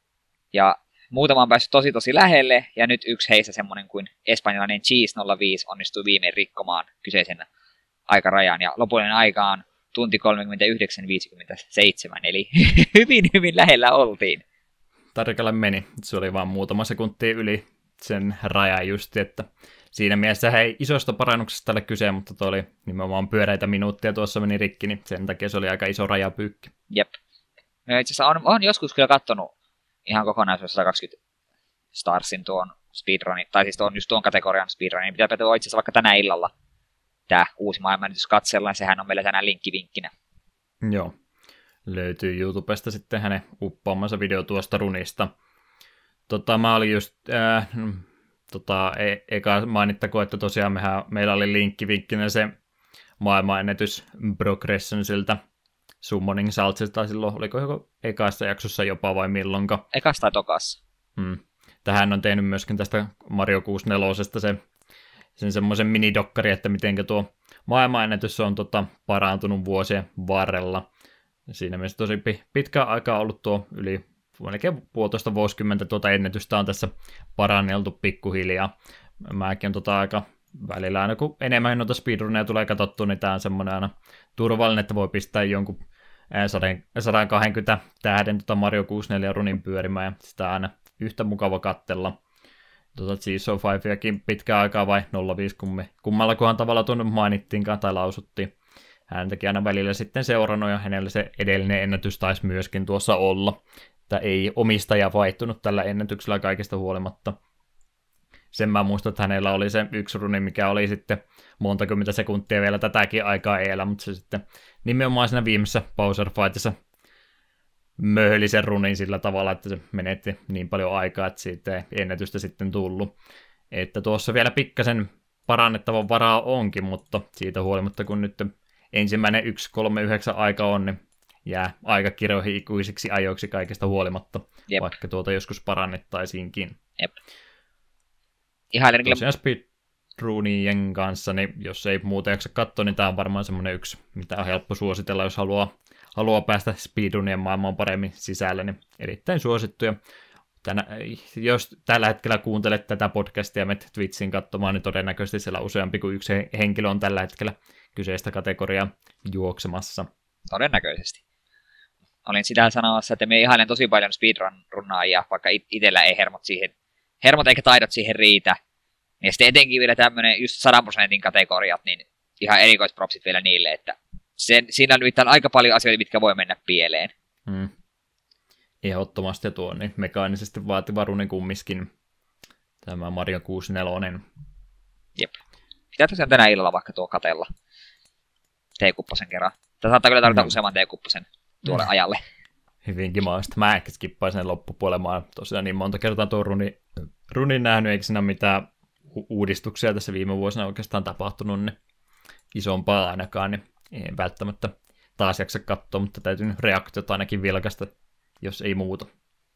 Ja muutama on päässyt tosi tosi lähelle, ja nyt yksi heistä semmoinen kuin espanjalainen Cheese nolla viisi onnistui viimein rikkomaan kyseisen aikarajan, ja lopullinen aika on tunti kolmekymmentäyhdeksän viisikymmentäseitsemän, eli hyvin hyvin lähellä oltiin.
Tarkalle meni, se oli vain muutama sekuntia yli sen rajan justi, että siinä mielessä ei isosta parannuksesta tälle kyse, mutta tuo oli nimenomaan pyöreitä minuuttia tuossa meni rikki, niin sen takia se oli aika iso rajapyykki.
Jep. No itse asiassa on, on joskus kyllä kattonut ihan kokonaisuudessa sata kaksikymmentä Starsin tuon speedrunin, tai siis tuon, just tuon kategorian speedrunin, niin pitääpä tuo itse asiassa vaikka tänä illalla tämä uusi maailmanennätys katsella, sehän on meillä tänään linkkivinkkinä.
Joo, löytyy YouTubesta sitten hänen uppaamansa video tuosta runista. Tota, mä olin just, äh, tota, e- eka mainittako, että tosiaan mehän, meillä oli linkkivinkkinä se maailmanennätys Progressionsilta, Summoning Saltsilta silloin, oliko joko ekassa jaksossa jopa vai milloinka?
Ekassa tai tokassa.
Hmm. Tähän on tehnyt myöskin tästä Mario kuusikymmentäneljä se, sen semmoisen minidokkari, että miten tuo maailmanennätys on tota, parantunut vuosien varrella. Siinä mielessä tosi pitkä aikaa ollut tuo yli melkein puolitoista vuosikymmentä tuota ennätystä on tässä paranneltu pikkuhiljaa. Mäkin on tota aika välillä aina kun enemmän noita speedruneja tulee katsottua, niin tämä on semmoinen aina turvallinen, että voi pistää jonkun sata kaksikymmentä tähden tota Mario kuusikymmentäneljä runin pyörimään ja sitä aina yhtä mukava katsella. Tuota G S O viidekin pitkään aikaa vai nolla viisi kummi. Kummallakohan tavalla tuonne mainittiinkaan tai lausuttiin. Hän teki aina välillä sitten seurannut ja hänellä se edellinen ennätys taisi myöskin tuossa olla. Että ei omistaja vaihtunut tällä ennätyksellä kaikesta huolimatta. Sen mä muistan, että hänellä oli se yksi runi, mikä oli sitten monta kymmentä sekuntia vielä tätäkin aikaa eellä, mutta se sitten nimenomaan siinä viimeisessä Bowser Fightissa möhöli sen runin sillä tavalla, että se menetti niin paljon aikaa, että siitä ei ennätystä sitten tullut. Että tuossa vielä pikkasen parannettavan varaa onkin, mutta siitä huolimatta, kun nyt ensimmäinen yksi kolmekymmentäyhdeksän aika on, niin jää aikakirjoihin ikuisiksi ajoiksi kaikesta huolimatta, Jep. vaikka tuota joskus parannettaisiinkin.
Jep. Ihailen
tosiaan speedrunien kanssa, niin jos ei muuta jaksa katsoa, niin tämä on varmaan semmoinen yksi, mitä on helppo suositella, jos haluaa, haluaa päästä speedrunien maailmaan paremmin sisälle, niin erittäin suosittuja. Tänä, jos tällä hetkellä kuuntelet tätä podcastia ja menet Twitchin katsomaan, niin todennäköisesti siellä useampi kuin yksi henkilö on tällä hetkellä kyseistä kategoriaa juoksemassa.
Todennäköisesti. Olin sitä sanomassa, että me ihailen tosi paljon speedrun-runnaajia, vaikka itsellä ei hermot siihen, hermot eikä taidot siihen riitä. Ja sitten etenkin vielä tämmöinen just sata prosentin kategoriat, niin ihan erikoispropsit vielä niille, että sen, siinä on nimittäin aika paljon asioita, mitkä voi mennä pieleen.
Hmm. Ehdottomasti tuo niin mekaanisesti vaativa runi kumminkin tämä Mario kuusikymmentäneljä.
Jep. Pitää tosiaan tänä illalla vaikka tuo katella teekupposen kerran. Tämä saattaa kyllä tarvita no. useamman teekupposen tuolle no. ajalle.
Hyvinkin maasta. Mä ehkä skippaisin sen loppupuolelle. Mä oon tosiaan niin monta kertaa tuon runi, runin nähnyt, eikö siinä mitään uudistuksia tässä viime vuosina oikeastaan tapahtunut, niin isompaa ainakaan, niin ei välttämättä taas jaksa katsoa, mutta täytyy reaktiota ainakin vilkasta, jos ei muuta.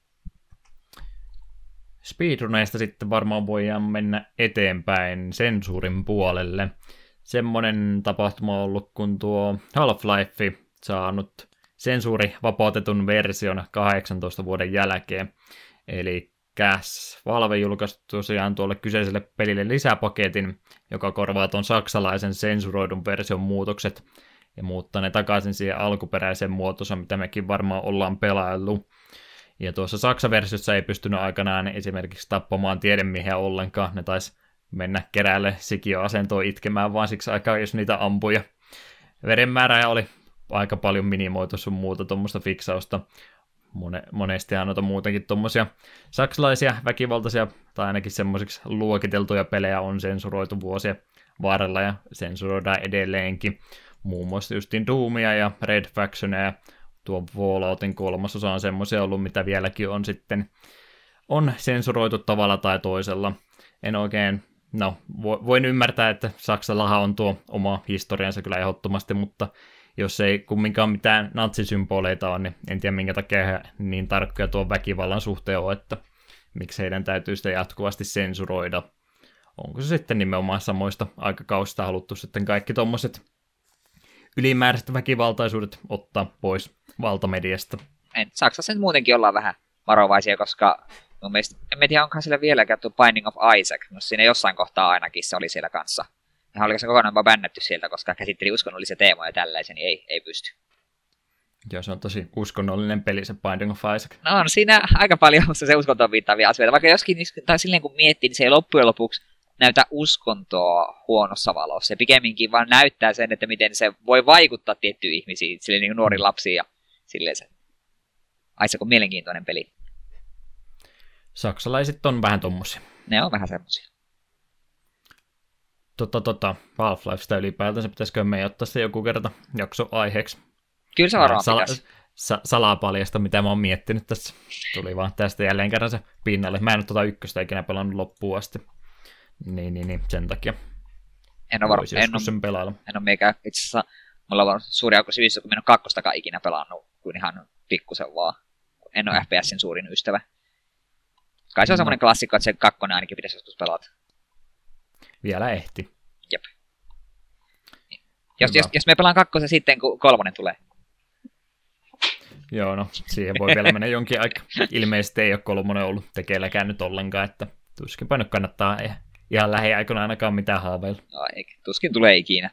Speedruneista sitten varmaan voidaan mennä eteenpäin sensuurin puolelle. Semmoinen tapahtuma on ollut, kun tuo Half-Life saanut sensuuri vapautetun version kahdeksantoista vuoden jälkeen. Eli Käs Valve julkaisi tosiaan tuolle kyseiselle pelille lisäpaketin, joka korvaa tuon saksalaisen sensuroidun version muutokset ja muuttaa ne takaisin siihen alkuperäiseen muotoonsa, mitä mekin varmaan ollaan pelaillut. Ja tuossa Saksa-versiossa ei pystynyt aikanaan esimerkiksi tappamaan tiedemiehiä ollenkaan. Ne taisi mennä keräälle sikioasentoon itkemään vaan siksi aikaa, jos niitä ampuja. Verenmäärä oli aika paljon minimoitu sun muuta tuommoista fiksausta. Mone, monestihan noita muutenkin tuommoisia saksalaisia väkivaltaisia tai ainakin semmoisiksi luokiteltuja pelejä on sensuroitu vuosien varrella ja sensuroidaan edelleenkin. Muun muassa justiin Doomia ja Red Factionia ja tuo Falloutin kolmasosa on semmoisia ollut, mitä vieläkin on sitten on sensuroitu tavalla tai toisella. en oikein, no voin ymmärtää, että Saksallahan on tuo oma historiansa kyllä ehdottomasti, mutta jos ei kumminkaan mitään natsisymboleita on, niin en tiedä minkä takia he niin tarkkoja tuon väkivallan suhteen on, että miksi heidän täytyy sitä jatkuvasti sensuroida. Onko se sitten nimenomaan samoista aikakausista haluttu sitten kaikki tommoset ylimääräiset väkivaltaisuudet ottaa pois valtamediasta?
En, Saksassa nyt muutenkin ollaan vähän varovaisia, koska mun mielestä, en tiedä onkohan siellä vieläkään tuo Binding of Isaac, mutta siinä jossain kohtaa ainakin se oli siellä kanssa. Ja oliko se kokonaan vaan bännätty sieltä, koska käsitteli uskonnollisia teemoja ja tällaisia, niin ei, ei pysty.
Joo, se on tosi uskonnollinen peli, se Binding of Isaac.
No on siinä aika paljon se uskontoon viittaavia asioita, vaikka joskin, tai silleen kun miettii, niin se ei loppujen lopuksi näytä uskontoa huonossa valossa. Se pikemminkin vaan näyttää sen, että miten se voi vaikuttaa tiettyihin ihmisiin, silleen niin kuin nuoriin lapsiin ja silleen se. Isaac on mielenkiintoinen peli.
Saksalaiset on vähän tommosia.
Ne on vähän semmosia.
Tota, tota, Half-Lifesta ylipäätänsä, pitäisikö me ottaa se joku kerta jakso aiheeksi?
Kyllä se varmaan
Sala-
pitäisi.
sa- salapaljasta, mitä mä oon miettinyt tässä. Tuli vaan tästä jälleen kerran se pinnalle. Mä en ole tuota ykköstä ikinä pelannut loppuun asti. Niin, niin, niin, sen takia.
En ole varmaan. En ole,
sen pelailla.
en ole meikä, itse asiassa mulla on suuri aukko sivissä, kun en ole kakkostakaan ikinä pelannut, kuin ihan pikkusen vaan. En ole F P S:n suurin ystävä. Kai se on no. semmoinen klassikko, että se kakkonen ainakin pitäisi joskus pelata.
Vielä ehti.
Jep. Jos, jos, jos me pelaan kakkosen sitten, kun kolmonen tulee.
Joo, no siihen voi vielä mennä jonkin aika. Ilmeisesti ei ole kolmonen ollut tekeilläkään nyt ollenkaan, että tuskinpä nyt kannattaa ihan lähiaikoina ainakaan mitään haaveilla.
No, eikä. Tuskin tulee ikinä.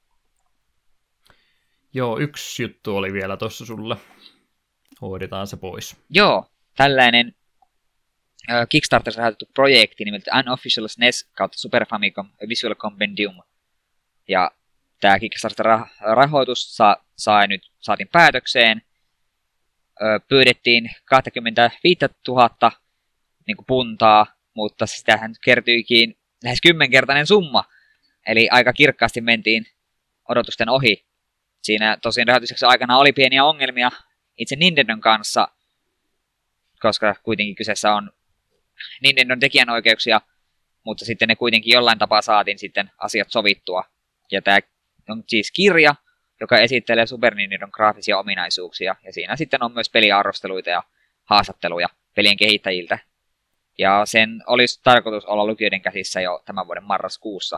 Joo, yksi juttu oli vielä tuossa sulle. Hoidetaan se pois.
Joo, tällainen äh, Kickstarterissa rahoitettu projekti nimeltä Unofficial S N E S kautta Super Famicom Visual Compendium. Ja tämä Kickstarter-rahoitus sa- sai nyt, saatiin päätökseen. Ö, pyydettiin kaksikymmentäviisituhatta niin kuin puntaa, mutta sitähän kertyikin lähes kymmenkertainen summa. Eli aika kirkkaasti mentiin odotusten ohi. Siinä tosiaan rahoituksen aikana oli pieniä ongelmia itse Nintendon kanssa, koska kuitenkin kyseessä on Nintendon tekijänoikeuksia, mutta sitten ne kuitenkin jollain tapaa saatiin sitten asiat sovittua. Ja tämä on siis kirja, joka esittelee Super Nintendon graafisia ominaisuuksia, ja siinä sitten on myös peliarvosteluita ja haastatteluja pelien kehittäjiltä. Ja sen olisi tarkoitus olla lukijoiden käsissä jo tämän vuoden marraskuussa.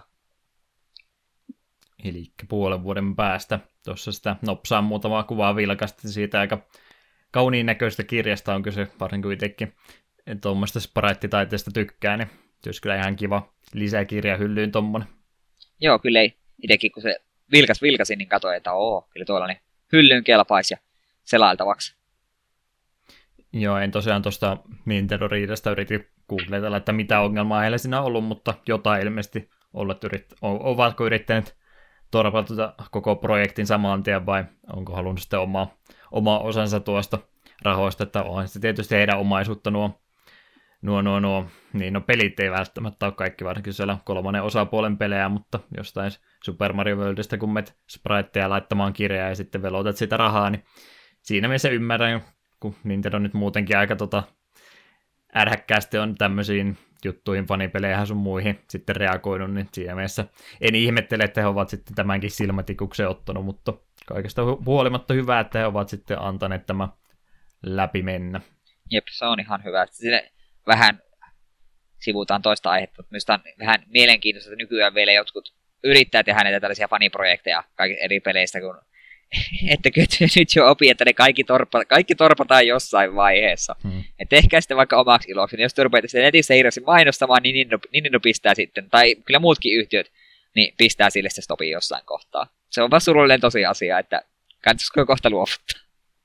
Eli puolen vuoden päästä. Tuossa sitä nopsaa muutamaa kuvaa vilkasti siitä aika kauniin näköistä kirjasta on kyse, varsinkin itsekin tuommoista sprite-taiteesta tykkää, niin olisi kyllä ihan kiva lisäkirja hyllyyn tommonen.
Joo, kyllä ei. Itsekin kun se vilkas vilkasin, niin katsoin, että oo, kyllä tuolla niin hyllyyn kelpaisi ja selailtavaksi.
Joo, en tosiaan tuosta Nintendo Readerista yritin googletella, että mitä ongelmaa heillä siinä on ollut, mutta jotain ilmeisesti olleet yrit- ovatko yrittäneet torpata koko projektin saman tien vai onko halunnut sitten omaa, omaa osansa tuosta rahoista, että onhan se tietysti heidän omaisuutta nuo, nuo, nuo, nuo, niin no pelit ei välttämättä ole kaikki, varsinkin siellä kolmannen osapuolen pelejä, mutta jostain Super Mario Worldista, kun met spriteja laittamaan kirjaa ja sitten velotat sitä rahaa, niin siinä mielessä ymmärrän, kun Nintendo nyt muutenkin aika tota ärhäkkäästi on tämmöisiin juttuihin, fanipeleihin sun muihin sitten reagoinut, niin siinä mielessä en ihmettele, että he ovat sitten tämänkin silmätikuksen ottanut, mutta kaikesta huolimatta hyvä, että he ovat sitten antaneet tämä läpi mennä.
Jep, se on ihan hyvä. Sille vähän sivutaan toista aihetta, mutta myös on vähän mielenkiintoista, että nykyään vielä jotkut yrittää tehdä näitä tällaisia faniprojekteja kaikista eri peleistä, kun ettekö nyt jo opi, että ne kaikki, torpa, kaikki torpataan jossain vaiheessa. Hmm. Et tehkää sitten vaikka omaksi iloksi. Jos te rupeatte sitten netissä hirveästi mainostamaan, niin Nintendo, Nintendo pistää sitten, tai kyllä muutkin yhtiöt, niin pistää sille se stopi jossain kohtaa. Se on vaan surullinen tosiasia, että kannattaisiko kohta luovuttaa.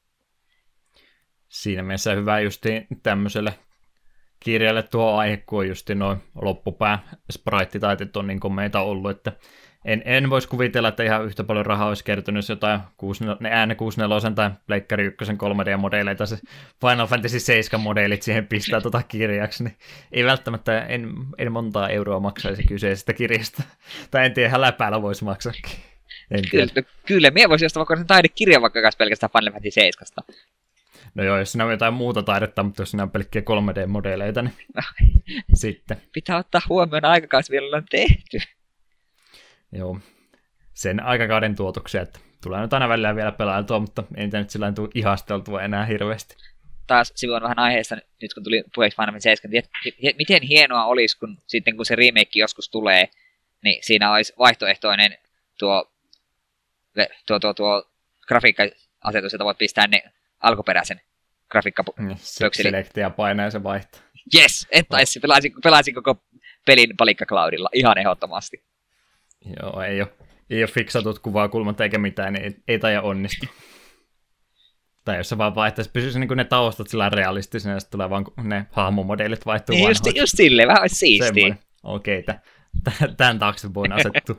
Siinä mielessä hyvä justiin tämmöiselle kirjalle tuo aihe, kun on justiin noin loppupää sprite-taitet on niin komeita ollut, että En, en voisi kuvitella, että ihan yhtä paljon rahaa olisi kertynyt, jos jotain N kuusikymmentäneljä tai Pleikkari yksi kolme D-modeleita, se Final Fantasy seitsemän modeelit siihen pistää tota kirjaksi, niin ei välttämättä, en, en montaa euroa maksaisi kyseisestä kirjasta. Tai en tiedä, läpäällä voisi maksakin.
Kyllä, kyllä, minä voisin ostaa vaikka sen taidekirjan vaikka pelkästään Final Fantasy seitsemän.
No joo, jos siinä on jotain muuta taidetta, mutta jos siinä on pelkkiä kolme D-modeleita, niin sitten.
Pitää ottaa huomioon aikakausi vielä on tehty.
Joo, sen aikakauden tuotuksia, että tulee nyt aina välillä vielä pelailtua, mutta ei niitä nyt sillä tule ihasteltua enää hirveästi.
Taas sivuan vähän aiheesta, nyt kun tuli puheeksi Final Fantasy seitsemän, miten hienoa olisi, kun sitten kun se remake joskus tulee, niin siinä olisi vaihtoehtoinen tuo, tuo, tuo, tuo grafiikka-asetus, jota voit pistää ne alkuperäisen grafiikkapökselin.
Selekti ja painaa ja se vaihtaa.
Yes, että oh. pelasin, pelasin koko pelin palikka cloudilla ihan ehdottomasti.
Joo, ei ole, ei ole fiksatut kuvakulmat eikä mitään, niin ei, ei taida onnistu. Tai jos se vaan vaihtaisi, pysyisi niin ne taustat sillä realistisena, ja sitten tulee vaan ne hahmomodeelit vaihtuu
niin just, just silleen, vähän olisi siistiä.
Okei, okay, tämän taakse voin asettua.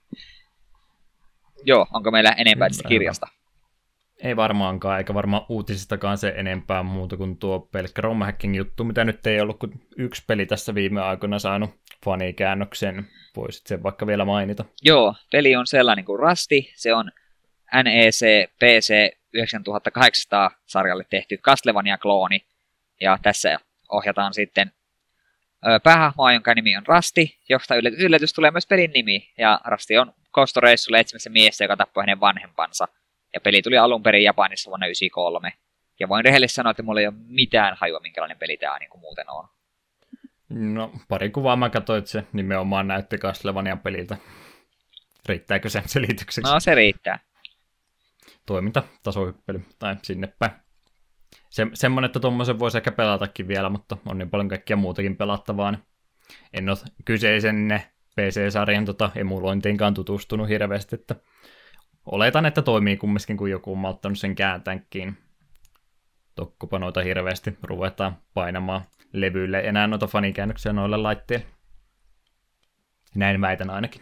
Joo, onko meillä enempää tästä kirjasta?
Ei varmaankaan, eikä varmaan uutisistakaan se enempää muuta kuin tuo pelkkä romhacking-juttu, mitä nyt ei ollut kuin yksi peli tässä viime aikoina saanut fanikäännöksen. Voisit sen vaikka vielä mainita.
Joo, peli on sellainen kuin Rusty. Se on N E C P C yhdeksäntuhattakahdeksansataa-sarjalle tehty Castlevania-klooni. Ja tässä ohjataan sitten päähahmoa, jonka nimi on Rusty, josta yllätys tulee myös pelin nimi. Ja Rusty on kostoreissulle etsimässä miestä, joka tappoi hänen vanhempansa. Ja peli tuli alun perin Japanissa vuonna yhdeksänkymmentäkolme. Ja voin rehellisesti sanoa, että mulla ei ole mitään hajua, minkälainen peli tämä niin kuin muuten on.
No, pari kuvaa mä katsoin, että se nimenomaan näytti Castlevanian peliltä. Riittääkö sen selitykseksi?
No, se riittää.
Toiminta, tasohyppely tai sinne päin. Se, semmoinen, että tuommoisen voisi ehkä pelatakin vielä, mutta on niin paljon kaikkia muutakin pelattavaa. Niin en ole kyseisen P C-sarjan tota, emulointiinkaan tutustunut hirveästi, että oletan, että toimii kumminkin, kun joku on malttanut sen kääntäänkin. Tokkopa noita hirveästi ruvetaan painamaan levyille enää noita fanikäännöksiä noille laitteille. Näin väitän ainakin.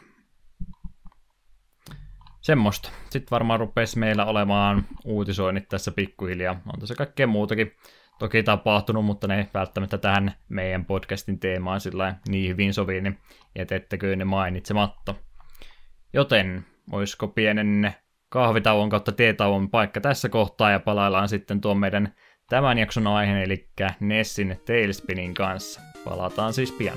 Semmosta. Sitten varmaan rupesi meillä olemaan uutisoinnit tässä pikkuhiljaa. On tässä kaikkea muutakin toki tapahtunut, mutta ne ei välttämättä tähän meidän podcastin teemaan sillä niin hyvin sovi, niin jätettäköön ne mainitsematta. Joten olisiko pienen kahvitauon kautta teetauon paikka tässä kohtaa ja palaillaan sitten tuon meidän tämän jakson aiheen, eli Nessin Tailspinin kanssa. Palataan siis pian.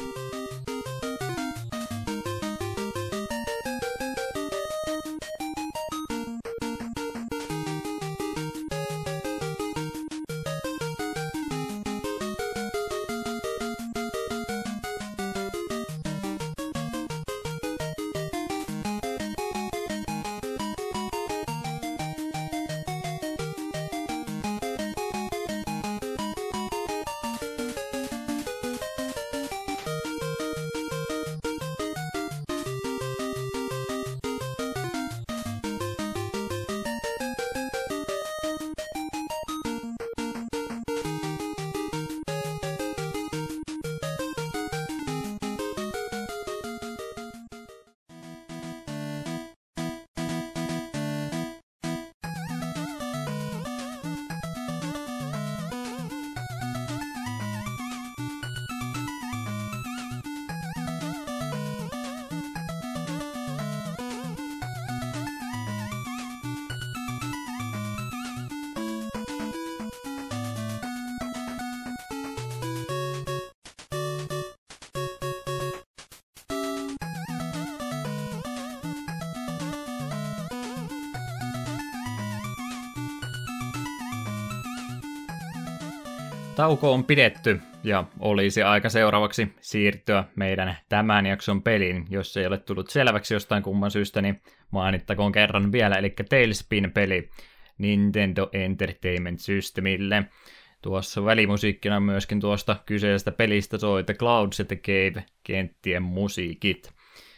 Tauko on pidetty ja olisi aika seuraavaksi siirtyä meidän tämän jakson peliin. Jos ei ole tullut selväksi jostain kumman syystä, niin mainittakoon kerran vielä, eli Tailspin-peli Nintendo Entertainment Systemille. Tuossa välimusiikkina myöskin tuosta kyseisestä pelistä soi The Clouds and the Cave-kenttien musiikit.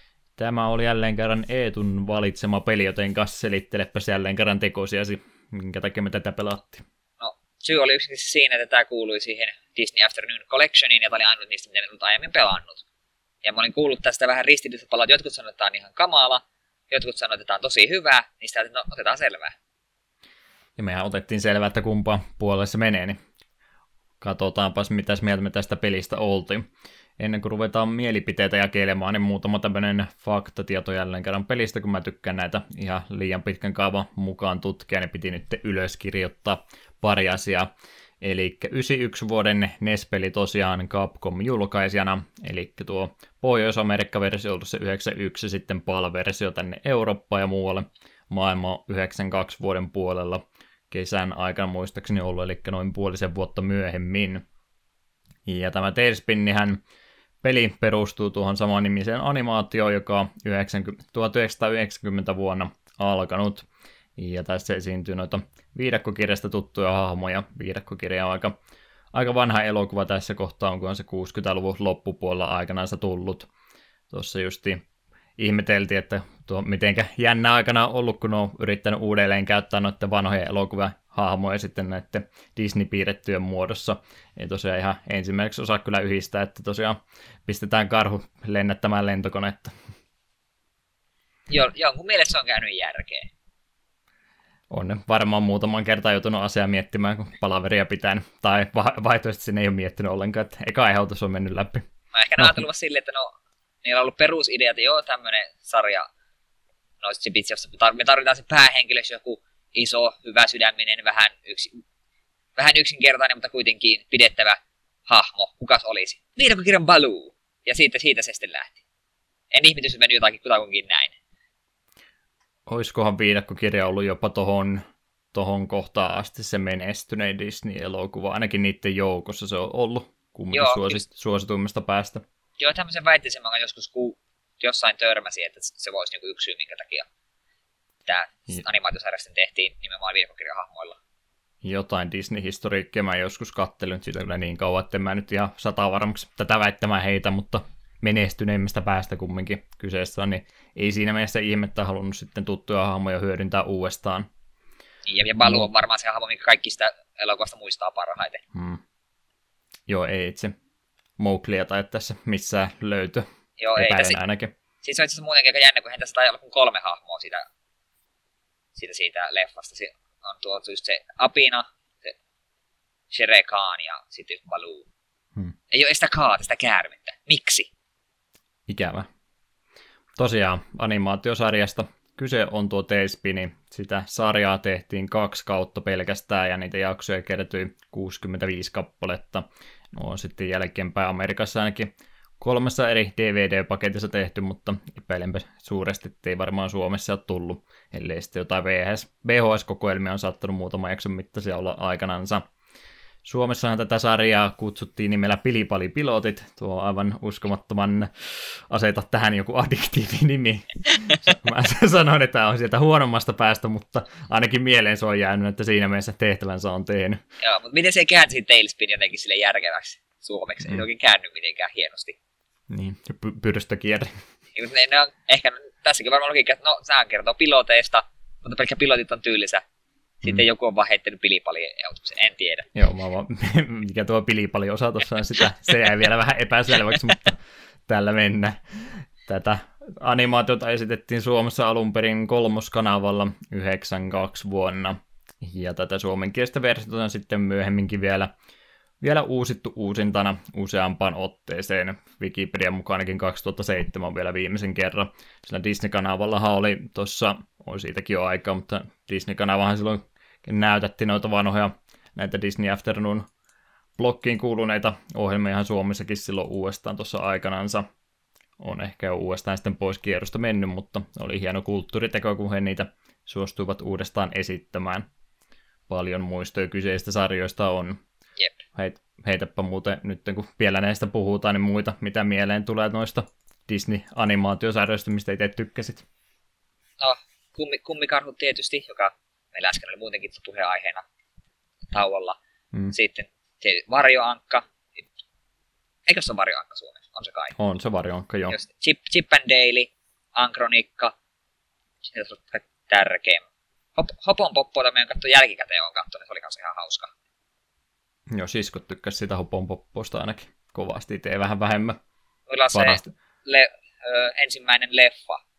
Tämä oli jälleen kerran Eetun valitsema peli, joten kas selittelepäs jälleen kerran tekosiasi, minkä takia me tätä pelattiin.
Syy oli yksinkertaisesti siinä, että tämä kuului siihen Disney Afternoon Collectioniin, ja tämä oli ainut niistä, mitä en ollut aiemmin pelannut. Ja mä olin kuullut tästä vähän ristiriitaista palaa, että jotkut sanoivat, että tämä on ihan kamala, jotkut sanoivat, että tämä on tosi hyvä, niin sitä no, otetaan selvää.
Ja mehän otettiin selvää, että kumpaan puolelle se menee, niin katsotaanpas, mitäs mieltä me tästä pelistä oltiin. ennen kuin ruvetaan mielipiteitä jakelemaan, niin muutama tämmöinen faktatieto jälleen kerran pelistä, kun mä tykkään näitä ihan liian pitkän kaavan mukaan tutkia, niin piti nyt ylöskirjoittaa pari asiaa. Eli yhdeksänkymmentäyksi vuoden N E S-peli tosiaan Capcom julkaisijana, eli tuo Pohjois-Amerikka-versio ollut se yhdeksänkymmentäyksi ja sitten P A L-versio tänne Eurooppaan ja muualle maailmaa yhdeksänkymmentäkaksi vuoden puolella kesän aikana muistaakseni ollut, eli noin puolisen vuotta myöhemmin. Ja tämä Tailspinnihän peli perustuu tuohon samaan nimiseen animaatioon, joka on tuhatyhdeksänsataayhdeksänkymmentä vuonna alkanut. Ja tässä esiintyy noita viidakkokirjasta tuttuja hahmoja. Viidakkokirja on aika, aika vanha elokuva tässä kohtaa, onkohan se kuusikymmentäluvun loppupuolella aikanaan se tullut. Tuossa justi ihmeteltiin, että tuo mitenkä jännä aikana on ollut, kun on yrittänyt uudelleen käyttää noiden vanhojen elokuvia hahmoja sitten näiden Disney-piirrettyjen muodossa. Ei tosiaan ihan ensimmäiseksi osaa kyllä yhdistää, että tosiaan pistetään karhu lennättämään lentokonetta.
Jo, jonkun mielestä se on käynyt järkeä.
On ne varmaan muutaman kertaa joutunut asiaa miettimään, kun palaveria pitää. Tai vaihtoehtoisesti sinne ei ole miettinyt ollenkaan, että eka aiheutus on mennyt läpi.
Mä ehkä no. ajatellut silleen, että no, niillä on ollut perusidea, että joo, tämmönen sarja, no sit pitsi, jossa me tarvitaan se päähenkilöksi joku iso, hyvä sydäminen, vähän, yksi, vähän yksinkertainen, mutta kuitenkin pidettävä hahmo. Kukas olisi? Viidakkokirjan Baloo. Ja siitä, siitä se sitten lähti. En ihmetys, että mennyt jotakin kutakuinkin näin.
Oiskohan viidakkokirja ollut jopa tohon, tohon kohtaan asti se menestynein Disney-elokuva. Ainakin niiden joukossa se on ollut kumminkin suosi, suosituimmasta päästä.
Joo, tämmöisen väitteisen mä joskus ku, jossain törmäsin, että se voisi niinku yksi syy, minkä takia tämä animaatiosarjasta tehtiin nimenomaan viidakkokirjan hahmoilla.
Jotain Disney-historiikkia mä joskus kattelin siitä kyllä niin kauan, että mä nyt ihan sata varmaksi tätä väittämään heitä, mutta menestyneimmästä päästä kumminkin kyseessä on, niin ei siinä mielessä ihmettä halunnut sitten tuttuja hahmoja hyödyntää uudestaan.
Ja, ja Baloo on varmaan se hahmo, minkä kaikki sitä elokuvasta muistaa parhaiten.
Hmm. Joo, ei itse Mowglia tai tässä missään löyty.
Joo, ei.
Epäilen ainakin.
Siis on itse asiassa muutenkin aika jännä, kun hän tässä tai olla kolme hahmoa siitä, siitä, siitä leffasta. Se on tuo just se Apina, se Shere Khan ja sitten Baloo. Hmm. Ei ole sitä kaata, sitä käärmettä. Miksi?
Ikävä. Tosiaan animaatiosarjasta kyse on tuo Tailspin. Sitä sarjaa tehtiin kaksi kautta pelkästään ja niitä jaksoja kertyi kuusikymmentäviisi kappaletta. No on sitten jälkeenpäin Amerikassa ainakin kolmessa eri D V D-paketissa tehty, mutta epäilenpä suuresti, että ei varmaan Suomessa ole tullut, ellei sitten jotain V H S-kokoelmia on saattanut muutaman jakson mittaisia olla aikanansa. Suomessahan tätä sarjaa kutsuttiin nimellä Pilipali-pilotit, tuo aivan uskomattoman aseta tähän joku addiktiivi nimi. Mä sanoin, että tämä on sieltä huonommasta päästä, mutta ainakin mieleen se on jäänyt, että siinä mielessä tehtävänsä on tehnyt.
Joo, mutta miten se käänsi siinä Tailspin jotenkin sille järkeväksi suomeksi? Mm. Ei oikein käänny mitenkään hienosti.
Niin, py- pyrstökierre.
Ne, ne on, ehkä tässäkin varmaan logiikka, että no, sehän kertoo piloteista, mutta pelkkä pilotit on tylsä. Sitten mm. joku on vaan heittänyt pilipali-eutuksen, en tiedä.
Joo, mä vaan, mikä tuo pilipali-osa tuossa on sitä, se jäi vielä vähän epäselväksi, mutta tällä mennään. Tätä animaatiota esitettiin Suomessa alun perin kolmoskanavalla yhdeksänkymmentäkaksi vuonna, ja tätä suomenkielistä versiota on sitten myöhemminkin vielä, vielä uusittu uusintana useampaan otteeseen. Wikipedian mukaan ainakin kaksituhattaseitsemän vielä viimeisen kerran. Sillä Disney-kanavallahan oli tuossa, on siitäkin jo aikaa, mutta Disney-kanavahan silloin näytätti noita vanhoja, näitä Disney Afternoon blokkiin kuuluneita ohjelmia ihan Suomessakin silloin uudestaan tuossa aikanansa. On ehkä jo uudestaan sitten pois kierrosta mennyt, mutta oli hieno kulttuuriteko, kun he niitä suostuivat uudestaan esittämään. Paljon muistoja kyseistä sarjoista on.
Jep.
Heit, heitäpä muuten nyt, kun vielä näistä puhutaan, niin muita, mitä mieleen tulee noista Disney-animaatiosarjoista, mistä itse tykkäsit?
No, kummi, kummikarhut tietysti, joka meillä äsken oli muutenkin puheenaiheena tauolla. Mm. Sitten varjoankka. Eikö se ole varjoankka Suomessa? On se kai?
On se varjoankka, joo.
Chip, Chip and Dale, Ankronikka. Se on tärkeä. Hop, Hopon Poppoa, meidän katsoin jälkikäteen, on katsonut, se oli kanssa ihan hauska.
Joo, siskot tykkäs siitä Hopon Poppoista ainakin kovasti, itse vähän vähemmän.
Mulla se le, ö, ensimmäinen leffa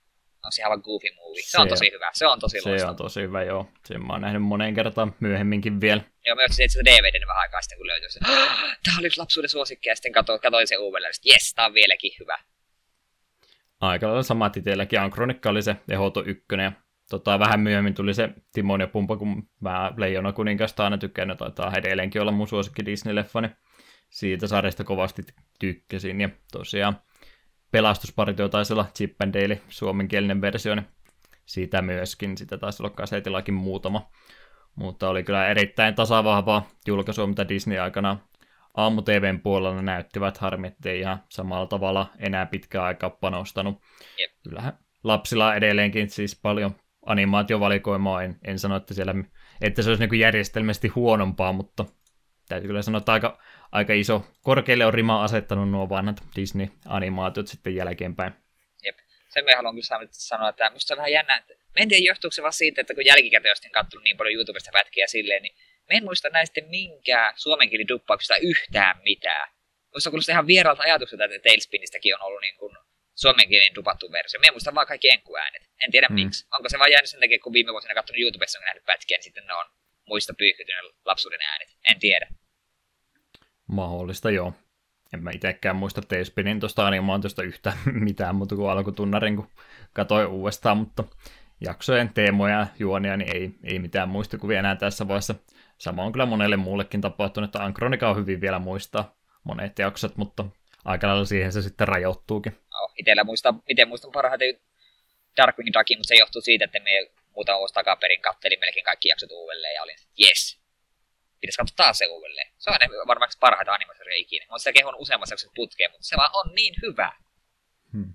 on se aivan goofy movie. Se, se on tosi hyvä, se on tosi
se
loistava.
Se on tosi hyvä, joo. Sen mä oon nähnyt moneen kertaan myöhemminkin vielä.
Joo, mä otsin sitä D V D:n vähän aikaa sitten, kun löytyi se. Tää oli lapsuuden suosikki, ja sitten katsoin, katsoin sen uudelleen, että jes, tää on vieläkin hyvä.
Aika lailla samat itselläkin. Ankronikka oli se ehdoton ykkönen, ja tota, vähän myöhemmin tuli se Timon ja Pumpa, kun mä Leijona kuningasta aina tykkään, ja taitaa edelleenkin olla mun suosikki Disney-leffa, niin siitä sarjasta kovasti tykkäsin, ja tosiaan Pelastusparitio taisi olla Chip and Dale, suomenkielinen versio, niin siitä myöskin, sitä taisi olla kasetillakin muutama, mutta oli kyllä erittäin tasavahvaa julkaisua, mitä Disney aikana aamu-T V:n puolella näyttivät, harmi, ettei ihan samalla tavalla enää pitkään aikaa panostanut.
Jep.
Kyllähän lapsilla edelleenkin siis paljon animaatiovalikoimaa, en, en sano, että, siellä, että se olisi niin kuin järjestelmästi huonompaa, mutta täytyy kyllä sanoa, että aika, aika iso, korkealle on rima asettanut nuo vanhat Disney-animaatiot sitten jälkeenpäin.
Jep, sen me haluan kyllä sanoa, että musta se on vähän jännä, että mä en tiedä johtuuko se vaan siitä, että kun jälkikäteen olisin katsonut niin paljon YouTubesta pätkiä silleen, niin mä en muista näistä minkään suomenkielin duppauksista yhtään mitään. Musta kuulostaa ihan vieraalta ajatukselta, että Tailspinistäkin on ollut niin kuin suomenkielinen dupattu versio. Mä en muista vaan kaikki enkuäänet. En tiedä mm. miksi. Onko se vaan jäänyt sen takia, kun viime vuosina katsonut YouTubessa, on nähnyt pätkiä, niin sitten ne on muista pyyhkytyneet lapsuuden äänet. En tiedä.
Mahdollista, joo. En mä itsekään muista Tailspinin tuosta animaatiosta yhtään mitään muuta kuin alkutunnarin, kun katsoin uudestaan, mutta jaksojen teemoja ja juonia, niin ei, ei mitään muistikuvia enää tässä vaiheessa. Sama on kyllä monelle muullekin tapahtunut, että Ankronika on hyvin vielä muistaa monet jaksot, mutta aika lailla siihen se sitten rajoittuukin.
No, itellä muistan, miten muistan parhaiten Darkwing Duckin, mutta se johtuu siitä, että me muutama vuosi takaperin kattelin melkein kaikki jaksot uudelleen ja olin, jes, pitäisi katsoa taas se uudelleen. Se on varmaankin parhaita animaatioita ikinä. Mä oon sitä kehun useammassa jaksossa putkeen, mutta se vaan on niin hyvä.
Hmm.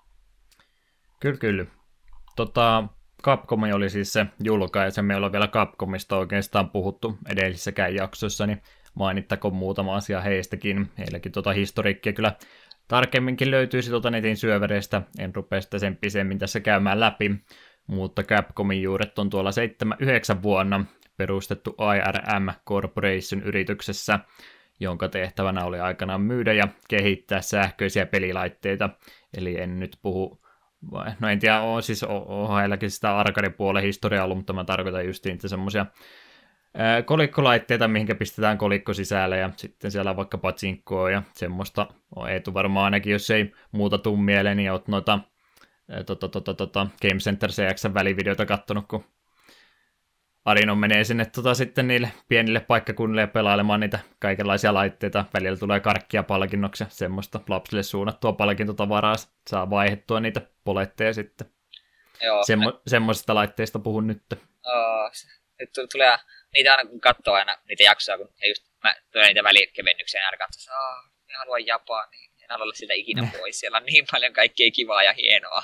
Kyllä, kyllä. Tota, Capcom oli siis se julkaija, me ollaan vielä Capcomista oikeastaan puhuttu edellisissäkään jaksoissa, niin mainittakoon muutama asia heistäkin. Heilläkin tuota historiikkia kyllä tarkemminkin löytyisi tuota netin syövereistä, en rupea sitä sen pisemmin tässä käymään läpi, mutta Capcomin juuret on tuolla seitsemän yhdeksän vuonna perustettu I R M Corporation yrityksessä, jonka tehtävänä oli aikanaan myydä ja kehittää sähköisiä pelilaitteita, eli en nyt puhu. No en tiedä, on siis onhan heilläkin sitä arcade-puolen historiaa ollut, mutta mä tarkoitan just niitä semmoisia kolikkolaitteita, mihinkä pistetään kolikko sisälle ja sitten siellä on vaikka patsinkkoa ja semmoista. Eetu varmaan ainakin, jos ei muuta tuu mieleen, niin oot noita tota, tota, tota, Game Center C X:n välivideoita kattonut, kun Arino menee sinne tota, sitten niille pienille paikkakunnille ja pelailemaan niitä kaikenlaisia laitteita. Välillä tulee karkkia palkinnoksi ja semmoista lapsille suunnattua palkintotavaraa. Saa vaihdettua niitä poletteja sitten.
Joo.
Semmo- mä... Semmoisista laitteista puhun nyt.
Oh, nyt tulee niitä aina kun katsoo aina niitä jaksoja, kun just mä tulee niitä välikevennyksiä aina katsoa, että en halua Japaniin, en halua olla sitä ikinä pois. Siellä on niin paljon kaikkea kivaa ja hienoa.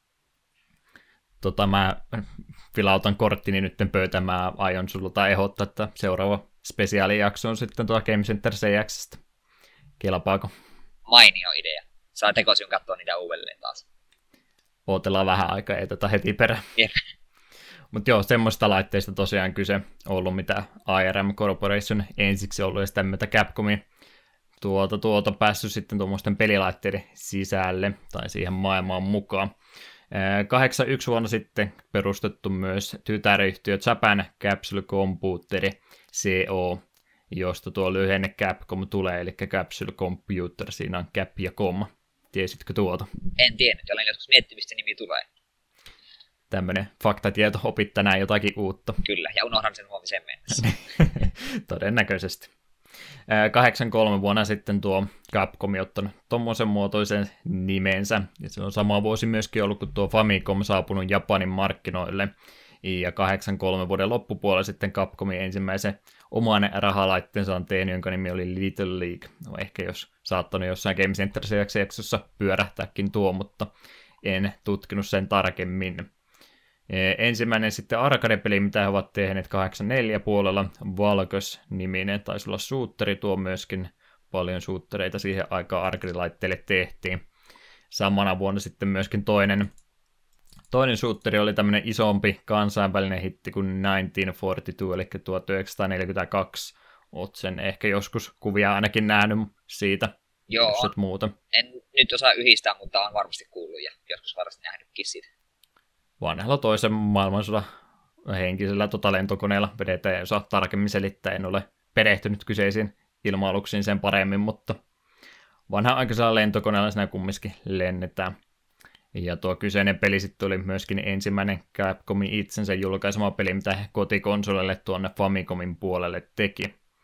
Tota mä vilautan korttini nytten pöytään, mä aion sulta ehdottaa, että seuraava spesiaalijakso on sitten tuo Game Center C X:stä. Kelpaako?
Mainio idea. Saa tekosyyn katsoa niitä uudelleen taas.
Ootellaan vähän aikaa, ei tätä heti perään.
Jep.
Mutta joo, semmoista laitteista tosiaan kyse ollut, mitä I R M Corporation ensiksi ollut, ja sitten mitä Capcomin tuota, tuota päässyt sitten tuommoisten pelilaitteiden sisälle, tai siihen maailmaan mukaan. kahdeksankymmentäyksi vuonna sitten perustettu myös tytäryhtiö Japan Capsule Computer C O, josta tuo lyhenne Capcom tulee, eli Capsule Computer, siinä on Cap ja Com. Tiesitkö tuota?
En tiennyt, olen joskus miettinyt, mistä nimi tulee.
Tämmöinen faktatieto, opit tänään jotakin uutta.
Kyllä, ja unohdan sen huomisen mennessä.
Todennäköisesti. kahdeksankymmentäkolme vuonna sitten tuo Capcom ottanut tommosen muotoisen nimensä, ja se on sama vuosi myöskin ollut, kun tuo Famicom saapunut Japanin markkinoille, ja kahdeksankymmentäkolme vuoden loppupuolella sitten Capcomin ensimmäisen oman rahalaitteensa on tehnyt, jonka nimi oli Little League. No ehkä jos saattanut jossain Game Center C X:ssä pyörähtääkin tuo, mutta en tutkinut sen tarkemmin. Ensimmäinen sitten arcade-peli, mitä he ovat tehneet kahdeksankymmentäneljä puolella, Valkos-niminen, taisi olla suutteri, tuo myöskin paljon suuttereita siihen aikaan arcade-laitteille tehtiin. Samana vuonna sitten myöskin toinen, toinen suutteri oli tämmöinen isompi kansainvälinen hitti kuin tuhatyhdeksänsataaneljäkymmentäkaksi, eli tuhatyhdeksänsataaneljäkymmentäkaksi. Oot sen ehkä joskus kuvia ainakin nähnyt siitä,
Joo,
jos et muuta.
En nyt osaa yhdistää, mutta on varmasti kuullut ja joskus varmasti nähnytkin siitä.
vanhalla toisen maailmansodan henkisellä tota lentokoneella vedetään, ja osaa tarkemmin selittää, en ole perehtynyt kyseisiin ilma-aluksiin sen paremmin, mutta vanha-aikaisella lentokoneella siinä kumminkin lennetään. Ja tuo kyseinen peli sitten oli myöskin ensimmäinen Capcomin itsensä julkaisema peli, mitä he kotikonsolille tuonne Famicomin puolelle teki.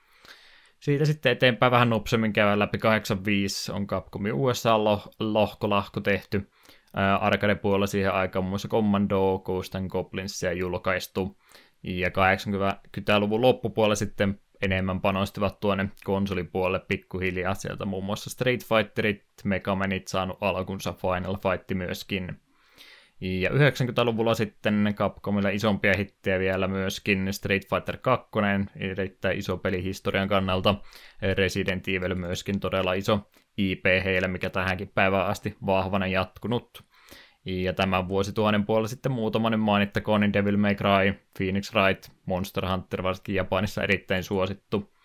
Siitä sitten eteenpäin vähän nopsemmin käydään läpi. kahdeksankymmentäviisi on Capcomin U S A-lohkolahko tehty. Arcade-puolella siihen aikaan muun muassa Commando, Ghost and Goblinsia julkaistu. Ja kahdeksankymmentäluvun loppupuolella sitten enemmän panostivat tuonne konsolipuolelle pikkuhiljaa. Sieltä muun muassa Street Fighterit, Mega Manit saanut alkunsa, Final Fight myöskin. Ja yhdeksänkymmentäluvulla sitten Capcomilla isompia hittejä vielä myöskin. Street Fighter kaksi, erittäin iso peli historian kannalta. Resident Evil myöskin todella iso I P heille, mikä tähänkin päivään asti vahvana jatkunut. Ja tämän vuosituhannen puolella sitten muutamainen mainittakoon, niin Devil May Cry, Phoenix Wright, Monster Hunter, varsinkin Japanissa erittäin suosittu.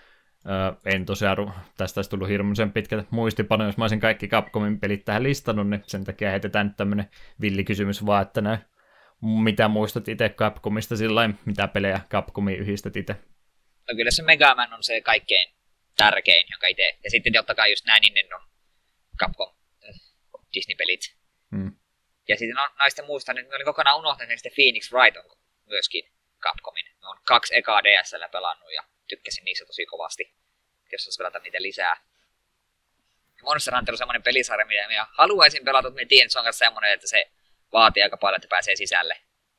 Öö, en tosiaan, tästä olisi tullut hirmuisen pitkät muistipano, jos mä olisin kaikki Capcomin pelit tähän listannut, niin sen takia heitetään nyt tämmönen villikysymys vaan, että nää, mitä muistat itse Capcomista sillain, mitä pelejä Capcomiin yhdistät itse?
No kyllä se Mega Man on se kaikkein tärkein, jonka itse, ja sitten totta kai just nää Nintendo Capcom Disney-pelit. Hmm. Ja sitten no, naisten muusta, nyt mä olin kokonaan unohtanut, että Phoenix Wright on myöskin Capcomin. Mä oon kaksi ekaa D S L:llä pelannut ja tykkäsin niissä tosi kovasti, jos olisi pelata niitä lisää. Monster Hunter on semmoinen pelisarja, mitä minä haluaisin pelata, mutta minä tiedän, että se on myös semmoinen, että se vaatii aika paljon, että pääsee sisälle.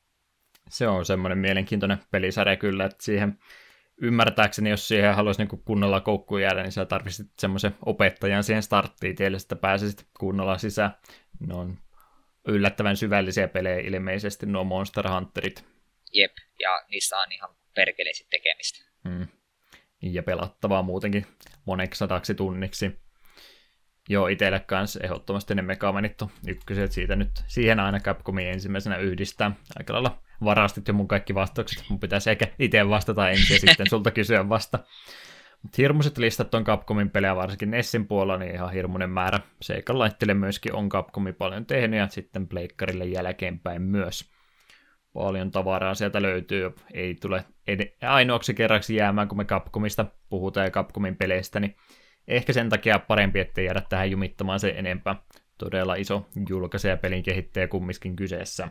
Se on semmoinen mielenkiintoinen pelisarja kyllä, että siihen ymmärtääkseni, jos siihen haluaisi niin kunnolla koukkuun jäädä, niin sä tarvitsit semmoisen opettajan siihen starttiin tielle, että pääsisit kunnolla sisään. Ne on yllättävän syvällisiä pelejä ilmeisesti nuo Monster Hunterit.
Jep, ja niissä on ihan perkeleisesti tekemistä.
Hmm. Ja pelattavaa muutenkin moneksi sadaksi tunniksi. Joo, itselle kanssa ehdottomasti ne Mega Manit on ykköset, siitä nyt siihen aina Capcomin ensimmäisenä yhdistää. Aika lailla varastit jo mun kaikki vastaukset, mun pitäisi ehkä itse vastata ensin ja sitten sulta kysyä vasta. Mutta hirmuiset listat on Capcomin pelejä, varsinkin Nessin puolella, niin ihan hirmuinen määrä. Seikan laittele myöskin on Capcomin paljon tehnyt ja sitten pleikkarille jälkeenpäin myös. Paljon tavaraa sieltä löytyy, ei tule ed- ainoaksi kerraksi jäämään, kun me Capcomista puhutaan ja Capcomin peleistä, niin ehkä sen takia parempi, ettei jäädä tähän jumittamaan sen enempää. Todella iso julkaisija pelin kehittäjä kumminkin kyseessä.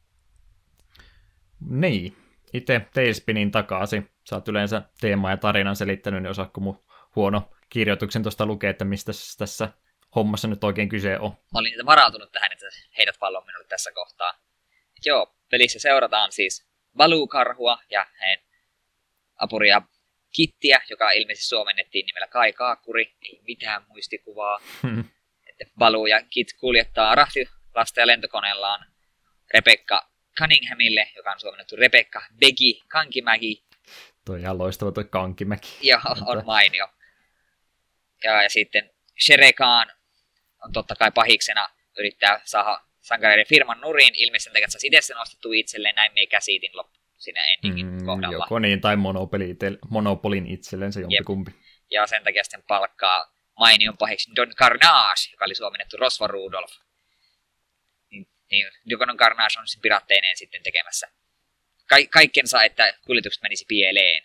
Niin, itse Tailspinin takaisin. Sä oot yleensä teemaa ja tarinan selittänyt, niin osaatko mun huono kirjoituksen tuosta lukea, että mistä tässä hommassa nyt oikein kyse on?
Mä olin varautunut tähän, että heidät pallon minulle tässä kohtaa. Joo, pelissä seurataan siis Baloo-karhua ja hänen apuria Kittiä, joka ilmeisesti suomennettiin nimellä Kai Kaakkuri, ei mitään muistikuvaa. Että Baloo ja Kit kuljettaa rahtilasta ja lentokoneellaan Rebecca Cunninghamille, joka on suomennettu Rebecca Begi Kankimäki.
Tuo ihan loistava tuo Kankimäki.
Joo, on mainio. Ja, ja sitten Shere Khan on totta kai pahiksena, yrittää saada sankareiden firman nurin, ilmeisesti sen takia, että saisi itse sen ostettua itselleen, näin me käsitin loppu siinä endingin mm, kohdalla.
Joko niin, tai Monopoly ite- Monopolin itselleen, se jompikumpi.
Ja sen takia sitten palkkaa mainion pahiksi Don Carnage, joka oli suomennettu Rosvo Rudolph. Niin, niin Don Carnage on sitten piratteineen sitten tekemässä Ka- kaikkensa, että kuljetukset menisi pieleen.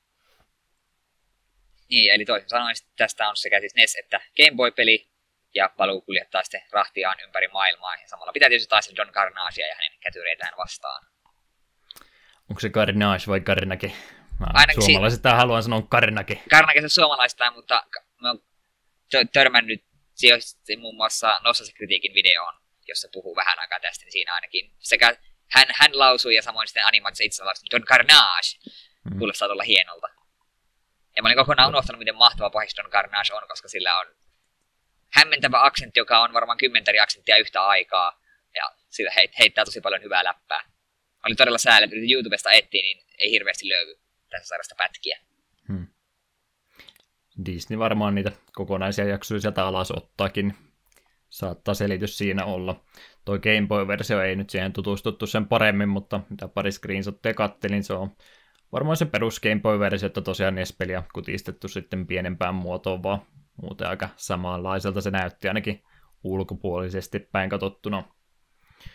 Niin, eli toisin sanoen tästä on sekä siis N E S että Game Boy-peli, ja Baloo kuljettaa sitten rahtiaan ympäri maailmaa, ja samalla pitää tietysti taistella Don Carnagea ja hänen kätyreitään vastaan.
Onko se Carnage vai Karnake?
Suomalaiset
si- haluan sanoa Karnake.
Karnake se suomalaistaan, mutta mä oon tö- törmännyt muun muassa Nossasi kritiikin videoon, jossa puhuu vähän aikaa tästä, niin siinä ainakin sekä hän, hän lausui ja samoin sitten animaatiossa itse lausui Don Carnage. Hmm. Kuulostaa tuolla hienolta. Ja mä olin kokonaan unohtanut, miten mahtava pahis Don Carnage on, koska sillä on hämmentävä aksentti, joka on varmaan kymmentä eri aksenttia yhtä aikaa. Ja sillä heit- heittää tosi paljon hyvää läppää. Mä olin todella säällä, että YouTubesta etsiä, niin ei hirveästi löydy tässä sarjasta pätkiä.
Hmm. Disney varmaan niitä kokonaisia jaksoja sieltä alas ottaakin. Saattaa selitys siinä olla. Toi Game Boy-versio ei nyt siihen tutustuttu sen paremmin, mutta mitä pari screenshotteja kattelin, se on varmaan se perus Game Boy-versio, että tosiaan N E S-peliä kutistettu sitten pienempään muotoon, vaan muuten aika samanlaiselta se näytti ainakin ulkopuolisesti päin katsottuna.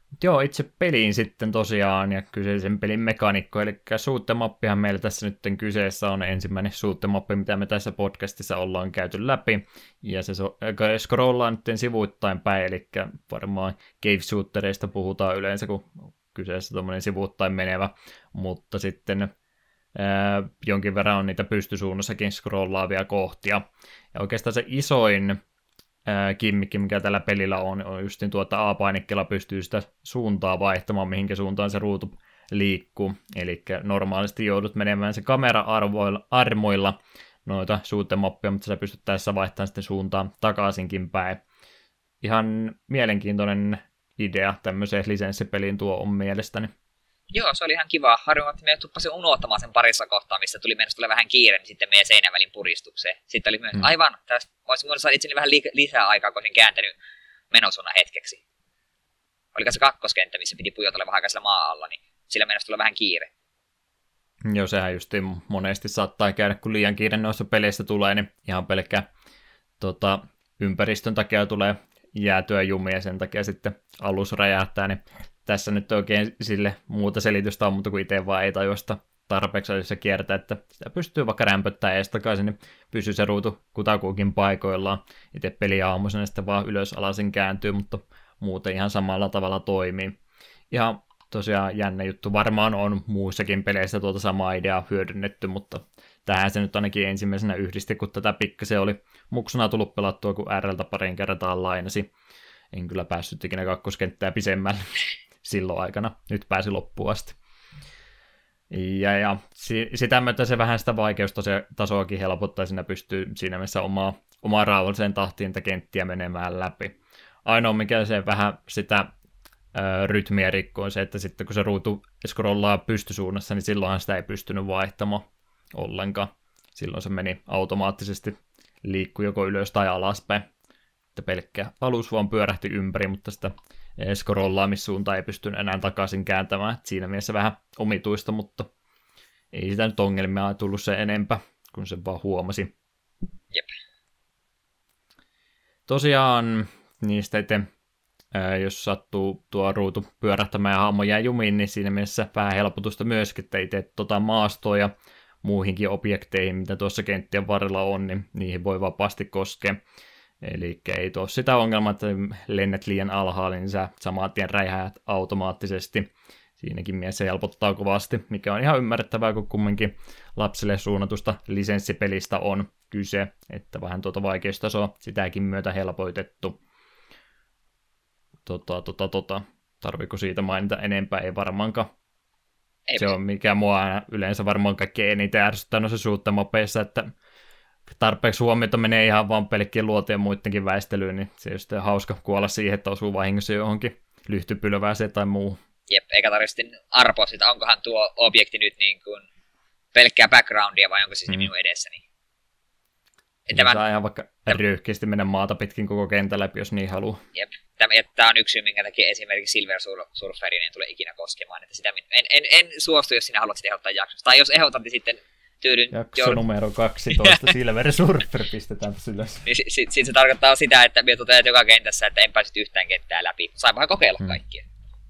Joo, itse peliin sitten tosiaan ja kyseisen pelin mekaanikko, eli shoot-em-appihan meillä tässä nyt kyseessä on ensimmäinen shoot-em-appi, mitä me tässä podcastissa ollaan käyty läpi, ja se so- scrollaa nyt sivuittain päin, eli varmaan cave shootereista puhutaan yleensä, kun kyseessä tuommoinen sivuittain menevä, mutta sitten ää, jonkin verran on niitä pystysuunnassakin scrollaavia kohtia, ja oikeastaan se isoin kimmikki, mikä tällä pelillä on, on justin tuota A-painikkeella pystyy sitä suuntaa vaihtamaan, mihinkä suuntaan se ruutu liikkuu. Eli normaalisti joudut menemään se kamera-armoilla noita shoot-em-appia, mutta sä pystyt tässä vaihtamaan sitten suuntaan takaisinkin päin. Ihan mielenkiintoinen idea tämmöiseen lisenssipeliin tuo on mielestäni.
Joo, se oli ihan kiva. Harvoin, että me tuppasin unohtamaan sen parissa kohtaa, missä tuli mennä tulee vähän kiire, niin sitten meidän seinävälin puristukseen. Sitten oli myös, hmm. aivan, tästä olisin voinut saada itseni vähän li- lisää aikaa, kun olisin kääntänyt menosuunnan hetkeksi. Oliko se kakkoskenttä, missä piti pujotella vähän aikaisella maa alla, niin sillä mennessä tulee vähän kiire.
Joo, sehän justiin monesti saattaa käydä, kun liian kiire noissa peleissä tulee, niin ihan pelkkä tota, ympäristön takia tulee jäätyä jumia ja sen takia sitten alus räjähtää, niin tässä nyt oikein sille muuta selitystä on, mutta kun itse vaan ei tajusta tarpeeksi, jos se kiertää, että sitä pystyy vaikka rämpöttämään ees takaisin, niin pysyy se ruutu kutakuukin paikoillaan. Itse peli aamuisena sitten vaan ylös alasin kääntyy, mutta muuten ihan samalla tavalla toimii. Ihan tosiaan jännä juttu. Varmaan on muissakin peleissä tuota samaa ideaa hyödynnetty, mutta tähän se nyt ainakin ensimmäisenä yhdisti, kun tätä pikkasen oli muksuna tullut pelattua, kun R:ltä parin kertaan lainasi. En kyllä päässyt ikinä kakkoskenttää pisemmälle silloin aikana. Nyt pääsi loppuun asti. Ja, ja sitä myötä se vähän sitä vaikeustasoakin helpottaa, siinä pystyy siinä mielessä omaa, omaa rauhalliseen tahtiin niitä kenttiä menemään läpi. Ainoa mikä se vähän sitä ö, rytmiä rikkoo on se, että sitten kun se ruutu scrollaa pystysuunnassa, niin silloinhan sitä ei pystynyt vaihtamaan ollenkaan. Silloin se meni automaattisesti liikkui joko ylös tai alaspäin. Että pelkkä alus vaan pyörähti ympäri, mutta sitä scrollaamissuuntaa ei pystynyt enää takaisin kääntämään. Että siinä mielessä vähän omituista, mutta ei sitä nyt ongelmia tullut se enempää, kun se vaan huomasi.
Jep.
Tosiaan niistä itse, jos sattuu tuo ruutu pyörähtämään ja hahmo jää jumiin, niin siinä mielessä vähän helpotusta myöskin, että itse tota maastoa ja muihinkin objekteihin, mitä tuossa kenttien varrella on, niin niihin voi vapaasti koskea. Eli ei tuossa sitä ongelmaa, että lennät liian alhaalle, niin sä saman tien räjähät automaattisesti. Siinäkin mielessä helpottaa kovasti, mikä on ihan ymmärrettävää, kun kumminkin lapsille suunnatusta lisenssipelistä on kyse, että vähän tuota vaikeustasoa sitäkin myötä helpoitettu. Tota, tota, tota. Tarviiko siitä mainita enempää? Ei varmaankaan. Ei. Se on mikä mua yleensä varmaan kaikkein eniten ärsyttää noissa shoot-em-apeissa, että tarpeeksi huomiota menee ihan vaan pelkkien luotien ja muidenkin väistelyyn, niin se on sitten hauska kuolla siihen, että osuu vahingossa johonkin lyhtypylvääseen tai muu.
Jep, eikä tarvitse arpoa sitä, onkohan tuo objekti nyt niin kuin pelkkää backgroundia vai onko se mm. minun edessäni.
Tämä saa ihan vaikka röyhkeästi mennä maata pitkin koko kentän läpi, jos niin haluaa.
Jep, tämä on yksi syy, minkä takia esimerkiksi Silver Surferin en tule ikinä koskemaan. Että sitä en, en, en suostu, jos sinä haluat sitä ehdottaa jaksosta. Tai jos ehdotat, niin sitten tyydyn...
Jakso joudun... numero kaksitoista, Silver Surfer pistetään ylös.
Niin sitten sit, sit se tarkoittaa sitä, että minä totean joka kentässä, että en päässyt yhtään kenttää läpi. Sain vähän kokeilla hmm. kaikkia.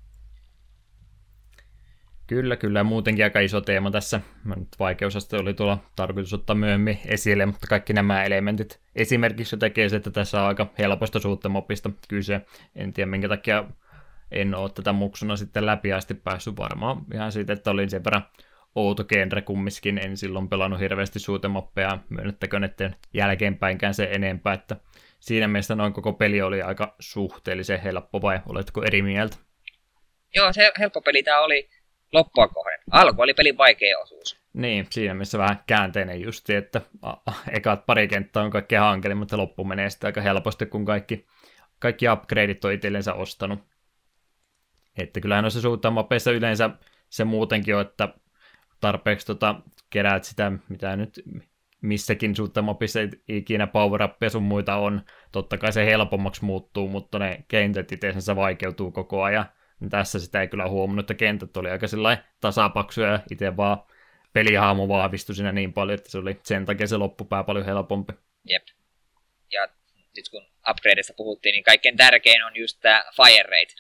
Kyllä, kyllä. Muutenkin aika iso teema tässä. Nyt vaikeusaste oli tuolla tarkoitus ottaa myöhemmin esille, mutta kaikki nämä elementit esimerkiksi jo tekee se, että tässä on aika helposta shoot-em-apista kyse. En tiedä, minkä takia en ole tätä muksuna sitten läpi asti päässyt varmaan. Ihan siitä, että olin sen verran outo genre kumminkin. En silloin pelannut hirveästi shoot-em-appeja. Myönnettäköön, etten jälkeenpäinkään se enempää. Että siinä mielessä noin koko peli oli aika suhteellisen helppo, vai oletko eri mieltä?
Joo, se helppo peli tämä oli. Loppua kohden. Alku oli pelin vaikea osuus.
Niin, siinä missä vähän käänteinen justi, että ekat pari kenttää on kaikkein hankelin, mutta loppu menee sitten aika helposti, kun kaikki, kaikki upgradeit on itsellensä ostanut. Että kyllähän noissa shoot-em-apeissa yleensä se muutenkin on, että tarpeeksi tota, keräät sitä, mitä nyt missäkin shoot-em-apissa ikinä power-uppeja sun muita on. Totta kai se helpommaksi muuttuu, mutta ne kentät itseensä vaikeutuu koko ajan. Tässä sitä ei kyllä huomannut, että kentät oli aika sellainen tasapaksuja ja itse vaan pelihahmo vahvistui siinä niin paljon, että se oli sen takia se loppupää paljon helpompi.
Jep. Ja nyt kun upgradeista puhuttiin, niin kaikkein tärkein on just tämä fire rate up.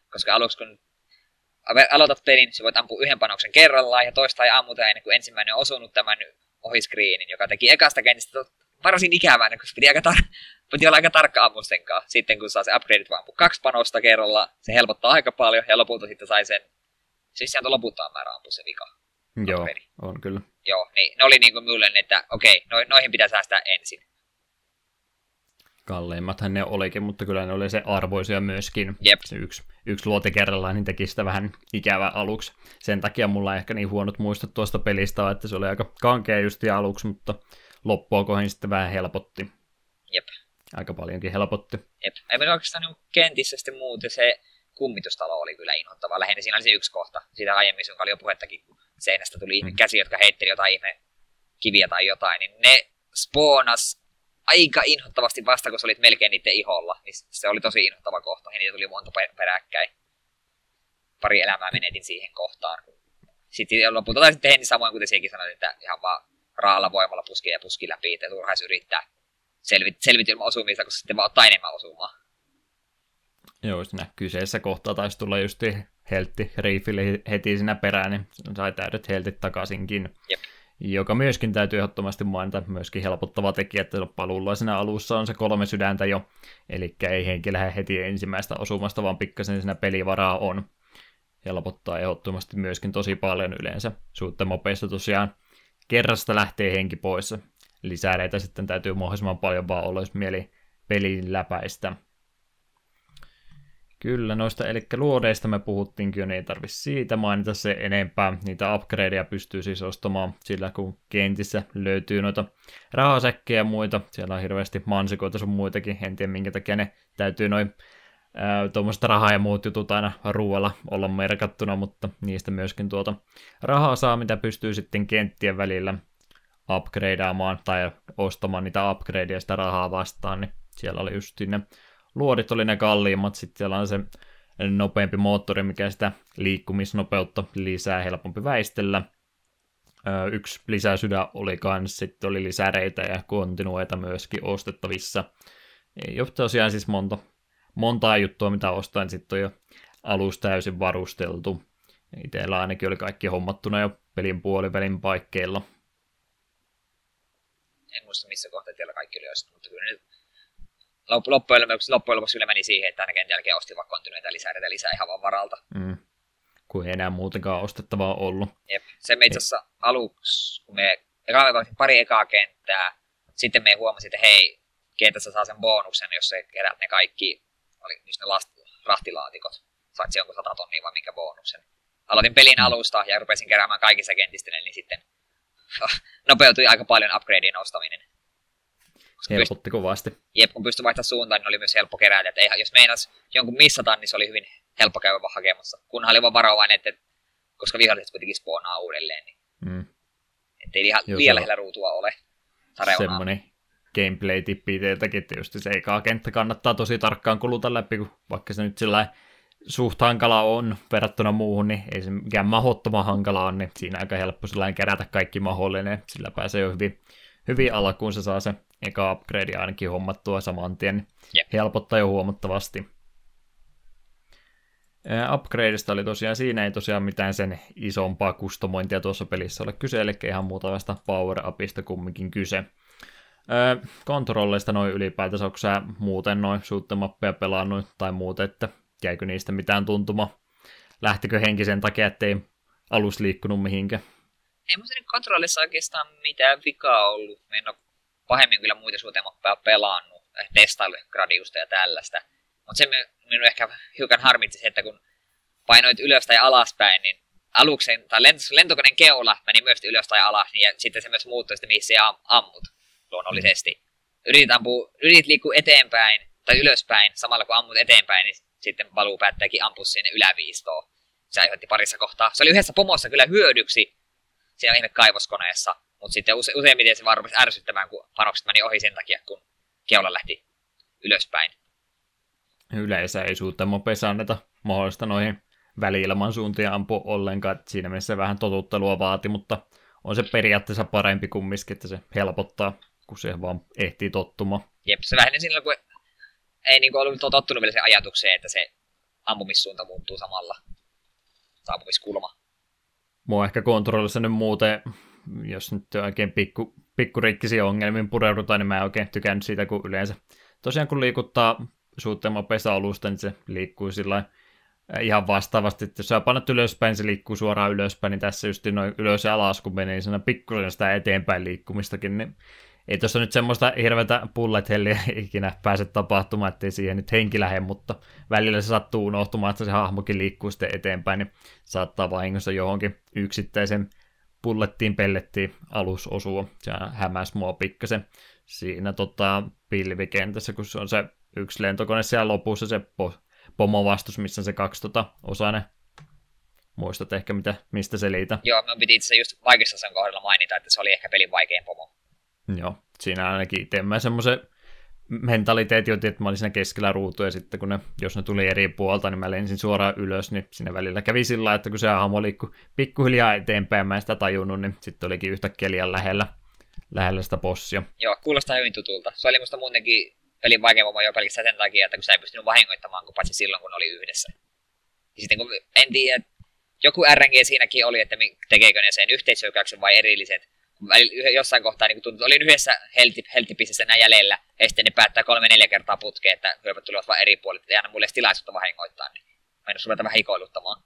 Koska aluksi kun aloitat pelin, sä voit ampua yhden panoksen kerrallaan ja toista ei ammuta ennen kuin ensimmäinen on osunut tämän ohiskriinin, joka teki ekasta kentistä varsin ikävää, koska piti, aika tar- piti olla aika tarkka ammusten kanssa. Sitten kun saa se upgradeit vaan ampua kaksi panosta kerralla, se helpottaa aika paljon ja lopulta sitten sai sen, siis sieltä loputtaan määrä ampua se vika.
Joo,
upgrade.
on kyllä.
Joo, niin ne oli niin kuin minulle, että okei, no, noihin pitää säästää ensin.
Kalleimmathan ne olikin, mutta kyllä ne oli se arvoisia myöskin.
Jep.
Se yksi, yksi luoti kerrallaan niin teki sitä vähän ikävä aluksi. Sen takia mulla on ehkä niin huonot muistot tuosta pelistä, että se oli aika kankea justi aluksi, mutta loppua kohin sitten vähän helpotti.
Jep.
Aika paljonkin helpotti.
Jep. Ei meillä oikeastaan niin kentissä sitten muuten se kummitustalo oli kyllä inhottava. Lähinnä siinä oli se yksi kohta. Siitä aiemmin sun oli jo puhettakin, kun seinästä tuli ihme mm. käsi, jotka heitteli jotain ihme kiviä tai jotain, niin ne spoonas aika inhottavasti vasta, kun sä olit melkein niiden iholla. Niin se oli tosi inhottava kohta, ja niitä tuli monta peräkkäin. Pari elämää menetin siihen kohtaan. Sitten lopulta taisin tehdä niin samoin, kuten sinäkin sanoit, että ihan vaan raalla voimalla puski ja puski läpi, että turhaisi yrittää selvit, selvit ilman osumista, koska sitten vaan ottaa enemmän osumaa.
Joo, siinä kyseessä kohtaa taisi tulla just heltti riifille heti siinä perään, niin sai täydet heltit takaisinkin.
Jep.
Joka myöskin täytyy ehdottomasti mainita, myöskin helpottava tekijä, että palulla siinä alussa on se kolme sydäntä jo, eli ei henki lähde heti ensimmäistä osumasta, vaan pikkasen siinä pelivaraa on. Helpottaa ehdottomasti myöskin tosi paljon yleensä. Suutten mopeissa tosiaan kerrasta lähtee henki pois. Lisääreitä sitten täytyy mahdollisimman paljon vaan olla, jos mieli pelin läpäistä. Kyllä, noista, eli luodeista me puhuttiinkin jo, niin ei tarvitse siitä mainita se enempää. Niitä upgradeja pystyy siis ostamaan sillä, kun kentissä löytyy noita rahasäkkejä ja muita. Siellä on hirveästi mansikoita sun muitakin, en tiedä minkä takia ne täytyy noin tuommoiset rahaa ja muut jutut aina ruoalla olla merkattuna, mutta niistä myöskin tuota rahaa saa, mitä pystyy sitten kenttien välillä upgradeaamaan tai ostamaan niitä upgradeja sitä rahaa vastaan, niin siellä oli just sinne luodit oli ne kalliimmat, sitten siellä on se nopeampi moottori, mikä sitä liikkumisnopeutta lisää, helpompi väistellä. Yksi lisäsydän oli kans, sitten oli lisäreitä ja kontinueita myöskin ostettavissa. Ei ole tosiaan siis monta, montaa juttua, mitä ostain, sitten on jo alus täysin varusteltu. Itsellä ainakin oli kaikki hommattuna jo pelin puolivälin paikkeilla.
En muista missä kohtaa teillä kaikki oli ostettu, mutta kyllä nyt loppujen lopuksi kyllä meni siihen, että aina kentän jälkeen ostin vaikka kontinuita lisää ja lisää ihan vaan varalta.
Mm. Kun ei enää muutenkaan ostettavaa ollut.
Jep. Se me itse asiassa aluksi, kun me pari ekaa kenttää, sitten me huomasin, että hei, kentässä saa sen bonuksen, jos se kerät ne kaikki, oli just ne last, rahtilaatikot. Sait se jonkun sata tonnia vai minkä bonuksen. Aloitin pelin alusta ja rupesin keräämään kaikissa kentistä, niin sitten nopeutui aika paljon upgradeen ostaminen.
Helpotti kovasti.
Jep, kun pystyi vaihtamaan suuntaan, niin oli myös helppo kerätä. Että jos meinas jonkun missata, niin se oli hyvin helppo käydä vaan hakemassa. Kunhan oli vaan varovainen, että koska viholliset kuitenkin spoonaa uudelleen, niin mm. ettei ihan liian lähellä ruutua ole.
Semmoinen gameplay-tippi teiltäkin, että just se ekaa kenttä kannattaa tosi tarkkaan kuluta läpi, kun vaikka se nyt sillä suht hankala on verrattuna muuhun, niin ei se mikään mahdottoman hankala on, niin siinä aika helppo sellainen kerätä kaikki mahdollinen. Sillä pääsee jo hyvin, hyvin alkuun, se saa se eka upgrade ainakin hommattua saman tien, niin yep. helpottaa jo huomattavasti. Upgradeista oli tosiaan, siinä ei tosiaan mitään sen isompaa kustomointia tuossa pelissä ole kyse, eli ihan muutamasta power-upista kumminkin kyse. Kontrolleista noin ylipäätänsä, onko sä muuten noin suuttemappeja pelannut tai muuten, että jäikö niistä mitään tuntuma? Lähtikö henki sen takia, ettei alus liikkunut mihinkään?
Ei musta nyt kontrollissa oikeastaan mitään vikaa ollut. Mä en ole pahemmin kyllä muita suutemappeja pelannut, testaillut gradiusta ja tällaista. Mutta se minun ehkä hiukan harmitsi se, että kun painoit ylös tai alaspäin, niin aluksen tai lentokoneen keula meni myös ylös tai alas, niin ja sitten se myös muuttui sitten, mihin se ammut luonnollisesti. Yritit, ampua, yritit liikkua eteenpäin tai ylöspäin, samalla kun ammut eteenpäin, niin sitten paluu päättääkin ampua sinne yläviistoon. Se aiheutti parissa kohtaa. Se oli yhdessä pomossa kyllä hyödyksi siinä ihme kaivoskoneessa, mutta sitten use, useimmiten se vaan rupesi ärsyttämään, kun panokset meni ohi sen takia, kun keula lähti ylöspäin.
Yleensä ei suutemmopeissa anneta mahdollista noihin väli-ilman suuntiin ampua ollenkaan, että siinä mielessä vähän totuttelua vaati, mutta on se periaatteessa parempi kumminkin, että se helpottaa, kun se vaan ehtii tottumaan.
Jep, se väheni silloin, kun ei niin kuin ollut tottunut vielä se ajatukseen, että se ampumissuunta muuttuu samalla. Saapumiskulma.
Mua ehkä kontrollissa nyt muuten, jos nyt oikein pikku, pikkuriikkisiä ongelmiin pureudutaan, niin mä en oikein tykännyt siitä, kun yleensä tosiaan kun liikuttaa suuttamaan pesäalusta, niin se liikkuu sillä ihan vastaavasti, että jos sä painat ylöspäin, se liikkuu suoraan ylöspäin, niin tässä just noin ylös ja alas, kun menee siinä pikkuisen sitä eteenpäin liikkumistakin, niin ei tuossa nyt semmoista hirveätä bullet helliä ikinä pääse tapahtumaan, ettei siihen nyt henki lähde, mutta välillä se sattuu unohtumaan, että se hahmokin liikkuu sitten eteenpäin, niin saattaa vahingossa johonkin yksittäisen bullettiin pellettiin alus osua. Se hämäsi mua pikkasen siinä tota, pilvikentässä, kun se on se yksi lentokone siellä lopussa, se po- pomovastus, missä on se kaksi tota, osainen. Muistat ehkä, mitä, mistä se liitä?
Joo, minun piti itse just vaikeassa sen kohdalla mainita, että se oli ehkä pelin vaikein pomo.
Joo, siinä ainakin itse mä semmoisen mentaliteetin otin, että mä olin siinä keskellä ruutua, ja sitten kun ne, jos ne tuli eri puolta, niin mä lensin suoraan ylös, niin siinä välillä kävi sillä lailla, että kun se hahmo liikkui pikkuhiljaa eteenpäin, mä en sitä tajunnut, niin sitten olikin yhtäkkiä liian lähellä, lähellä sitä bossia.
Joo, kuulostaa hyvin tutulta. Se oli musta muutenkin pelin vaikein pomo jo pelkästään sen takia, että kun sä ei pystynyt vahingoittamaan, kun paitsi silloin, kun ne oli yhdessä. Ja sitten kun en tiedä, joku R N G siinäkin oli, että tekeekö ne sen yhteishyökkäyksen vai erilliset. Jossain kohtaa niin tuntui, olin yhdessä helti, helttipisteessä näin jäljellä, ja sitten ne päättää kolme neljä kertaa putkeen, että hyöpät tulevat vain eri puolet, ei anna mulle tilaisuutta vahingoittaa, niin mennä ruveta vähän hikoiluttamaan.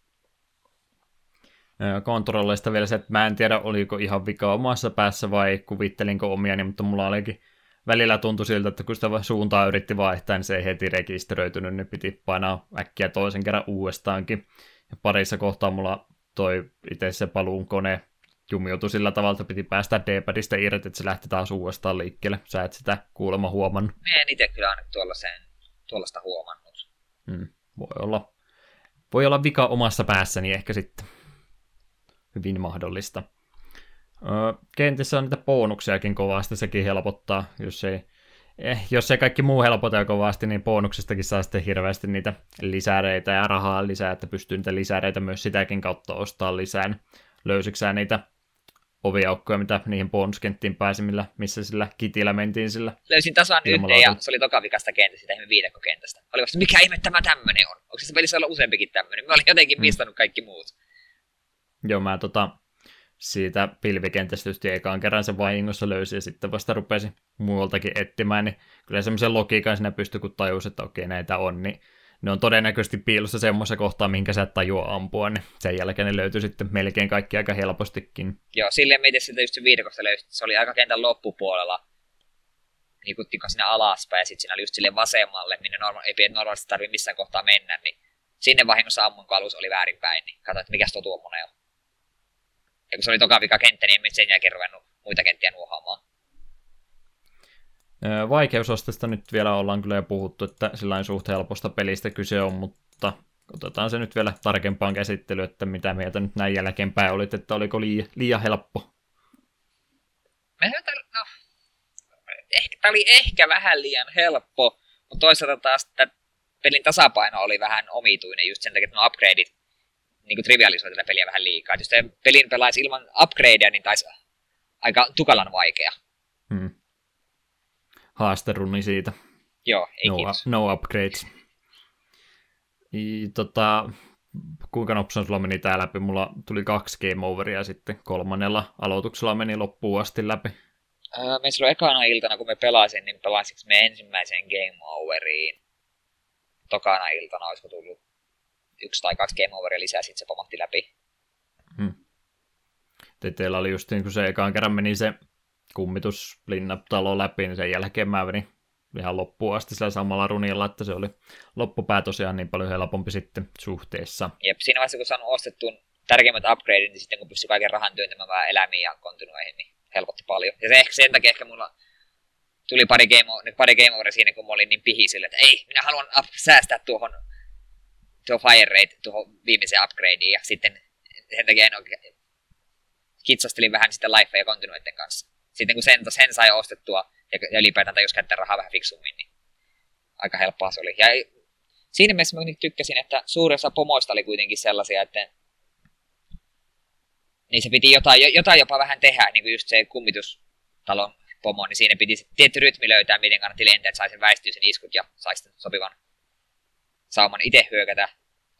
Kontrolleista vielä se, että mä en tiedä, oliko ihan vika omassa päässä vai kuvittelinko omiani, mutta mulla olikin välillä tuntui siltä, että kun sitä suuntaa yritti vaihtaa, niin se ei heti rekisteröitynyt, niin piti painaa äkkiä toisen kerran uudestaankin. Ja parissa kohtaa mulla toi itse se paluun kone jumiutui sillä tavalla, että piti päästä D-padista irti, että se lähti taas uudestaan liikkeelle. Sä et sitä kuulemma huomannut.
Mä en itse kyllä aina tuollaista huomannut.
Hmm, voi olla, voi olla vika omassa päässäni ehkä sitten. Hyvin mahdollista. Öö, kentissä on niitä bonuksiakin kovasti, sekin helpottaa. Jos ei, eh, jos ei kaikki muu helpota kovasti, niin bonuksistakin saa sitten hirveästi niitä lisäreitä ja rahaa lisää, että pystyy niitä lisäreitä myös sitäkin kautta ostamaan lisää. Löysitkö niitä oviaukkoja, mitä niihin bonuskenttiin pääsi, millä, missä sillä kitillä mentiin sillä?
Löysin tasan yhden ja se oli tokavikasta kentästä, sitä ihme viidekkokentästä. Oli vasta, mikä ihme tämä tämmönen on? Onko se pelissä olla useampikin tämmönen? Mä olin jotenkin hmm. mistannut kaikki muut.
Joo, mä tota, siitä pilvikentästä just ekaan kerran sen vahingossa löysin ja sitten vasta rupesin muualtakin etsimään, niin kyllä semmoisen logiikan siinä pystyi, kun tajusi, että okei, näitä on, niin ne on todennäköisesti piilossa semmoisessa kohtaa, minkä sä et tajua ampua, niin sen jälkeen ne löytyi sitten melkein kaikki aika helpostikin.
Joo, silleen mietin sitä just viidekosta löysi, se oli aika kentän loppupuolella, liikuttiinko siinä alaspäin ja sitten siinä oli just silleen vasemmalle, minne norma- ei normaalisti tarvitse missään kohtaa mennä, niin sinne vahingossa ammun, kun alus oli väärinpäin, niin katsoin, että mikäs tuo tuommoinen on. Ja kun se oli toka vika kenttä, niin en sen jälkeen ruvennut muita kenttiä nuohaamaan.
Vaikeusastesta nyt vielä ollaan kyllä jo puhuttu, että sillain suht helposta pelistä kyse on, mutta otetaan se nyt vielä tarkempaan käsittelyyn, että mitä mieltä nyt näin jälkeenpäin olit, että oliko liian, liian helppo?
No, ehkä, tämä oli ehkä vähän liian helppo, mutta toisaalta taas että pelin tasapaino oli vähän omituinen just sen takia, että no upgradeit niin trivialisoi tätä peliä vähän liikaa. Jos pelin pelaisi ilman upgradea, niin taisi aika tukalan vaikea.
Hmm. Haasterunni siitä.
Joo, ei
no,
kiitos.
No upgrades. I, tota, kuinka nopsaan sulla meni tää läpi? Mulla tuli kaksi game overia ja sitten kolmannella aloituksella meni loppuun asti läpi.
Öö, me silloin ekana iltana, kun me pelasin, niin pelasiksi me ensimmäiseen game overiin. Tokana iltana olisiko tullut yksi tai kaksi game overia lisää, sitten se pomahti läpi.
Hmm. Teillä oli just niin, kun se ekaan kerran meni se kummituslinnatalo läpi, niin sen jälkeen mä menin ihan loppuun asti sillä samalla runilla, että se oli loppupää tosiaan niin paljon helpompi sitten suhteessa.
Jep, siinä vaiheessa kun saanut ostettuun tärkeimmät upgradeit, niin sitten kun pystyi kaiken rahan työntämään elämiin ja kontinueihin, niin helpotti paljon. Ja se ehkä sen takia ehkä mulla tuli pari game, pari game overia siinä, kun mä olin niin pihisillä, että ei, minä haluan up, säästää tuohon tuo fire rate tuohon viimeiseen upgradeen, ja sitten sen takia en oikein kitsastelin vähän sitä life ja kontinueiden kanssa. Sitten kun sen, sen sai ostettua ja ylipäätään tajus käyttää rahaa vähän fiksummin, niin aika helppoa se oli. Ja siinä mielessä mä tykkäsin, että suurin osa pomoista oli kuitenkin sellaisia, että niin se piti jotain, jotain jopa vähän tehdä, niin kuin just se kummitustalon pomo, niin siinä piti tietty rytmi löytää, miten kannatti lentää, että sai sen väistyä sen iskut ja sai sitten sopivan sauman itse hyökätä.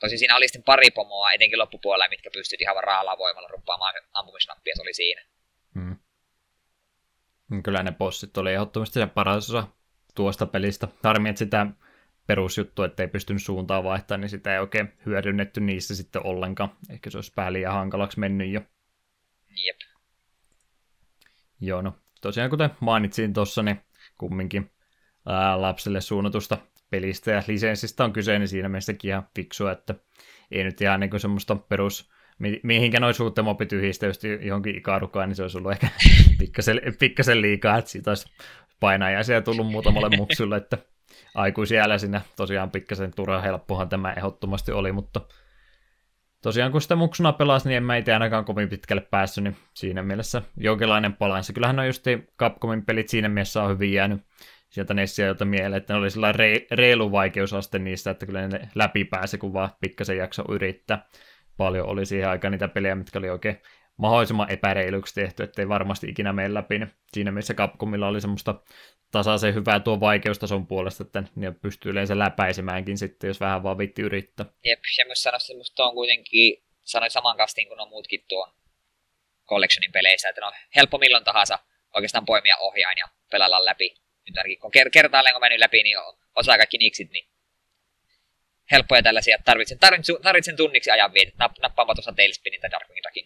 Tosin siinä oli sitten pari pomoa, etenkin loppupuolella, mitkä pystyt ihan raalla voimalla ruppaamaan ampumisnappia, se oli siinä.
Hmm. Kyllä ne bossit oli ehdottomasti se paras osa tuosta pelistä. Harmi, että sitä perusjuttua, ettei pystynyt suuntaan vaihtamaan, niin sitä ei oikein hyödynnetty niissä sitten ollenkaan. Ehkä se olisi vähän liian hankalaksi mennyt jo.
Jep.
Joo, no tosiaan kuten mainitsin tuossa, niin kumminkin ää, lapsille suunnatusta pelistä ja lisenssistä on kyse, niin siinä mielessäkin ihan fiksua, että ei nyt ihan niin kuin semmoista perus, mihinkä noin suuttemopit yhdistä just johonkin ikarukaan, niin se olisi ollut ehkä pikkasen, pikkasen liikaa, että siitä olisi painajaisia tullut muutamalle muksulle, että aikuisiällä siinä tosiaan pikkasen turha helppohan tämä ehdottomasti oli, mutta tosiaan kun sitä muksuna pelasi, niin en mä itse ainakaan kovin pitkälle päässyt, niin siinä mielessä jonkinlainen balanssi. Kyllähän on just Capcomin pelit siinä mielessä on hyvin jäänyt sieltä Nessialta mieleen, että ne oli sellainen re- reilu vaikeusaste niistä, että kyllä ne läpi pääsi, kun vaan pikkasen jakso yrittää. Paljon oli siihen aikaan niitä pelejä, mitkä oli oikein mahdollisimman epäreiluksi tehty, ettei varmasti ikinä mene läpi. Niin siinä mielessä Capcomilla oli semmoista tasaisen hyvää tuo vaikeustason puolesta, että ne pystyy yleensä läpäisemäänkin sitten, jos vähän vaan viitti yrittää.
Jep, ja myös sanoisi semmoista on kuitenkin, sanoin saman kastin kuin on muutkin tuon Collectionin peleissä, että no helppo milloin tahansa oikeastaan poimia ohjaan ja pelailla läpi. Nyt ainakin kun kertaalleen kun mennyt läpi, niin osaa kaikki niksit, niin helppoja tällaisia, että tarvitsen, tarvitsen, tarvitsen tunniksi ajan viedä. Napp, nappaanpa tuossa Tailspinin tai Darkwing Duckin.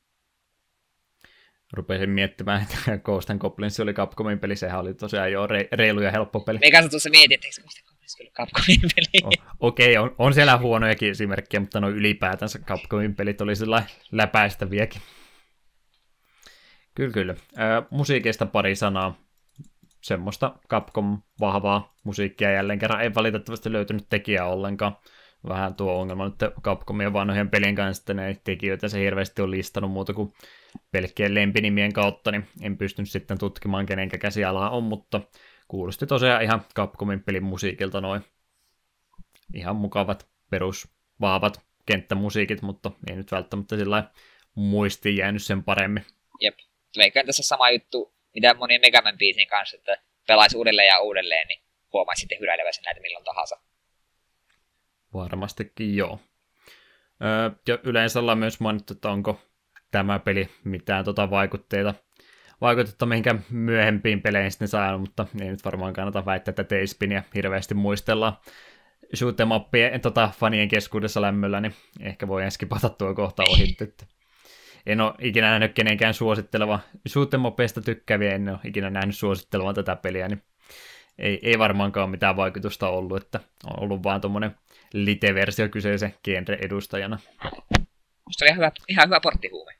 Rupesin miettimään, että Ghost and Goblins oli Capcomin peli, sehän oli tosiaan jo re- reilu ja helppo peli.
Me kanssa tuossa mietin, että eikö Ghost and Goblins ollut Capcomin peli?
Oh, Okei, okay, on, on siellä huonojakin esimerkkejä, mutta no ylipäätänsä Capcomin pelit oli sellainen läpäistäviäkin. Kyllä, kyllä. Ö, musiikista pari sanaa. Semmoista Capcom vahvaa musiikkia jälleen kerran ei valitettavasti löytynyt tekijää ollenkaan. Vähän tuo ongelma nyt Capcomien vanhojen pelien kanssa, että ne tekijöitä se hirveästi on listannut muuta kuin pelkkien lempinimien kautta, niin en pystynyt sitten tutkimaan kenenkä käsialaa on, mutta kuulosti tosiaan ihan Capcomin pelin musiikilta noin ihan mukavat perus vahvat kenttämusiikit, mutta ei nyt välttämättä sillä muistiin jäänyt sen paremmin.
Jep, veikkaan tässä sama juttu, mitä monien Mega Man biisin kanssa, että pelaisi uudelleen ja uudelleen, niin huomaisi sitten hyräileväisen näitä milloin tahansa.
Varmastikin joo. Öö, ja yleensä ollaan myös mainittu, että onko tämä peli mitään tota vaikutteita, vaikutetta mihinkään myöhempiin peleihin sitten saanut, mutta ei nyt varmaan kannata väittää, että Tailspinia hirveästi muistellaan shoot'em-uppien tota, fanien keskuudessa lämmöllä, niin ehkä voi ensin skipata tuo kohta ohi. En ole ikinä nähnyt kenenkään suositteleva shoot'em-uppeista tykkääviä, en ole ikinä nähnyt suosittelevan tätä peliä, niin ei, ei varmaankaan mitään vaikutusta ollut, että on ollut vaan tuommoinen lite-versio kyseisen genre edustajana.
Musta oli hyvä, ihan hyvä porttihuume.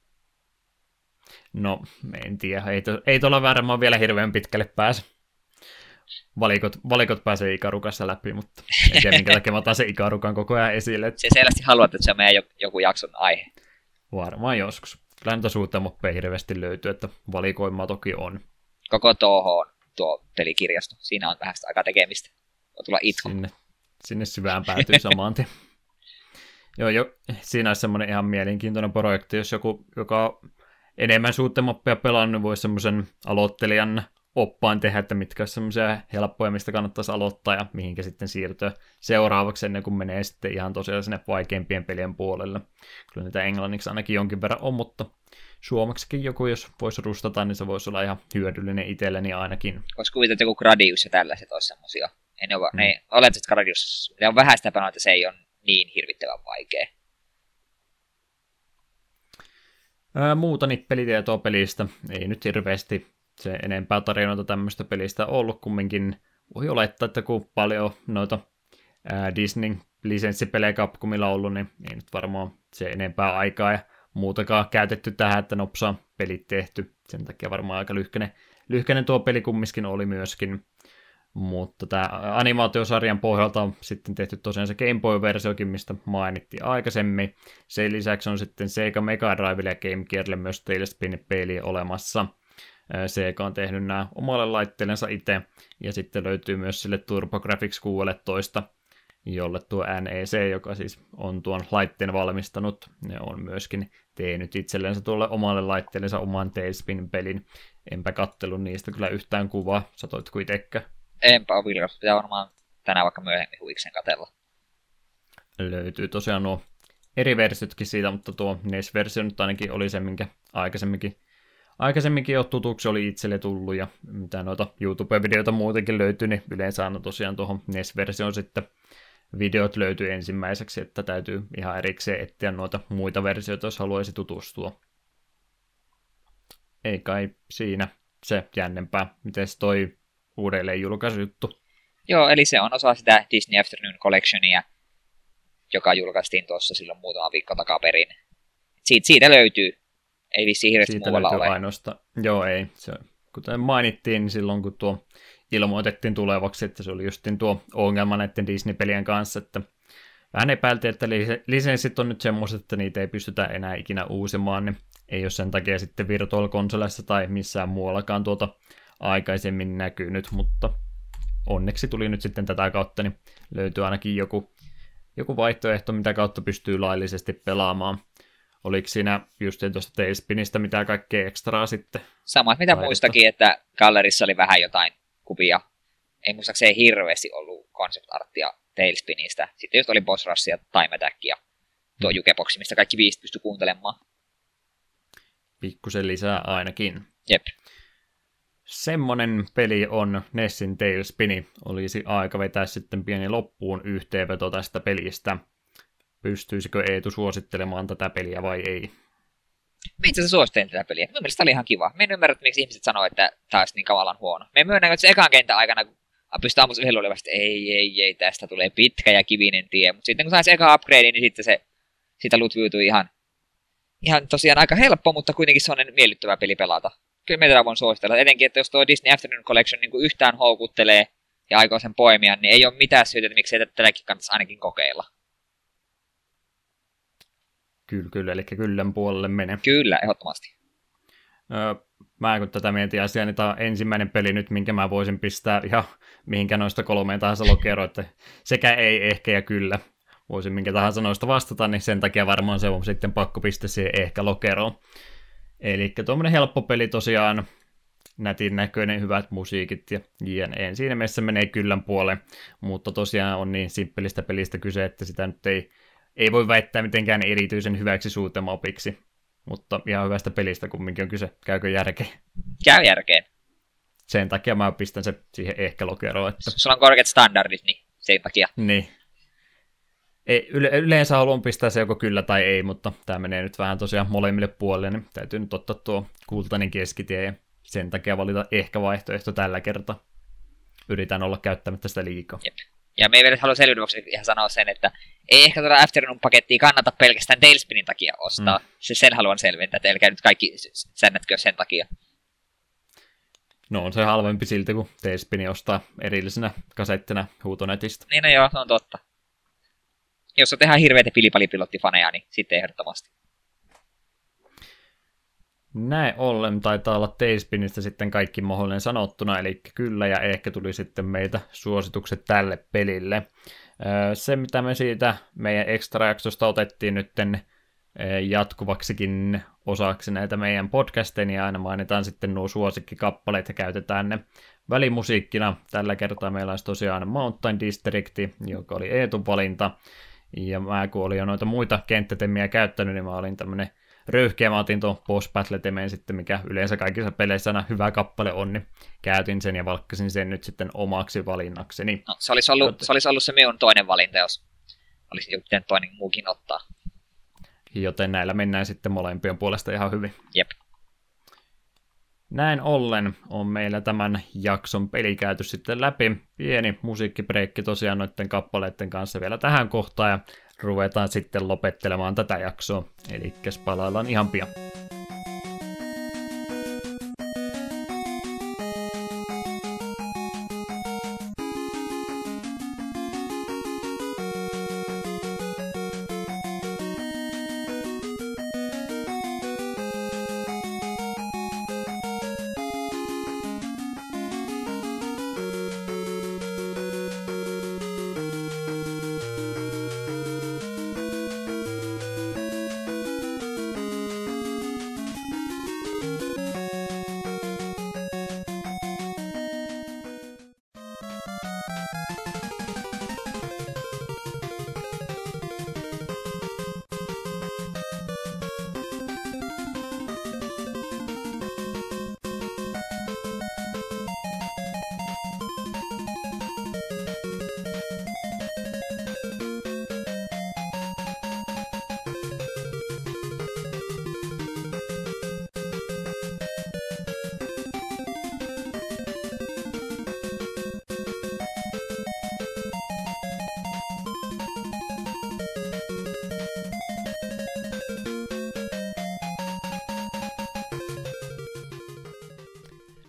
No, en tiedä. Ei, to, ei tuolla varmaan vielä hirveän pitkälle pääse. Valikot, valikot pääsee Ikarukassa läpi, mutta en tiedä minkä takia mä otan se Ikarukan koko ajan esille.
Se selvästi haluat, että se on meidän joku jakson aihe.
Varmaan joskus. Kyllä niitä suutemoppeja hirveästi löytyy, että valikoimaa toki on.
Koko Toho on tuo pelikirjasto. Siinä on vähän sitä aikaa tekemistä. Voi tulla itku.
Sinne, sinne syvään päätyy samaan tien. Joo, jo, siinä olisi semmoinen ihan mielenkiintoinen projekti, jos joku, joka enemmän suuttemoppeja pelannut, voisi semmoisen aloittelijan oppaan tehdä, että mitkä olisi semmoisia helppoja, mistä kannattaisi aloittaa ja mihinkä sitten siirtyä seuraavaksi ennen kuin menee sitten ihan tosiaan sinne vaikeimpien pelien puolelle. Kyllä niitä englanniksi ainakin jonkin verran on, mutta suomeksikin joku, jos voisi rustata, niin se voisi olla ihan hyödyllinen itselleni ainakin.
Voisi kuvitella, että joku Gradius ja tällaiset olisi semmoisia. Ne, hmm. ne oletat, että Gradius, ne on vähän sitä pelannut, että se ei ole niin hirvittävän vaikea.
Ää, muuta nippelitietoa pelistä. Ei nyt hirveästi se enempää tarinoita tämmöistä pelistä ollut. Kumminkin voi olettaa, että kun paljon noita ää, Disney-lisenssipelejä Capcomilla ollut, niin ei nyt varmaan se enempää aikaa ja muutakaan käytetty tähän, että nopsaa pelit tehty. Sen takia varmaan aika lyhkäinen, lyhkäinen tuo peli kumminkin oli myöskin. Mutta tämä animaatiosarjan pohjalta on sitten tehty tosiaan se Game Boy-versiokin, mistä mainittiin aikaisemmin. Sen lisäksi on sitten Sega Mega Drivelle ja Game Gearille myös Tailspin-peli olemassa. Sega on tehnyt nämä omalle laitteellensa itse, ja sitten löytyy myös sille TurboGrafx kuusitoista, jolle tuo N E C, joka siis on tuon laitteen valmistanut, ne on myöskin tehnyt itsellensä tuolle omalle laitteellensa oman Tailspin-pelin. Enpä kattelun niistä kyllä yhtään kuvaa, satoitko itsekään?
Enpä ole vilkas, pitää varmaan tänään vaikka myöhemmin huiksen katella.
löytyy tosiaan nuo eri versiotkin siitä, mutta tuo N E S-versio nyt ainakin oli se, minkä aikaisemminkin, aikaisemminkin jo tutuksi oli itselle tullut, ja mitä noita YouTube-videoita muutenkin löytyy, niin yleensä aina tosiaan tuohon N E S-versioon sitten videot löytyy ensimmäiseksi, että täytyy ihan erikseen etsiä noita muita versioita, jos haluaisi tutustua. Ei kai siinä se jännempää. Mites toi uudelleen julkaisujuttu?
Joo, eli se on osa sitä Disney Afternoon Collectionia, joka julkaistiin tuossa silloin muutama viikko takaperin. Siitä, siitä löytyy. Ei vissiin hirveästi muualla ole.
Ainoastaan. Joo, ei. Se, kuten mainittiin, niin silloin kun tuo ilmoitettiin tulevaksi, että se oli justin tuo ongelma näiden Disney-pelien kanssa, että vähän epäiltiin, että lisenssit on nyt semmoiset, että niitä ei pystytä enää ikinä uusimaan, niin ei ole sen takia sitten Virtual Consolessa tai missään muuallakaan tuota aikaisemmin näkynyt, mutta onneksi tuli nyt sitten tätä kautta, niin löytyy ainakin joku, joku vaihtoehto, mitä kautta pystyy laillisesti pelaamaan. Oliko siinä just tuosta Tailspinistä mitään kaikkea ekstraa sitten?
Samat mitä taidetta? Muistakin, että gallerissa oli vähän jotain kuvia. Ei muistaakseni hirveästi ollut concept arttia Tailspinistä. Sitten just oli Boss Rush ja Time Attack ja tuo hmm. Jukebox, mistä kaikki viisi pystyi kuuntelemaan.
Pikkusen lisää ainakin.
Jep.
Semmonen peli on Nessin Tailspini. Olisi aika vetää sitten pieni loppuun yhteenveto tästä pelistä. Pystyisikö Eetu suosittelemaan tätä peliä vai ei?
Mä itse asiassa suosittelen tätä peliä. Mun mielestä tämä oli ihan kiva. Mä en ymmärrä, miksi ihmiset sanoo, että tämä olisi niin kavalan huono. Me myönnän, että se ekan kentän aikana, kun pystyy ammussa yhdellä olevasti, että ei, ei, ei, tästä tulee pitkä ja kivinen tie. Mutta sitten kun saisi eka upgrade, niin sitten se siitä lutviutui ihan, ihan tosiaan aika helppo, mutta kuitenkin sellainen miellyttävä peli pelata. Kyllä me tätä voin suositella. Etenkin, että jos tuo Disney Afternoon Collection niin kuin yhtään houkuttelee ja aikoo sen poimia, niin ei ole mitään syytä, että miksei tätäkin kannattaisi ainakin kokeilla.
Kyllä, kyllä, eli kyllän puolelle menee.
Kyllä, ehdottomasti.
Öö, mä kun tätä mietin asiaa, niin tämä on ensimmäinen peli nyt, minkä mä voisin pistää ihan mihinkä noista kolmeen tahansa lokeroon, että sekä ei, ehkä ja kyllä. Voisin minkä tahansa noista vastata, niin sen takia varmaan se on sitten pakko pistää siihen ehkä lokeroon. Eli tuommoinen helppo peli tosiaan, nätin näköinen, hyvät musiikit ja jne. Siinä mielessä menee kyllän puoleen, mutta tosiaan on niin simppelistä pelistä kyse, että sitä nyt ei, ei voi väittää mitenkään erityisen hyväksi suutemapiksi. Mutta ihan hyvästä pelistä kumminkin on kyse. Käykö järkeen?
Käy järkeen.
Sen takia mä pistän se siihen ehkä lokeroon. Että...
Sulla on korkeat standardit, niin sen takia.
Niin. Ei, yle, yleensä haluan pistää se joko kyllä tai ei, mutta tämä menee nyt vähän tosiaan molemmille puolille, niin täytyy nyt ottaa tuo kultainen keskitie ja sen takia valita ehkä vaihtoehto tällä kertaa. Yritän olla käyttämättä sitä liikaa. Jep.
Ja me ei vielä halua selvyydeksi ihan sanoa sen, että ei ehkä tuota Afternoon-pakettia kannata pelkästään Tailspinin takia ostaa. Mm. Se sen haluan selventää, että älkää nyt kaikki säännätkö sen takia.
No on se halvempi silti, kun Tailspini ostaa erillisenä kasettina huutonetistä.
Niin no joo, se on totta. Jos on tehdään hirveitä pilipalipilottifaneja, niin sitten ehdottomasti.
Näin ollen taitaa olla Tailspinistä sitten kaikki mahdollinen sanottuna, eli kyllä ja ehkä tuli sitten meitä suositukset tälle pelille. Se, mitä me siitä meidän extra-jaksosta otettiin nytten jatkuvaksikin osaksi näitä meidän podcasteja, niin aina mainitaan sitten nuo suosikkikappaleet ja käytetään ne välimusiikkina. Tällä kertaa meillä olisi tosiaan Mountain District, joka oli Eetun valinta, ja mä kun olin jo noita muita kenttätemiä käyttänyt, niin mä olin tämmönen röyhkeä, mä otin tuon Boss Battle-temeen sitten, mikä yleensä kaikissa peleissä aina hyvä kappale on, niin käytin sen ja valkkasin sen nyt sitten omaksi valinnakseni. No,
se, olisi ollut, se olisi ollut se minun toinen valinta, jos olisi joku toinen muukin ottaa.
Joten näillä mennään sitten molempien puolesta ihan hyvin.
Jep.
Näin ollen on meillä tämän jakson peli käyty sitten läpi. Pieni musiikkibreikki tosiaan noiden kappaleiden kanssa vielä tähän kohtaan ja ruvetaan sitten lopettelemaan tätä jaksoa. Eli palaillaan ihan pian.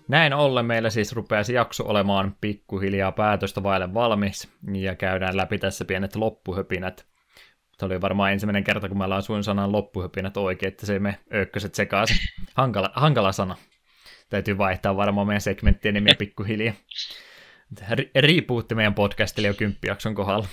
Näin ollen meillä siis rupeaisi jakso olemaan pikkuhiljaa päätöstä vaille valmis, ja käydään läpi tässä pienet loppuhöpinät. Tämä oli varmaan ensimmäinen kerta, kun mä lausuin sanan loppuhöpinät oikein, että se ei mene ökköset sekaisin. Hankala, hankala sana. Täytyy vaihtaa varmaan meidän segmenttien nimiä pikkuhiljaa. Riipuutti meidän podcastille jo kymppijakson kohdalla.